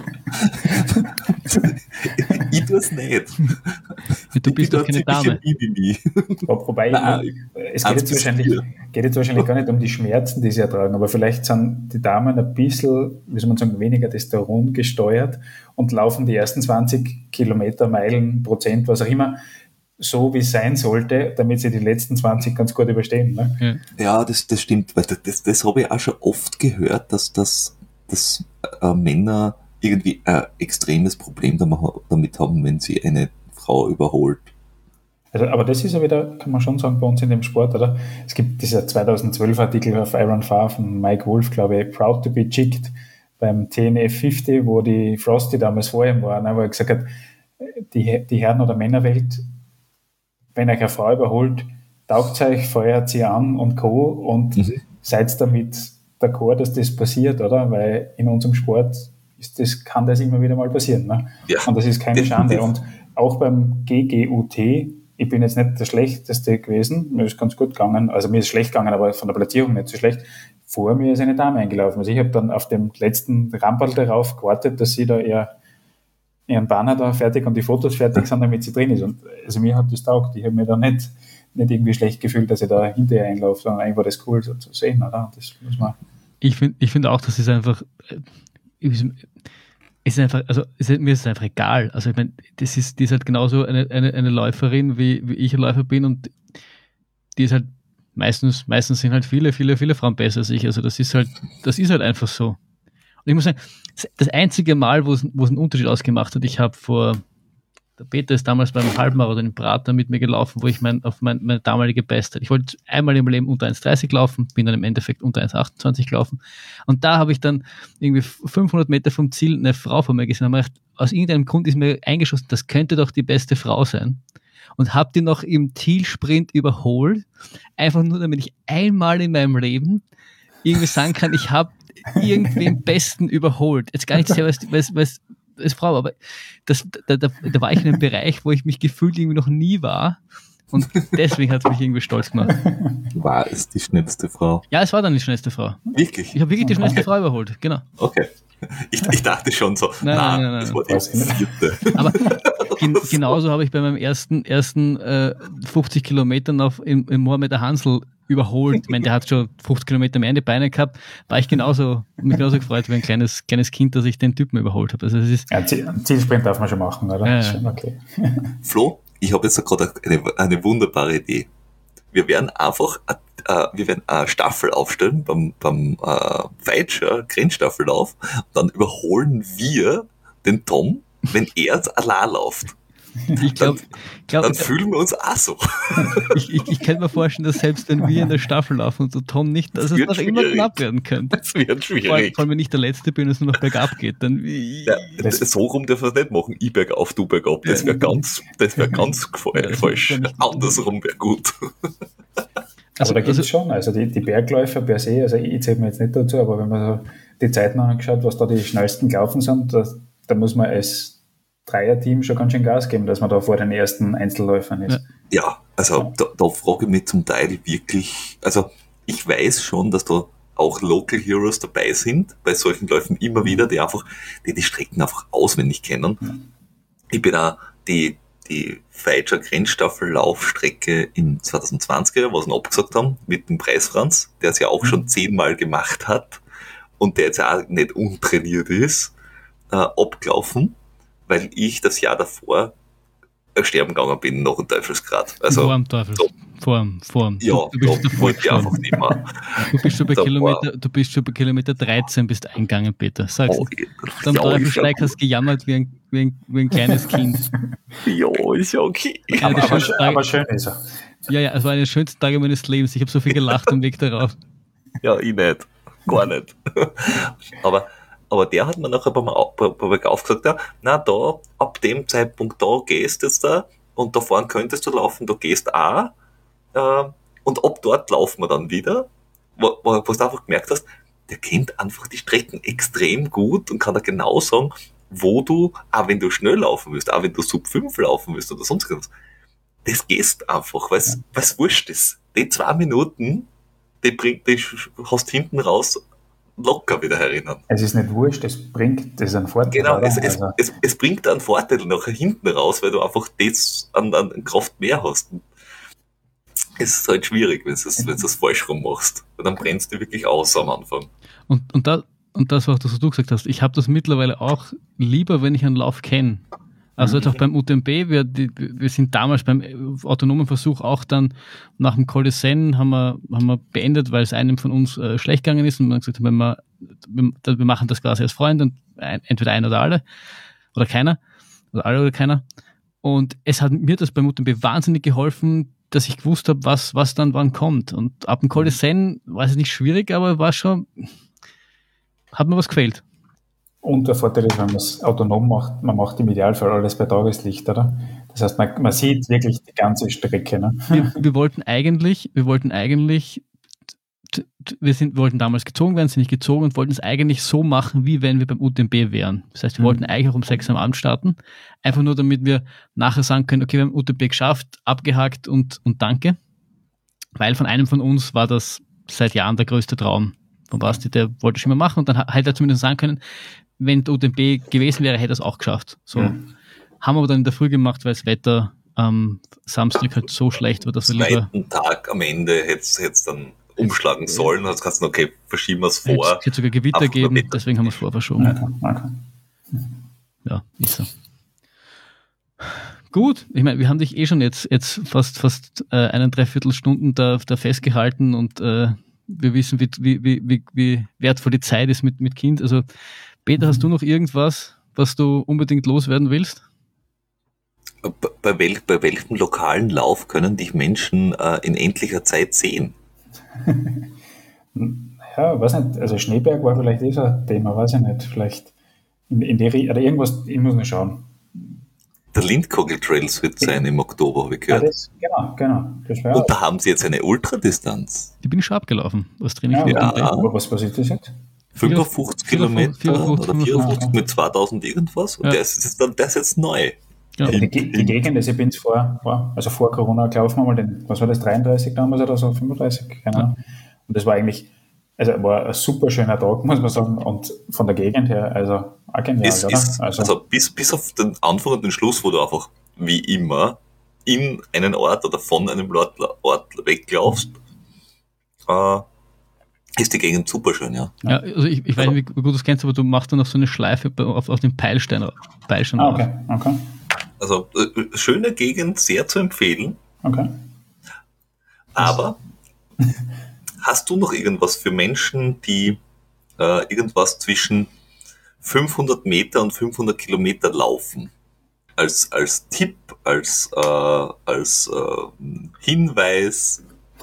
Ich tue es nicht. Du bist doch keine Dame. Wobei, es geht jetzt wahrscheinlich gar nicht um die Schmerzen, die sie ertragen, aber vielleicht sind die Damen ein bisschen, wie soll man sagen, weniger Testosteron gesteuert und laufen die ersten 20 Kilometer, Meilen, Prozent, was auch immer, so wie es sein sollte, damit sie die letzten 20 ganz gut überstehen. Ne? Ja, das stimmt, weil das habe ich auch schon oft gehört, dass Männer irgendwie ein extremes Problem damit haben, wenn sie eine Frau überholt. Also, aber das ist ja wieder, kann man schon sagen, bei uns in dem Sport, oder? Es gibt dieser 2012-Artikel auf Iron 5 von Mike Wolf, glaube ich, Proud to be Chicked beim TNF 50, wo die Frosty damals vor ihm war, ne, wo er gesagt hat, die Herren- oder Männerwelt, wenn euch eine Frau überholt, taugt euch, feuert sie an und Co. und seid damit d'accord, dass das passiert, oder? Weil in unserem Sport kann das immer wieder mal passieren. Ne? Ja, und das ist keine Schande. Und auch beim GGUT, ich bin jetzt nicht der Schlechteste gewesen, mir ist ganz gut gegangen, also mir ist schlecht gegangen, aber von der Platzierung nicht so schlecht. Vor mir ist eine Dame eingelaufen. Also ich habe dann auf dem letzten Ramperl darauf gewartet, dass sie da ihren Banner da fertig und die Fotos fertig sind, damit sie drin ist. Und also mir hat das taugt. Ich habe mir da nicht irgendwie schlecht gefühlt, dass ich da hinterher einlaufe, sondern eigentlich war das cool so zu sehen. Oder? Das muss man. Ich find auch, das ist einfach, also mir ist es einfach egal. Also ich meine, die ist halt genauso eine Läuferin, wie ich ein Läufer bin, und die ist halt meistens sind halt viele Frauen besser als ich. Also das ist halt einfach so. Und ich muss sagen, das einzige Mal, wo es einen Unterschied ausgemacht hat, der Peter ist damals beim Halbmarathon in Prater mit mir gelaufen, wo ich auf meine damalige Bestzeit. Ich wollte einmal im Leben unter 1,30 laufen, bin dann im Endeffekt unter 1,28 gelaufen. Und da habe ich dann irgendwie 500 Meter vom Ziel eine Frau vor mir gesehen. Und gedacht, aus irgendeinem Grund ist mir eingeschossen, das könnte doch die beste Frau sein. Und habe die noch im Zielsprint überholt, einfach nur, damit ich einmal in meinem Leben irgendwie sagen kann, ich habe irgendwen Besten überholt. Jetzt gar nicht sehr, was als Frau, aber da war ich in einem Bereich, wo ich mich gefühlt irgendwie noch nie war, und deswegen hat es mich irgendwie stolz gemacht. War es die schnellste Frau? Ja, es war dann die schnellste Frau. Wirklich? Ich habe wirklich die schnellste Frau überholt, genau. Okay. Ich dachte schon so, nein. Das war die vierte. Aber genauso habe ich bei meinem ersten 50 Kilometern im Mohamed Hansl überholt. Ich meine, der hat schon 50 Kilometer mehr in die Beine gehabt. War ich mich genauso gefreut wie ein kleines Kind, dass ich den Typen überholt habe. Also es ist einen Zielsprint darf man schon machen, oder? Ja. Schon okay. Flo, ich habe jetzt gerade eine wunderbare Idee. Wir werden einfach eine Staffel aufstellen beim Feitscher Grenzstaffellauf. Dann überholen wir den Tom, wenn er jetzt allein läuft. Ich glaube, dann fühlen wir uns auch so. Ich kann mir vorstellen, dass selbst wenn wir in der Staffel laufen und so Tom nicht, dass es noch immer knapp werden könnte. Das wird schwierig. Vor allem, wenn ich der Letzte bin und es nur noch bergab geht, dann... So rum dürfen wir es nicht machen. Ich bergauf, du bergab. Das wäre ganz falsch. Andersrum wäre gut. Aber da gibt es schon, also die Bergläufer per se, also ich zähle mir jetzt nicht dazu, aber wenn man so die Zeiten angeschaut, was da die schnellsten gelaufen sind, da muss man als Dreierteam schon ganz schön Gas geben, dass man da vor den ersten Einzelläufern ist. Ja, also da frage ich mich zum Teil wirklich, also ich weiß schon, dass da auch Local Heroes dabei sind, bei solchen Läufen immer wieder, die Strecken einfach auswendig kennen. Ich bin auch die Feitscher Grenzstaffel-Laufstrecke im 2020er, was wir abgesagt haben, mit dem Preisfranz, der es ja auch schon 10-mal gemacht hat und der jetzt auch nicht untrainiert ist, abgelaufen, weil ich das Jahr davor sterben gegangen bin, nach dem Teufelsgrad. Also, vor dem Teufelsgrad. Vor dem. Ja, da wollte ich einfach nicht mehr. Du bist schon bei Kilometer 13 bist eingegangen, Peter. Sag's. Am Teufelssteig hast du gejammert wie ein kleines Kind. Ja, ist ja okay. Aber schön ist er. Ja, es war einer der schönsten Tage meines Lebens. Ich habe so viel gelacht am Weg darauf. Ja, ich nicht. Gar nicht. Aber der hat mir nachher beim Bergauf gesagt, ab dem Zeitpunkt da gehst du jetzt da und da vorne könntest du laufen, da gehst auch und ab dort laufen wir dann wieder, wo du einfach gemerkt hast, der kennt einfach die Strecken extrem gut und kann da genau sagen, wo du, auch wenn du schnell laufen willst, auch wenn du Sub 5 laufen willst oder sonst was, das gehst einfach, weil es wurscht ist. Die 2 Minuten, die hast hinten raus locker wieder erinnern. Es ist nicht wurscht, es bringt einen Vorteil. Genau, es bringt einen Vorteil nachher hinten raus, weil du einfach das an Kraft mehr hast. Es ist halt schwierig, wenn du das falsch rum machst. Weil dann brennst du wirklich aus am Anfang. Und das, was du gesagt hast, ich habe das mittlerweile auch lieber, wenn ich einen Lauf kenne. Also jetzt auch beim UTMB, wir sind damals beim autonomen Versuch auch dann nach dem Col de Seine haben wir beendet, weil es einem von uns schlecht gegangen ist und wir haben gesagt, wir machen das quasi als Freund und entweder einer oder alle oder keiner oder alle oder keiner. Und es hat mir das beim UTMB wahnsinnig geholfen, dass ich gewusst habe, was dann wann kommt. Und ab dem Col de Seine war es nicht schwierig, aber hat mir was gefehlt. Und der Vorteil ist, wenn man es autonom macht, man macht im Idealfall alles bei Tageslicht, oder? Das heißt, man sieht wirklich die ganze Strecke. Ne? Wir wollten eigentlich, wir wollten damals gezogen werden, sind nicht gezogen und wollten es eigentlich so machen, wie wenn wir beim UTMB wären. Das heißt, wir wollten eigentlich auch um 6 am Abend starten. Einfach nur, damit wir nachher sagen können, okay, wir haben UTMB geschafft, abgehakt und danke. Weil von einem von uns war das seit Jahren der größte Traum. Von Basti, der wollte schon mal machen und dann hätte er zumindest sagen können, wenn der UTMB gewesen wäre, hätte er es auch geschafft. So. Haben wir aber dann in der Früh gemacht, weil das Wetter am Samstag halt so schlecht war, dass wir lieber... Zweiten Tag am Ende hätte es dann umschlagen sollen. Jetzt kannst du okay, verschieben wir es vor. Es hätte sogar Gewitter geben, deswegen haben wir es verschoben. Okay. Ja, ist so. Gut, ich meine, wir haben dich schon jetzt fast 1,75 Stunden da festgehalten und wir wissen, wie wertvoll die Zeit ist mit Kind. Also Peter, hast du noch irgendwas, was du unbedingt loswerden willst? Bei welchem lokalen Lauf können dich Menschen in endlicher Zeit sehen? Ja, weiß nicht. Also Schneeberg war vielleicht so ein Thema, weiß ich nicht. Vielleicht in der oder irgendwas, ich muss noch schauen. Der Lindkogel Trails wird sein im Oktober, habe ich gehört. Genau. Das und da haben sie jetzt eine Ultradistanz. Die bin ich schon abgelaufen. Was drin ist? Aber was ist das jetzt? 55 Kilometer oder 54 mit 2000 irgendwas. Und der ist jetzt neu. Ja. Die Gegend, also ich bin vor Corona gelaufen, wir mal was war das, 33 damals oder so, 35, keine Ahnung. Und das war eigentlich, also war ein super schöner Tag, muss man sagen, und von der Gegend her, also auch genial, oder? Also bis auf den Anfang und den Schluss, wo du einfach, wie immer, in einen Ort oder von einem Ort weglaufst, ist die Gegend super schön, ja. Ja, also ich weiß nicht, wie gut du es kennst, aber du machst dann noch so eine Schleife auf den Peilstein okay. Also schöne Gegend, sehr zu empfehlen. Okay. Aber hast du noch irgendwas für Menschen, die irgendwas zwischen 500 Meter und 500 Kilometer laufen? Als Tipp, als Hinweis?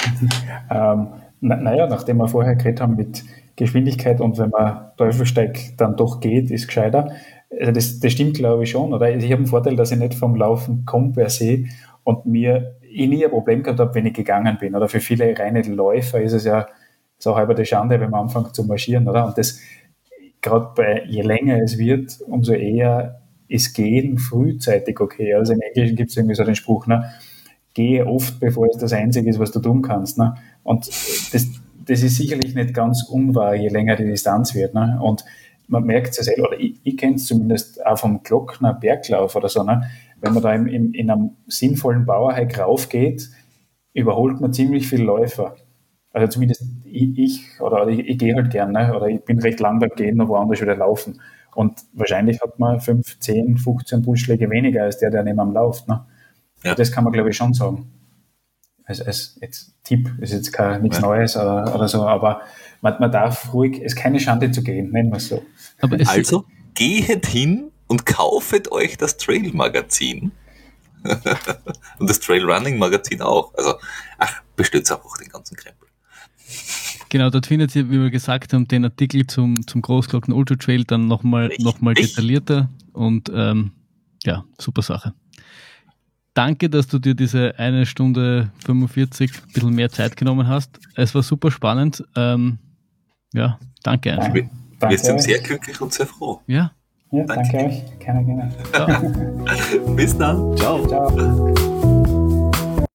Naja, nachdem wir vorher geredet haben mit Geschwindigkeit und wenn man Teufelsteig dann doch geht, ist gescheiter. Also das stimmt, glaube ich, schon. Oder? Also ich habe einen Vorteil, dass ich nicht vom Laufen komme per se und ich nie ein Problem gehabt habe, wenn ich gegangen bin. Oder für viele reine Läufer ist es ja so halber die Schande, wenn man anfängt zu marschieren. Oder? Und das, gerade je länger es wird, umso eher ist Gehen frühzeitig okay. Also im Englischen gibt es irgendwie so den Spruch, ne? Gehe oft, bevor es das Einzige ist, was du tun kannst. Ne? Und das ist sicherlich nicht ganz unwahr, je länger die Distanz wird. Ne? Und man merkt es ja selber, oder ich kenne es zumindest auch vom Glockner Berglauf oder so, ne? Wenn man da in einem sinnvollen Bauerhike raufgeht, überholt man ziemlich viele Läufer. Also zumindest ich gehe halt gerne, ne? Oder ich bin recht lang beim Gehen und woanders wieder laufen. Und wahrscheinlich hat man 5, 10, 15 Pulsschläge weniger als der neben am läuft. Ne? Ja. Das kann man, glaube ich, schon sagen. Als jetzt Tipp, ist jetzt nichts Neues oder so, aber man darf ruhig, es ist keine Schande zu gehen, nennen wir es so. Also geht hin und kaufet euch das Trail-Magazin und das Trail-Running-Magazin auch. Also, bestellt einfach den ganzen Krempel. Genau, dort findet ihr, wie wir gesagt haben, den Artikel zum Großglockner Ultra Trail dann nochmal detaillierter und super Sache. Danke, dass du dir diese 1 Stunde 45 ein bisschen mehr Zeit genommen hast. Es war super spannend. Danke einfach. Wir sind sehr glücklich und sehr froh. Ja, danke euch. Gerne. Bis dann. Ciao.